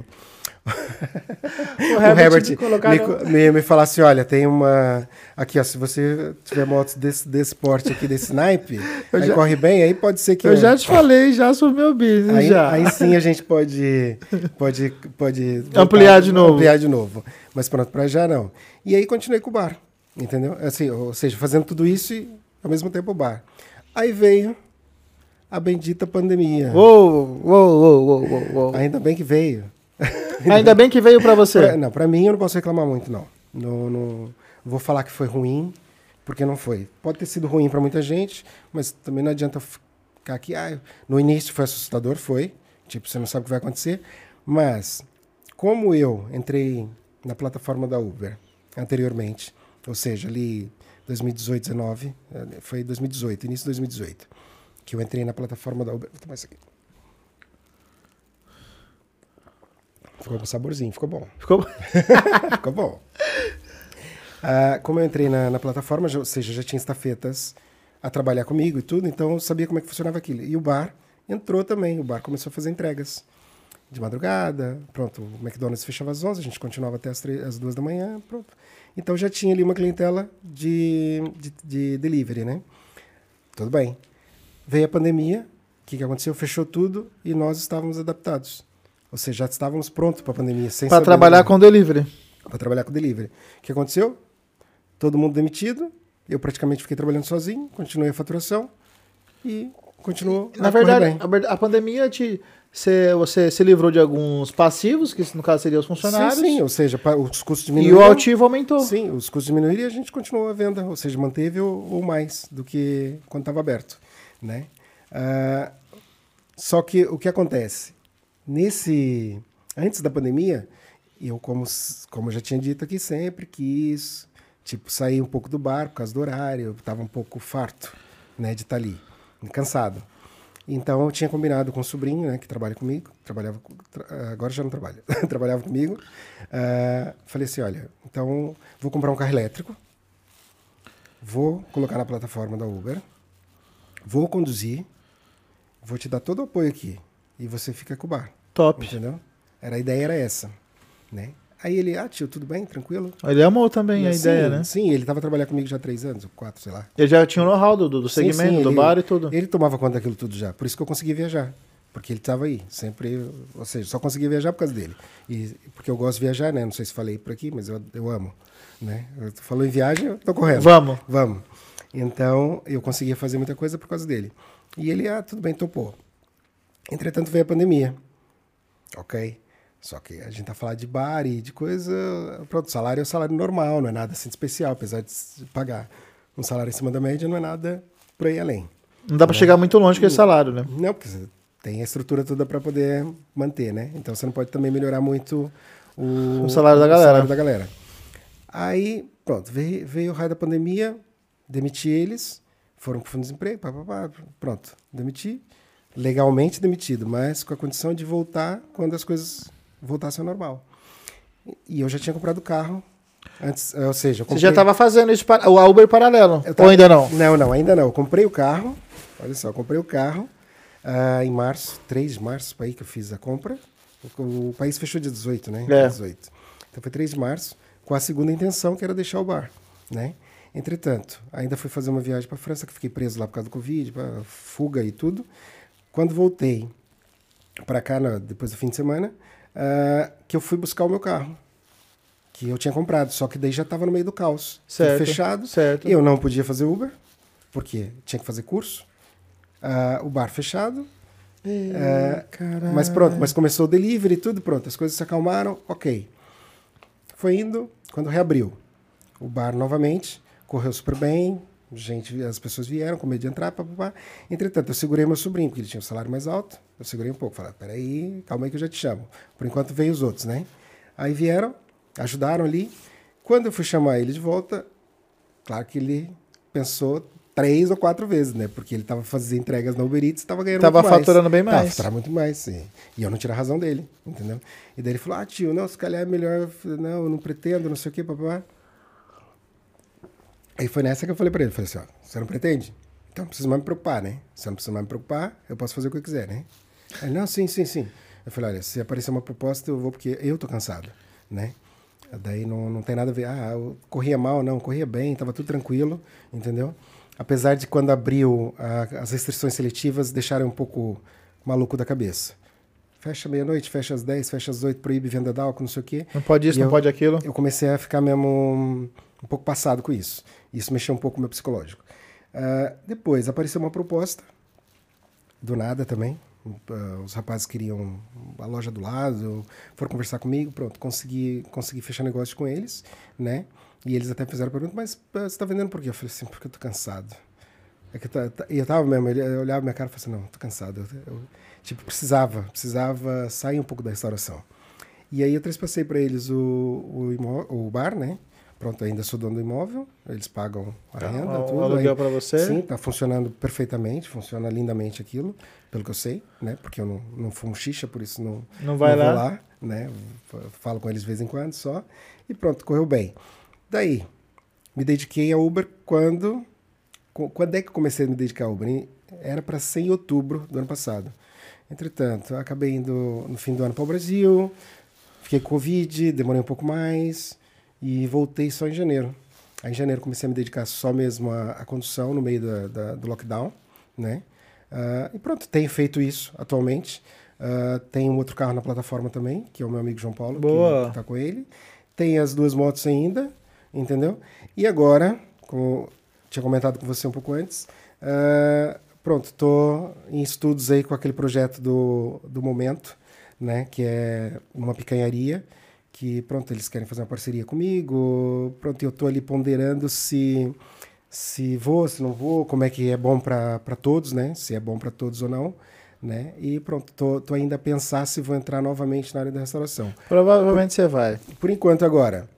O
o
Herbert
Herbert
de colocar
me,
no-
me, me falar assim, olha, tem uma... Aqui, ó, se você tiver motos desse, desse porte aqui, desse naipe,
Eu
aí
já-
corre bem, aí pode ser que...
Eu já te falei já sobre o meu business,
Aí,
já.
aí sim a gente pode, pode, pode voltar,
Ampliar de novo.
Ampliar de novo. Mas pronto, para já não. E aí continuei com o bar, entendeu? Assim, ou seja, fazendo tudo isso e ao mesmo tempo o bar. Aí veio a bendita pandemia.
Uou, uou, uou, uou, uou, uou.
Ainda bem que veio.
Ainda bem que veio pra você.
Pra, não, para mim eu não posso reclamar muito, não. Não, não vou falar que foi ruim, porque não foi. Pode ter sido ruim para muita gente, mas também não adianta ficar aqui. Ah, no início foi assustador, foi. Tipo, você não sabe o que vai acontecer. Mas, como eu entrei na plataforma da Uber anteriormente, ou seja, ali dois mil e dezoito, dezenove, foi dois mil e dezoito, início de dois mil e dezoito, que eu entrei na plataforma da Uber. Vou tomar isso aqui. Ficou com saborzinho, ficou bom.
Ficou...
Ficou bom. Ah, como eu entrei na, na plataforma, já, ou seja, já tinha estafetas a trabalhar comigo e tudo, então eu sabia como é que funcionava aquilo. E o bar entrou também, o bar começou a fazer entregas de madrugada, pronto, o McDonald's fechava às onze, a gente continuava até as, três, às duas da manhã, pronto. Então já tinha ali uma clientela de, de, de delivery, né? Tudo bem. Veio a pandemia, o que, que aconteceu? Fechou tudo e nós estávamos adaptados. Ou seja, já estávamos prontos para a pandemia. Sem
Pra
saber
trabalhar
nada.
com delivery.
Para trabalhar com delivery. O que aconteceu? Todo mundo demitido. Eu praticamente fiquei trabalhando sozinho. Continuei a faturação. E continuou
Na
a correr
verdade,
bem.
a, ver- a pandemia te... Você, você se livrou de alguns passivos, que no caso seriam os funcionários.
Sim, sim. Ou seja, pa- os custos
E
diminuíram.
o altivo aumentou.
Sim, os custos diminuíram e a gente continuou a venda. Ou seja, manteve ou, ou mais do que quando estava aberto. Né? Ah, só que o que acontece? Nesse... Antes da pandemia, eu, como, como eu já tinha dito aqui, sempre quis, tipo, sair um pouco do bar por causa do horário, eu estava um pouco farto, né, de estar ali, cansado. Então, eu tinha combinado com o sobrinho, né, que trabalha comigo, trabalhava, com- tra- agora já não trabalha, trabalhava comigo. Ah, falei assim, olha, então, vou comprar um carro elétrico, vou colocar na plataforma da Uber, vou conduzir, vou te dar todo o apoio aqui, e você fica com o bar.
Top.
Entendeu? Era, a ideia era essa, né? Aí ele, ah, tio, tudo bem? Tranquilo?
Ele amou também a
Sim,
ideia, né?
Sim, ele estava trabalhando comigo já há três anos, ou quatro, sei lá.
Ele já tinha o know-how do, do
Sim,
segmento,
sim,
do
ele-
bar e tudo.
Ele tomava conta daquilo tudo já, por isso que eu consegui viajar. Porque ele estava aí, sempre, ou seja, só consegui viajar por causa dele. E porque eu gosto de viajar, né? Não sei se falei por aqui, mas eu, eu amo, né? Eu falou em viagem, eu tô correndo.
Vamos.
Vamos. Então, eu conseguia fazer muita coisa por causa dele. E ele, ah, tudo bem, topou. Entretanto, veio a pandemia. Ok? Só que a gente tá falando de bar e de coisa... Pronto, salário é o salário normal, não é nada assim de especial, apesar de se pagar um salário em cima da média, não é nada por aí além.
Não dá pra chegar muito longe com esse salário, né?
Não, porque você tem a estrutura toda para poder manter, né? Então, você não pode também melhorar muito o,
O salário da galera.
salário da galera. Aí, pronto, veio, veio o raio da pandemia, demiti eles, foram pro fundo de desemprego, pá, pá, pá, pronto, demiti, legalmente demitido, mas com a condição de voltar quando as coisas voltassem ao normal. E eu já tinha comprado o carro antes, ou seja, eu comprei...
Você já estava fazendo isso, para, o Uber paralelo,
Eu tava-
ou ainda não?
Não, não, ainda não. Eu comprei o carro, olha só, eu comprei o carro ah, em março, três de março, aí que eu fiz a compra. O, o país fechou dia dezoito, né?
É.
Dia dezoito. Então foi três de março, com a segunda intenção, que era deixar o bar, né? Entretanto, ainda fui fazer uma viagem para a França, que fiquei preso lá por causa do Covid, pra fuga e tudo. Quando voltei para cá, na- depois do fim de semana, ah, que eu fui buscar o meu carro, que eu tinha comprado, só que daí já estava no meio do caos. Tudo
Certo,
fechado.
certo.
Eu não podia fazer Uber, porque tinha que fazer curso. Ah, o bar fechado. Ah,
Caralho.
mas pronto, mas começou o delivery e tudo, pronto. As coisas se acalmaram, ok. Foi indo, quando reabriu. O bar novamente, correu super bem, gente, as pessoas vieram com medo de entrar, papapá. Entretanto, eu segurei meu sobrinho, porque ele tinha um salário mais alto. Eu segurei um pouco, falei, peraí, calma aí que eu já te chamo. Por enquanto veio os outros, né? Aí vieram, ajudaram ali. Quando eu fui chamar ele de volta, claro que ele pensou três ou quatro vezes, né? Porque ele estava fazendo entregas na Uber Eats e estava ganhando
Tava
muito mais.
faturando bem
Tava
mais.
faturando muito mais, sim. E eu não tirei a razão dele, entendeu? E daí ele falou, ah, tio, não, se calhar é melhor... Eu falei, não, eu não pretendo, não sei o quê, papá. Aí foi nessa que eu falei pra ele, falei assim, ó, você não pretende? Então não precisa mais me preocupar, né? Você não precisa mais me preocupar, eu posso fazer o que eu quiser, né? Ele, não, sim, sim, sim. Eu falei, olha, se aparecer uma proposta, eu vou porque eu tô cansado, né? Daí não, não tem nada a ver, ah, eu corria mal, não, corria bem, tava tudo tranquilo, entendeu? Apesar de quando abriu a, as restrições seletivas, deixaram um pouco maluco da cabeça. Fecha meia-noite, fecha às dez, fecha às oito, proíbe venda de álcool, não sei o quê.
Não pode isso,
E
não
eu-
pode aquilo.
Eu comecei a ficar mesmo um, um pouco passado com isso. Isso mexeu um pouco com o meu psicológico. Ah, depois apareceu uma proposta, do nada também. Ah, os rapazes queriam a loja do lado, foram conversar comigo, pronto, consegui, consegui fechar negócio com eles, né? E eles até fizeram a pergunta, mas ah, você está vendendo por quê? Eu falei assim, porque eu tô cansado. É que eu, ta- ta- e eu tava mesmo, ele eu olhava minha cara e falava assim, não, tô cansado. Eu, eu, tipo, precisava, precisava sair um pouco da restauração. E aí eu transpassei para eles o, o, imó- o bar, né? Pronto, ainda sou dono do imóvel, eles pagam a renda,
o
tudo.
aluguel
aí-
para você.
Sim, tá funcionando perfeitamente, funciona lindamente aquilo, pelo que eu sei, né? Porque eu não, não fumo xixa, por isso não,
Não vai
não
lá.
vou lá, né? Eu falo com eles de vez em quando só. E pronto, correu bem. Daí, me dediquei a Uber quando... co- Quando é que eu comecei a me dedicar a Uber? Em- Era para ser em outubro do ano passado. Entretanto, eu acabei indo no fim do ano para o Brasil, fiquei com Covid, demorei um pouco mais e voltei só em janeiro. Aí em janeiro comecei a me dedicar só mesmo à, à condução no meio da, da- do lockdown, né? Ah, e pronto, tenho feito isso atualmente. Ah, tenho um outro carro na plataforma também, que é o meu amigo João Paulo,
Boa.
que está com ele. Tem as duas motos ainda, entendeu? E agora, como tinha comentado com você um pouco antes, ah, pronto, estou em estudos aí com aquele projeto do, do momento, né? Que é uma picanharia, que pronto, eles querem fazer uma parceria comigo. Pronto, eu estou ali ponderando se se vou, se não vou, como é que é bom para todos, né? Se é bom para todos ou não, né? E pronto, tô, tô ainda a pensar se vou entrar novamente na área da restauração.
Provavelmente você vai.
Por enquanto agora,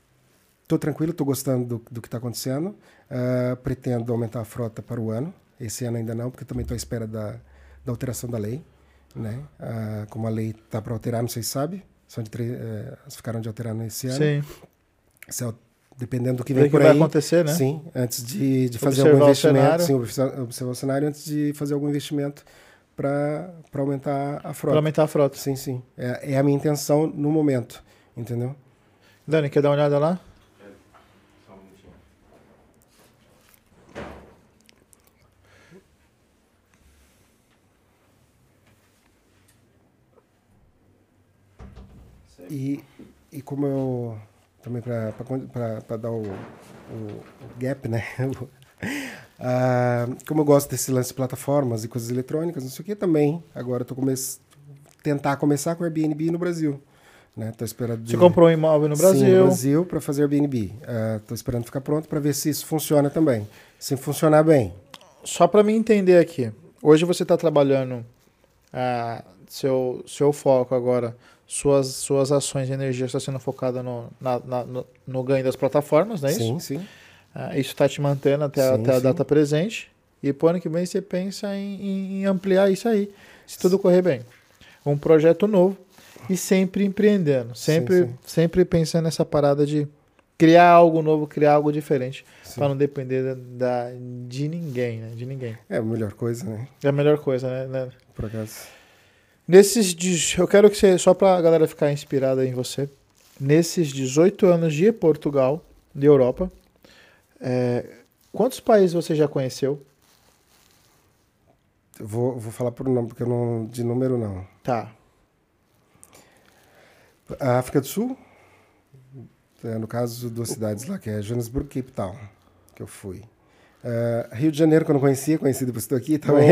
tô tranquilo, tô gostando do, do que está acontecendo. Ah, pretendo aumentar a frota para o ano. Esse ano ainda não, porque também estou à espera da, da alteração da lei, né? Ah, como a lei está para alterar, não sei se sabe, são de três, eh, elas ficaram de alterar nesse ano.
Sim.
Se al- dependendo do que
Ver
vem
o que
por
vai
aí.
acontecer, né?
Sim, antes de, de fazer
Observar
algum
o
investimento,
cenário.
sim, observar, observar o cenário antes de fazer algum investimento para aumentar a frota.
Para aumentar a frota.
Sim, sim. É, é a minha intenção no momento, entendeu?
Dani, quer dar uma olhada lá?
Só um minutinho.
E, e como eu também para dar o, o, o gap, né? Ah, como eu gosto desse lance de plataformas e coisas eletrônicas, não sei o que, também agora estou come tentar começar com Airbnb no Brasil, né? Tô esperando de...
Você comprou um imóvel no Brasil.
Sim, no Brasil para fazer Airbnb. Estou esperando ficar pronto para ver se isso funciona também. Se funcionar bem.
Só para mim entender aqui. Hoje você está trabalhando, ah, seu, seu foco agora suas, suas ações de energia estão sendo focadas no, na- na- no, no ganho das plataformas, não é isso?
Sim, sim.
Ah, isso está te mantendo até, a-
Sim,
até a
sim.
data presente. E pro ano que vem você pensa em, em- em ampliar isso aí, se tudo correr bem. Um projeto novo e sempre empreendendo. Sempre,
sim.
sempre pensando nessa parada de criar algo novo, criar algo diferente.
Sim.
Para não depender da, da- de ninguém, né? De ninguém.
É a melhor coisa, né?
É a melhor coisa, né? né?
Por acaso.
Nesses, dez- eu quero que você, só para a galera ficar inspirada em você, nesses dezoito anos de Portugal, de Europa, é, quantos países você já conheceu?
Eu vou, vou falar por nome, porque eu não, de número não.
Tá.
A África do Sul, é, no caso, duas cidades lá, que é Johannesburg e Cape Town, que eu fui. Uh, Rio de Janeiro, que eu não conhecia, conheci depois que estou aqui também.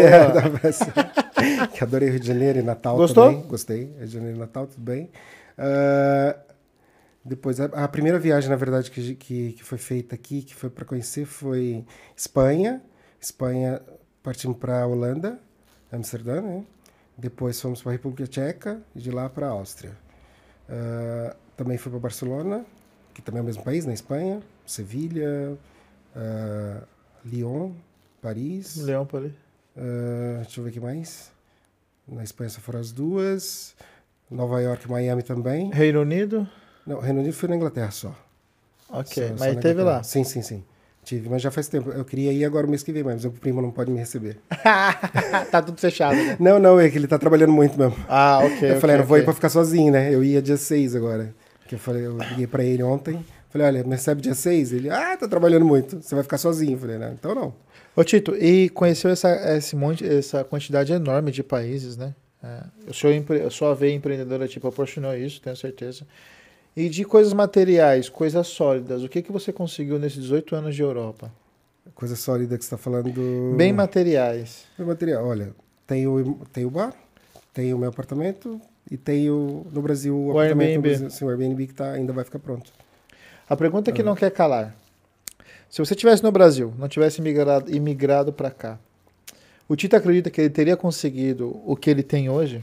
Boa.
Que adorei Rio de Janeiro e Natal
Gostou?
também. Gostei. Rio de Janeiro e Natal, tudo bem. Uh, depois, a, a primeira viagem, na verdade, que, que, que foi feita aqui, que foi para conhecer, foi Espanha. Espanha, partimos para a Holanda, Amsterdã, né? Depois fomos para a República Tcheca e de lá para a Áustria. Uh, também fui para Barcelona, que também é o mesmo país, na Espanha. Sevilha, uh, Lyon, Paris.
Leão por ali.
Uh, deixa eu ver o que mais. Na Espanha só foram as duas. Nova York, Miami também.
Reino Unido?
Não, Reino Unido foi na Inglaterra só.
Ok,
Só- só
mas
na
teve
Inglaterra.
lá.
Sim, sim, sim. Tive, mas já faz tempo. Eu queria ir agora o mês que vem, mas o primo não pode me receber.
Tá tudo fechado, né?
Não, não, é que ele tá trabalhando muito mesmo.
Ah, ok.
eu falei,
ok,
não vou ir
ok.
pra ficar sozinho, né? Eu ia dia seis agora. Que eu falei, eu liguei pra ele ontem. Falei, olha, me recebe dia seis? Ele, ah, tá trabalhando muito. Você vai ficar sozinho. Eu falei, não, então não.
Ô Tito, e conheceu essa, esse monte, essa quantidade enorme de países, né? É, o senhor, empre- a sua veia empreendedora te proporcionou isso, tenho certeza. E de coisas materiais, coisas sólidas, o que, que você conseguiu nesses dezoito anos de Europa?
Coisa sólida que você tá falando.
Bem materiais.
Meu material, olha, tem o, tem o bar, tem o meu apartamento e tem o, no Brasil o,
O
apartamento
Airbnb.
no Brasil, sim, o Airbnb que tá, ainda vai ficar pronto.
A pergunta que
Ah.
não quer calar. Se você estivesse no Brasil, não tivesse imigrado, imigrado para cá, o Tito acredita que ele teria conseguido o que ele tem hoje?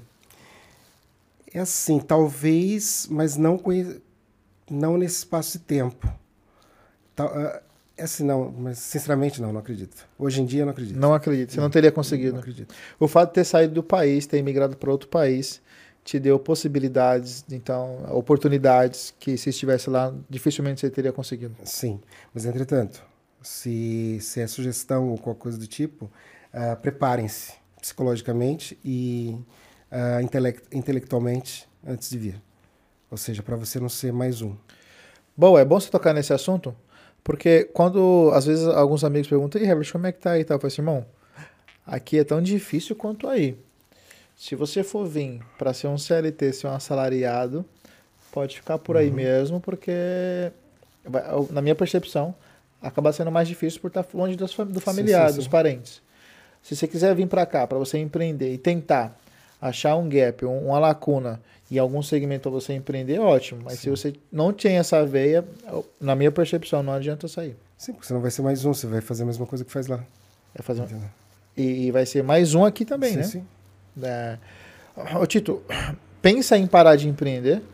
É assim, talvez, mas não, conhe... não nesse espaço de tempo. Tal- ah, É assim, não, mas sinceramente não, não acredito. Hoje em dia eu não acredito.
Não acredito, você não teria
Não
conseguido.
acredito.
O fato de ter saído do país, ter imigrado para outro país, te deu possibilidades, então, oportunidades que se estivesse lá, dificilmente você teria conseguido.
Sim, mas entretanto, se, se é sugestão ou qualquer coisa do tipo, ah, preparem-se psicologicamente e ah, intelect, intelectualmente antes de vir. Ou seja, para você não ser mais um.
Bom, é bom você tocar nesse assunto, porque quando, às vezes, alguns amigos perguntam, e Herbert, como é que tá aí e tal? Eu falo assim, irmão, aqui é tão difícil quanto aí. Se você for vir para ser um C L T, ser um assalariado, pode ficar por aí
Uhum.
mesmo, porque, vai- na minha percepção, acaba sendo mais difícil por estar longe das fam- do familiar,
sim,
dos
sim.
parentes. Se você quiser vir para cá, para você empreender e tentar achar um gap, um- uma lacuna em algum segmento para você empreender, ótimo. Mas se
Sim.
você não tem essa veia, eu- na minha percepção, não adianta sair.
Sim, porque você não vai ser mais um, você vai fazer a mesma coisa que faz lá.
Vai fazer um-
Entendeu?
E, e vai ser mais um aqui também,
sim,
né?
Sim.
É... Ô, Tito, pensa em parar de empreender?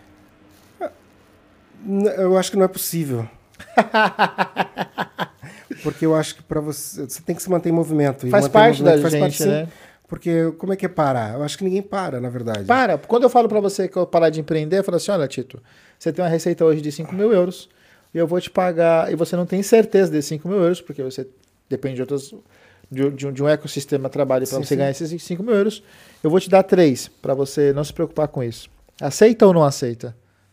N- Eu acho que não é possível. Porque eu acho que para você, você tem que se manter em movimento. e
Faz
manter em
parte da
movimento faz
gente,
parte, sim.
né?
Porque como é que é parar? Eu acho que ninguém para, na verdade.
Para. Quando eu falo para você que eu parar de empreender, eu falo assim, olha, Tito, você tem uma receita hoje de cinco mil euros e eu vou te pagar, e você não tem certeza desses cinco mil euros, porque você depende de outras, de, de um, de um ecossistema de trabalho para
Sim,
você
sim.
ganhar esses cinco mil euros, eu vou te dar três para você não se preocupar com isso. Aceita ou não aceita?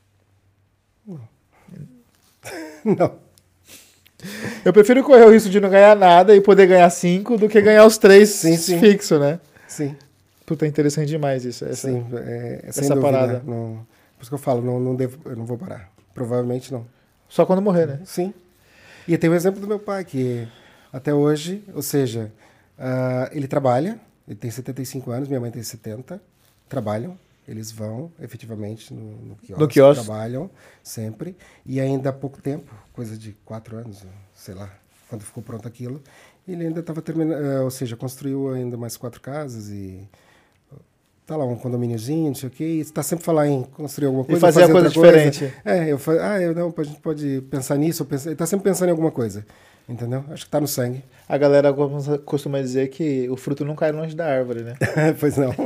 Não.
Eu prefiro correr o risco de não ganhar nada e poder ganhar cinco do que ganhar os três
Sim, sim.
fixo, né?
Sim,
Puta, é interessante demais isso. Essa...
sim. É, é sem
essa
dúvida.
parada.
Não, por isso que eu falo, não, não devo, eu não vou parar. Provavelmente não.
Só quando morrer, né?
Sim. E tem o exemplo do meu pai, que até hoje, ou seja, ah, ele trabalha, ele tem setenta e cinco anos, minha mãe tem setenta, trabalham, eles vão efetivamente no, no quiosque,
No quiosque.
trabalham sempre, e ainda há pouco tempo, coisa de quatro anos, sei lá, quando ficou pronto aquilo, ele ainda estava terminando, ou seja, construiu ainda mais quatro casas e tá lá um condomíniozinho, não sei o quê, e você tá sempre falando em construir alguma
E
coisa.
fazer a coisa diferente.
É, eu falo, ah, eu não, a gente pode pensar nisso, eu penso, ele tá sempre pensando em alguma coisa, entendeu? Acho que tá no sangue.
A galera costuma dizer que o fruto não cai longe da árvore, né?
Pois não.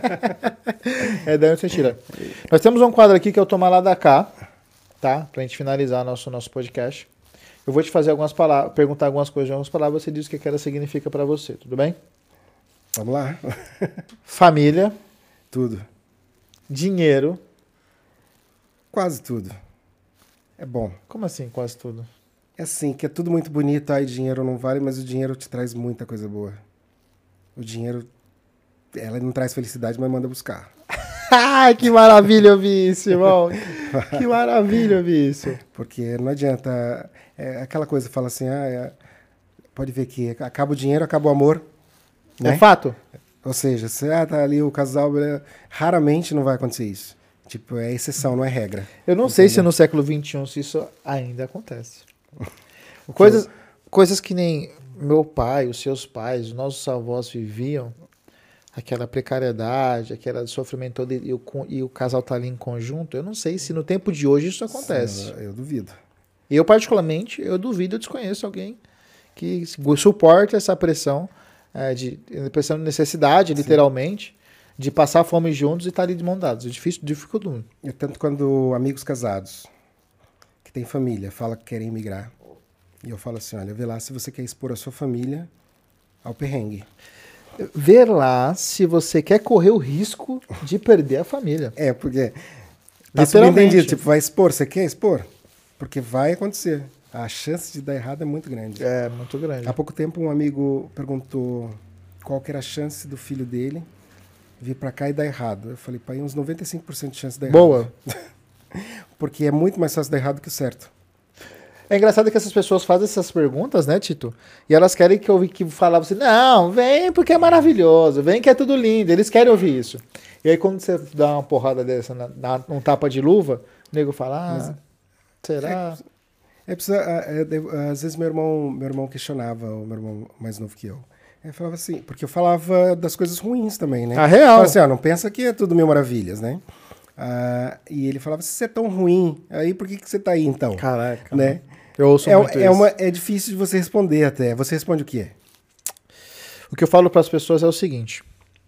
É daí onde você tira. Nós temos um quadro aqui que é o Tomar Lá da Cá, tá? Pra gente finalizar nosso, nosso podcast. Eu vou te fazer algumas palavras, perguntar algumas coisas, algumas palavras, você diz o que ela significa pra você, tudo bem?
Vamos lá.
Família,
Tudo.
dinheiro.
Quase tudo. É bom.
Como assim, quase tudo?
É assim, que é tudo muito bonito, aí dinheiro não vale, mas o dinheiro te traz muita coisa boa. O dinheiro, ela não traz felicidade, mas manda buscar.
Ai, que maravilha ouvir isso, irmão. Que maravilha ouvir isso.
Porque não adianta, é aquela coisa, fala assim, ah, é, pode ver que acaba o dinheiro, acaba o amor, né?
É fato?
Ou seja, se ah, tá ali o casal, é, raramente não vai acontecer isso. Tipo, é exceção, não é regra.
Eu não
Entendeu?
sei se no século vinte e um se isso ainda acontece. Coisas, coisas que nem meu pai, os seus pais, os nossos avós viviam, aquela precariedade, aquele sofrimento todo e o, e o casal tá ali em conjunto, eu não sei se no tempo de hoje isso acontece.
Eu, eu duvido.
Eu, particularmente, eu duvido, eu desconheço alguém que suporte essa pressão, é, de pressão de necessidade, Sim. literalmente, de passar fome juntos e estar ali de mão dadas. É difícil, dificulta muito.
É tanto quando amigos casados, que têm família, falam que querem migrar. E eu falo assim, olha, vê lá se você quer expor a sua família ao perrengue.
Ver lá se você quer correr o risco de perder a família.
É, porque tá subentendido, tipo, vai expor, você quer expor? Porque vai acontecer. A chance de dar errado é muito grande.
É, muito grande.
Há pouco tempo um amigo perguntou qual que era a chance do filho dele vir pra cá e dar errado. Eu falei, pai, uns noventa e cinco por cento de chance de dar
Boa.
errado. Porque é muito mais fácil dar errado que o certo.
É engraçado que essas pessoas fazem essas perguntas, né, Tito? E elas querem que eu que falar assim, não, vem porque é maravilhoso, vem que é tudo lindo. Eles querem ouvir isso. E aí quando você dá uma porrada dessa, na, na, um tapa de luva, o nego fala, ah, Mas, será?
É, é, precisa, é, é, às vezes meu irmão, meu irmão questionava, o meu irmão mais novo que eu. Ele falava assim, porque eu falava das coisas ruins também, né?
A real.
Falava assim, ó, não pensa que é tudo mil maravilhas, né? Ah, e ele falava, se você é tão ruim, aí por que, que você tá aí então?
Caraca.
Né?
Eu ouço
é,
muito
é
isso.
Uma, é difícil de você responder até. Você responde o quê?
O que eu falo para as pessoas é o seguinte.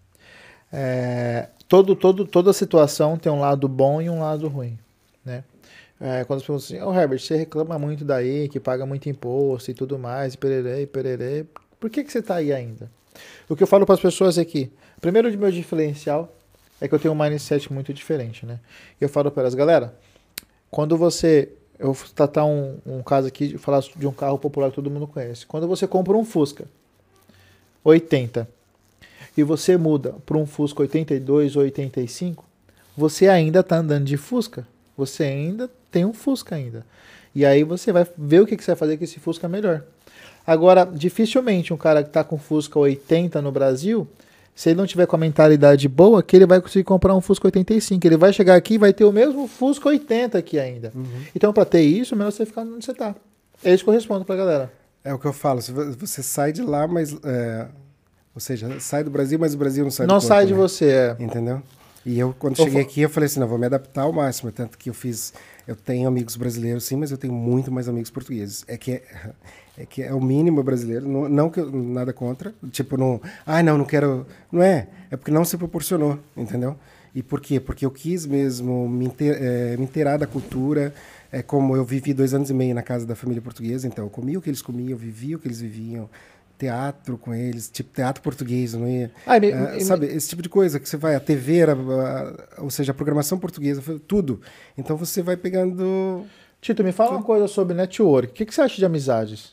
É, todo, todo, toda situação tem um lado bom e um lado ruim, né? É, quando as pessoas dizem assim, ô oh, Herbert, você reclama muito daí, que paga muito imposto e tudo mais, e pererê, e pererê, por que, que você tá aí ainda? O que eu falo para as pessoas é que, primeiro, o meu diferencial é que eu tenho um mindset muito diferente, né? Eu falo para elas, galera, quando você... Eu vou tratar um, um caso aqui, falar de um carro popular que todo mundo conhece. Quando você compra um Fusca oitenta e você muda para um Fusca oitenta e dois ou oitenta e cinco, você ainda está andando de Fusca. Você ainda tem um Fusca ainda. E aí você vai ver o que, que você vai fazer com esse Fusca melhor. Agora, dificilmente um cara que está com Fusca oitenta no Brasil... Se ele não tiver com a mentalidade boa, que ele vai conseguir comprar um Fusca oitenta e cinco. Ele vai chegar aqui e vai ter o mesmo Fusca oitenta aqui ainda. Uhum. Então, para ter isso, é melhor você ficar onde você está. É isso que eu respondo para a galera.
É o que eu falo. Você sai de lá, mas... É, ou seja, sai do Brasil, mas o Brasil não sai
não
do corpo,
sai de
né?
você, é.
Entendeu? E eu, quando eu cheguei aqui, eu falei assim, não, vou me adaptar ao máximo. Tanto que eu fiz... Eu tenho amigos brasileiros, sim, mas eu tenho muito mais amigos portugueses. É que é... É que é o mínimo brasileiro, não, não que eu, nada contra, tipo, não, ah, não, não quero, não é, é porque não se proporcionou, entendeu? E por quê? Porque eu quis mesmo me, inter, é, me inteirar da cultura, é, como eu vivi dois anos e meio na casa da família portuguesa, então eu comia o que eles comiam, eu vivia o que eles viviam, teatro com eles, tipo, teatro português, não ia,
Ai, me,
é,
me,
sabe, esse tipo de coisa, que você vai, a T V, a, a, ou seja, a programação portuguesa, tudo, então você vai pegando...
Tito, me fala tudo. Uma coisa sobre network, o que, que você acha de amizades?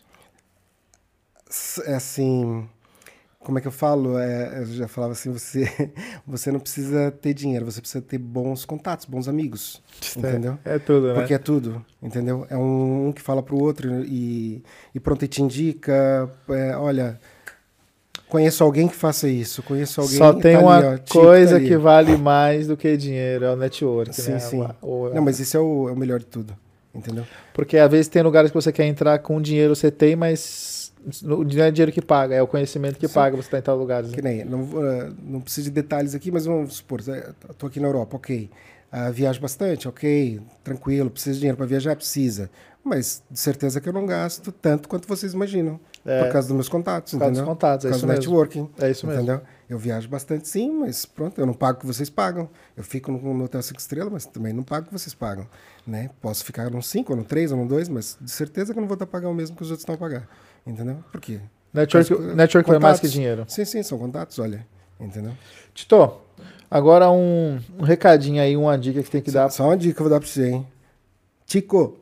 É assim, como é que eu falo? É, eu já falava assim, você, você não precisa ter dinheiro, você precisa ter bons contatos, bons amigos, é, entendeu?
É tudo, né?
Porque é tudo, entendeu? É um, um que fala pro outro e, e pronto, e te indica, é, olha, conheço alguém que faça isso, conheço alguém...
Só tem
tá
uma
ali, ó,
coisa
tá
que vale mais do que dinheiro, é o network,
sim,
né?
Sim, sim.
O,
não, mas isso é o, é o melhor de tudo, entendeu?
Porque às vezes tem lugares que você quer entrar com dinheiro, você tem, mas... Não é dinheiro que paga, é o conhecimento que
Sim.
paga você estar em tal lugar. Né?
Que nem, não, uh, não preciso de detalhes aqui, mas vamos supor, estou aqui na Europa, ok. Uh, viajo bastante, ok, tranquilo, preciso de dinheiro para viajar? Precisa. Mas de certeza que eu não gasto tanto quanto vocês imaginam.
É,
por causa dos meus contatos,
por causa
entendeu?
dos contatos, é
por causa
isso
do
mesmo.
networking.
É isso mesmo.
Entendeu? Eu viajo bastante sim, mas pronto, eu não pago o que vocês pagam. Eu fico no, no hotel cinco estrelas, mas também não pago o que vocês pagam. Né? Posso ficar no cinco, ou no três, ou no dois, mas de certeza que eu não vou estar pagando o mesmo que os outros estão a pagar. Entendeu? Por quê?
Network,
Mas,
network vai mais que
contatos.
dinheiro.
Sim, sim, são contatos, olha. Entendeu?
Tito, agora um, um recadinho aí, uma dica que tem que
Só,
dar.
só uma dica que eu vou dar pra você, hein? Tico.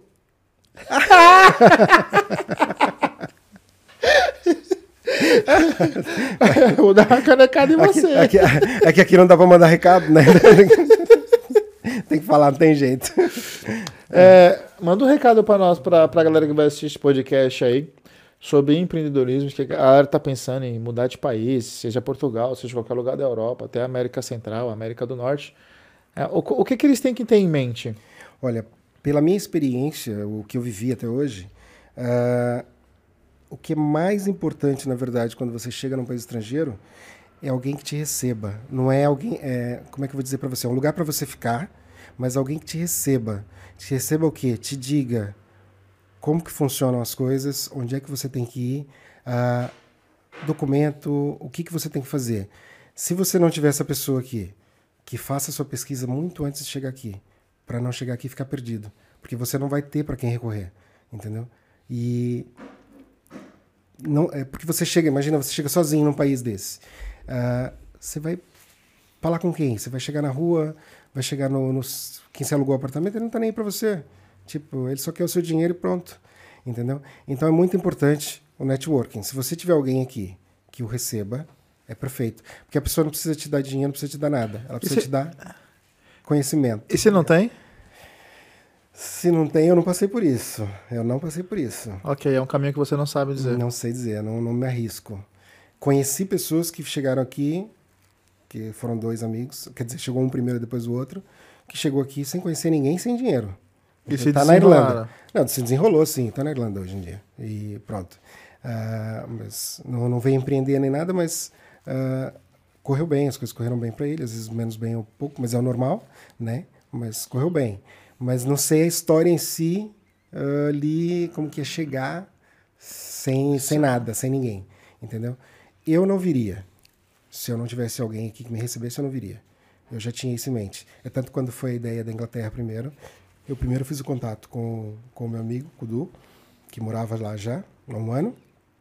Vou dar uma canecada em você.
Aqui, aqui, é que aqui não dá pra mandar recado, né? Tem que falar, não tem jeito.
É, manda um recado pra nós, pra, pra galera que vai assistir esse podcast aí, sobre empreendedorismo, que a galera tá pensando em mudar de país, seja Portugal, seja qualquer lugar da Europa, até a América Central, América do Norte. É, o, o que, que eles têm que ter em mente?
Olha, pela minha experiência, o que eu vivi até hoje, uh, o que é mais importante, na verdade, quando você chega num país estrangeiro, é alguém que te receba. Não é alguém, é, como é que eu vou dizer para você? É um lugar para você ficar, mas alguém que te receba. Te receba o quê? Te diga como que funcionam as coisas, onde é que você tem que ir, uh, documento, o que, que você tem que fazer. Se você não tiver essa pessoa aqui, que faça a sua pesquisa muito antes de chegar aqui, para não chegar aqui e ficar perdido. Porque você não vai ter para quem recorrer, entendeu? E não, é porque você chega, imagina, você chega sozinho num país desse. Uh, você vai falar com quem? Você vai chegar na rua, vai chegar no, no quem se alugou o apartamento, ele não tá nem aí para você. Tipo, ele só quer o seu dinheiro e pronto, entendeu? Então é muito importante o networking. Se você tiver alguém aqui que o receba, é perfeito. Porque a pessoa não precisa te dar dinheiro, não precisa te dar nada. Ela precisa
se...
te dar conhecimento.
E se não tem?
Se não tem, eu não passei por isso. Eu não passei por isso.
Ok, é um caminho que você não sabe dizer.
Não sei dizer, não, não me arrisco. Conheci pessoas que chegaram aqui, que foram dois amigos, quer dizer, chegou um primeiro e depois o outro, que chegou aqui sem conhecer ninguém, sem dinheiro.
E se
tá na Irlanda. Não, se desenrolou, sim. Tá na Irlanda hoje em dia. E pronto. Uh, mas não, não veio empreender nem nada, mas uh, correu bem, as coisas correram bem para ele, às vezes menos bem um pouco, mas é o normal, né? Mas correu bem. Mas não sei a história em si, uh, ali, como que ia chegar sem, sem nada, sem ninguém, entendeu? Eu não viria. Se eu não tivesse alguém aqui que me recebesse, eu não viria. Eu já tinha isso em mente. É tanto quando foi a ideia da Inglaterra primeiro, eu primeiro fiz o contato com o meu amigo, o Du, que morava lá já há um ano,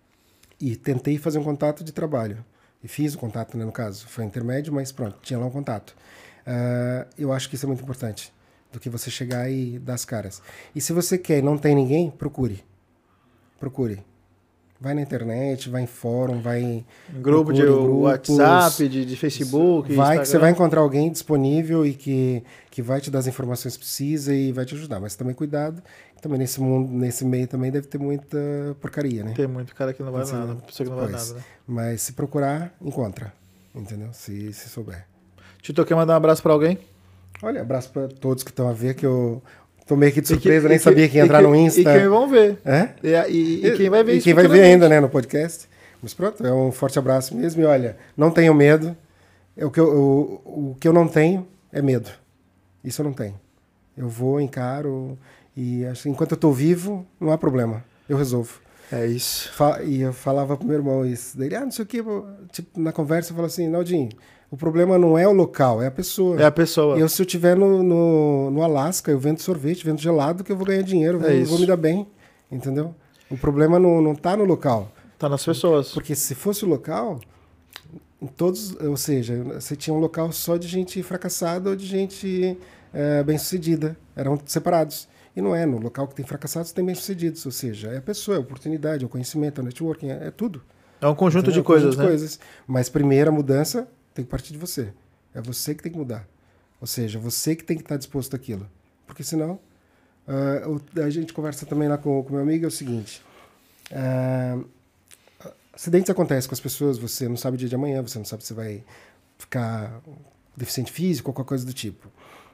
e tentei fazer um contato de trabalho. E fiz o contato, né, no caso. Foi intermédio, mas pronto, tinha lá um contato. Uh, eu acho que isso é muito importante, do que você chegar e dar as caras. E se você quer e não tem ninguém, procure. Procure. Vai na internet, vai em fórum, vai em
grupo de grupos, WhatsApp, de, de Facebook,
vai
Instagram.
Que você vai encontrar alguém disponível e que, que vai te dar as informações que precisa e vai te ajudar. Mas também cuidado, também nesse mundo, nesse meio também deve ter muita porcaria, né?
Tem muito cara que não vai
Assim,
nada, pessoa que não vai
pois.
nada, né?
Mas se procurar, encontra, entendeu? Se, se souber.
Tito, quer mandar um abraço pra alguém?
Olha, abraço para todos que estão a ver, que eu tô meio que de surpresa,
que,
nem
que,
sabia que ia entrar
que,
no Insta.
E quem vão ver.
É?
E, e, e quem vai ver
e
isso
quem vai ver ainda, né, no podcast. Mas pronto, é um forte abraço mesmo. E olha, não tenham medo. É o, que eu, o, o que eu não tenho é medo. Isso eu não tenho. Eu vou, encaro, e acho que enquanto eu tô vivo, não há problema. Eu resolvo.
É isso.
E eu falava pro meu irmão isso. Daí ele, ah, não sei o quê. Tipo, na conversa eu falo assim, Naldinho, o problema não é o local, é a pessoa.
É a pessoa.
Eu, se eu estiver no, no, no Alasca, eu vendo sorvete, vendo gelado, que eu vou ganhar dinheiro, eu
é
vou, vou me dar bem, entendeu? O problema não, não tá no local.
Tá nas pessoas.
Porque se fosse o local, em todos, ou seja, você tinha um local só de gente fracassada ou de gente é, bem-sucedida. Eram separados. E não é, no local que tem fracassados tem bem-sucedidos. Ou seja, é a pessoa, é a oportunidade, é o conhecimento, é o networking, é, é tudo.
É um conjunto
Entendeu?
de coisas,
é um conjunto
né?
de coisas. Mas primeiro a mudança tem que partir de você. É você que tem que mudar. Ou seja, você que tem que estar disposto àquilo. Porque senão... Uh, a gente conversa também lá com o meu amigo, é o seguinte... Uh, acidentes acontecem com as pessoas, você não sabe o dia de amanhã, você não sabe se vai ficar deficiente físico ou qualquer coisa do tipo.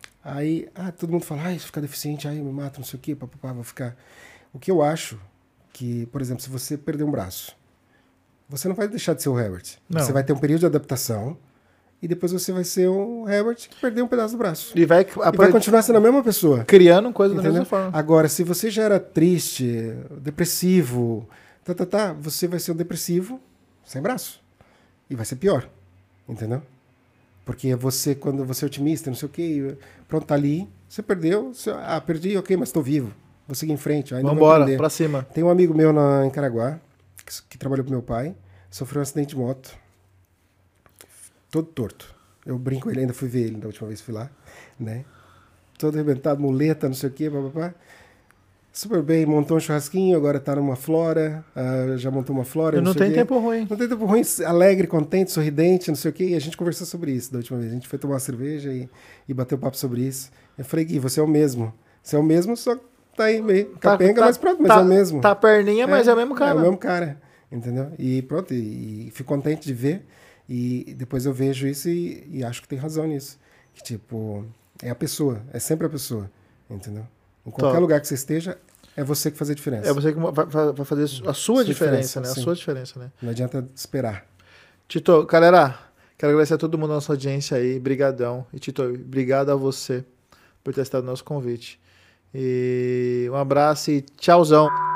Aí, ah, todo mundo fala, ah, se ficar deficiente, aí eu me mato, não sei o quê, papapá, vou ficar... O que eu acho que, por exemplo, se você perder um braço, você não vai deixar de ser o Herbert.
Não.
Você vai ter um período de adaptação e depois você vai ser o Herbert que perdeu um pedaço do braço.
E vai,
E vai continuar sendo a mesma pessoa.
criando coisa da
Entendeu?
mesma forma.
Agora, se você já era triste, depressivo, tá, tá, tá, você vai ser um depressivo sem braço. E vai ser pior. Entendeu? Porque você, quando você é otimista, não sei o quê, pronto, tá ali, você perdeu, você, ah, perdi, ok, mas tô vivo. Vou seguir em frente. Ainda
Vamos
vou
embora,
aprender.
pra cima.
Tem um amigo meu na, em Caraguá, que, que trabalhou com meu pai, sofreu um acidente de moto, todo torto. Eu brinco, ele ainda fui ver ele da última vez que fui lá, né? Todo arrebentado, muleta, não sei o quê, papapá. Super bem, montou um churrasquinho, agora tá numa flora, uh, já montou uma flora.
E não
sei o
tem
quê.
tempo ruim.
Não tem tempo ruim, alegre, contente, sorridente, não sei o quê. E a gente conversou sobre isso da última vez. A gente foi tomar uma cerveja e, e bateu papo sobre isso. Eu falei, Gui, você é o mesmo. Você é o mesmo, só que tá aí meio capenga,
tá,
mas pronto, mas
tá,
é o mesmo.
Tá perninha, mas é, é o mesmo cara.
É o mesmo cara, entendeu? E pronto, e, e fico contente de ver. E depois eu vejo isso e, e acho que tem razão nisso. Que, tipo, é a pessoa, é sempre a pessoa, entendeu? Em qualquer
Top.
lugar que você esteja, é você que faz a diferença.
É você que vai, vai fazer a sua,
Sua
diferença,
diferença,
né? A
sim.
sua diferença, né?
Não adianta esperar.
Tito, galera, quero agradecer a todo mundo da nossa audiência aí. Brigadão. E, Tito, obrigado a você por ter aceitado o nosso convite. E um abraço e tchauzão.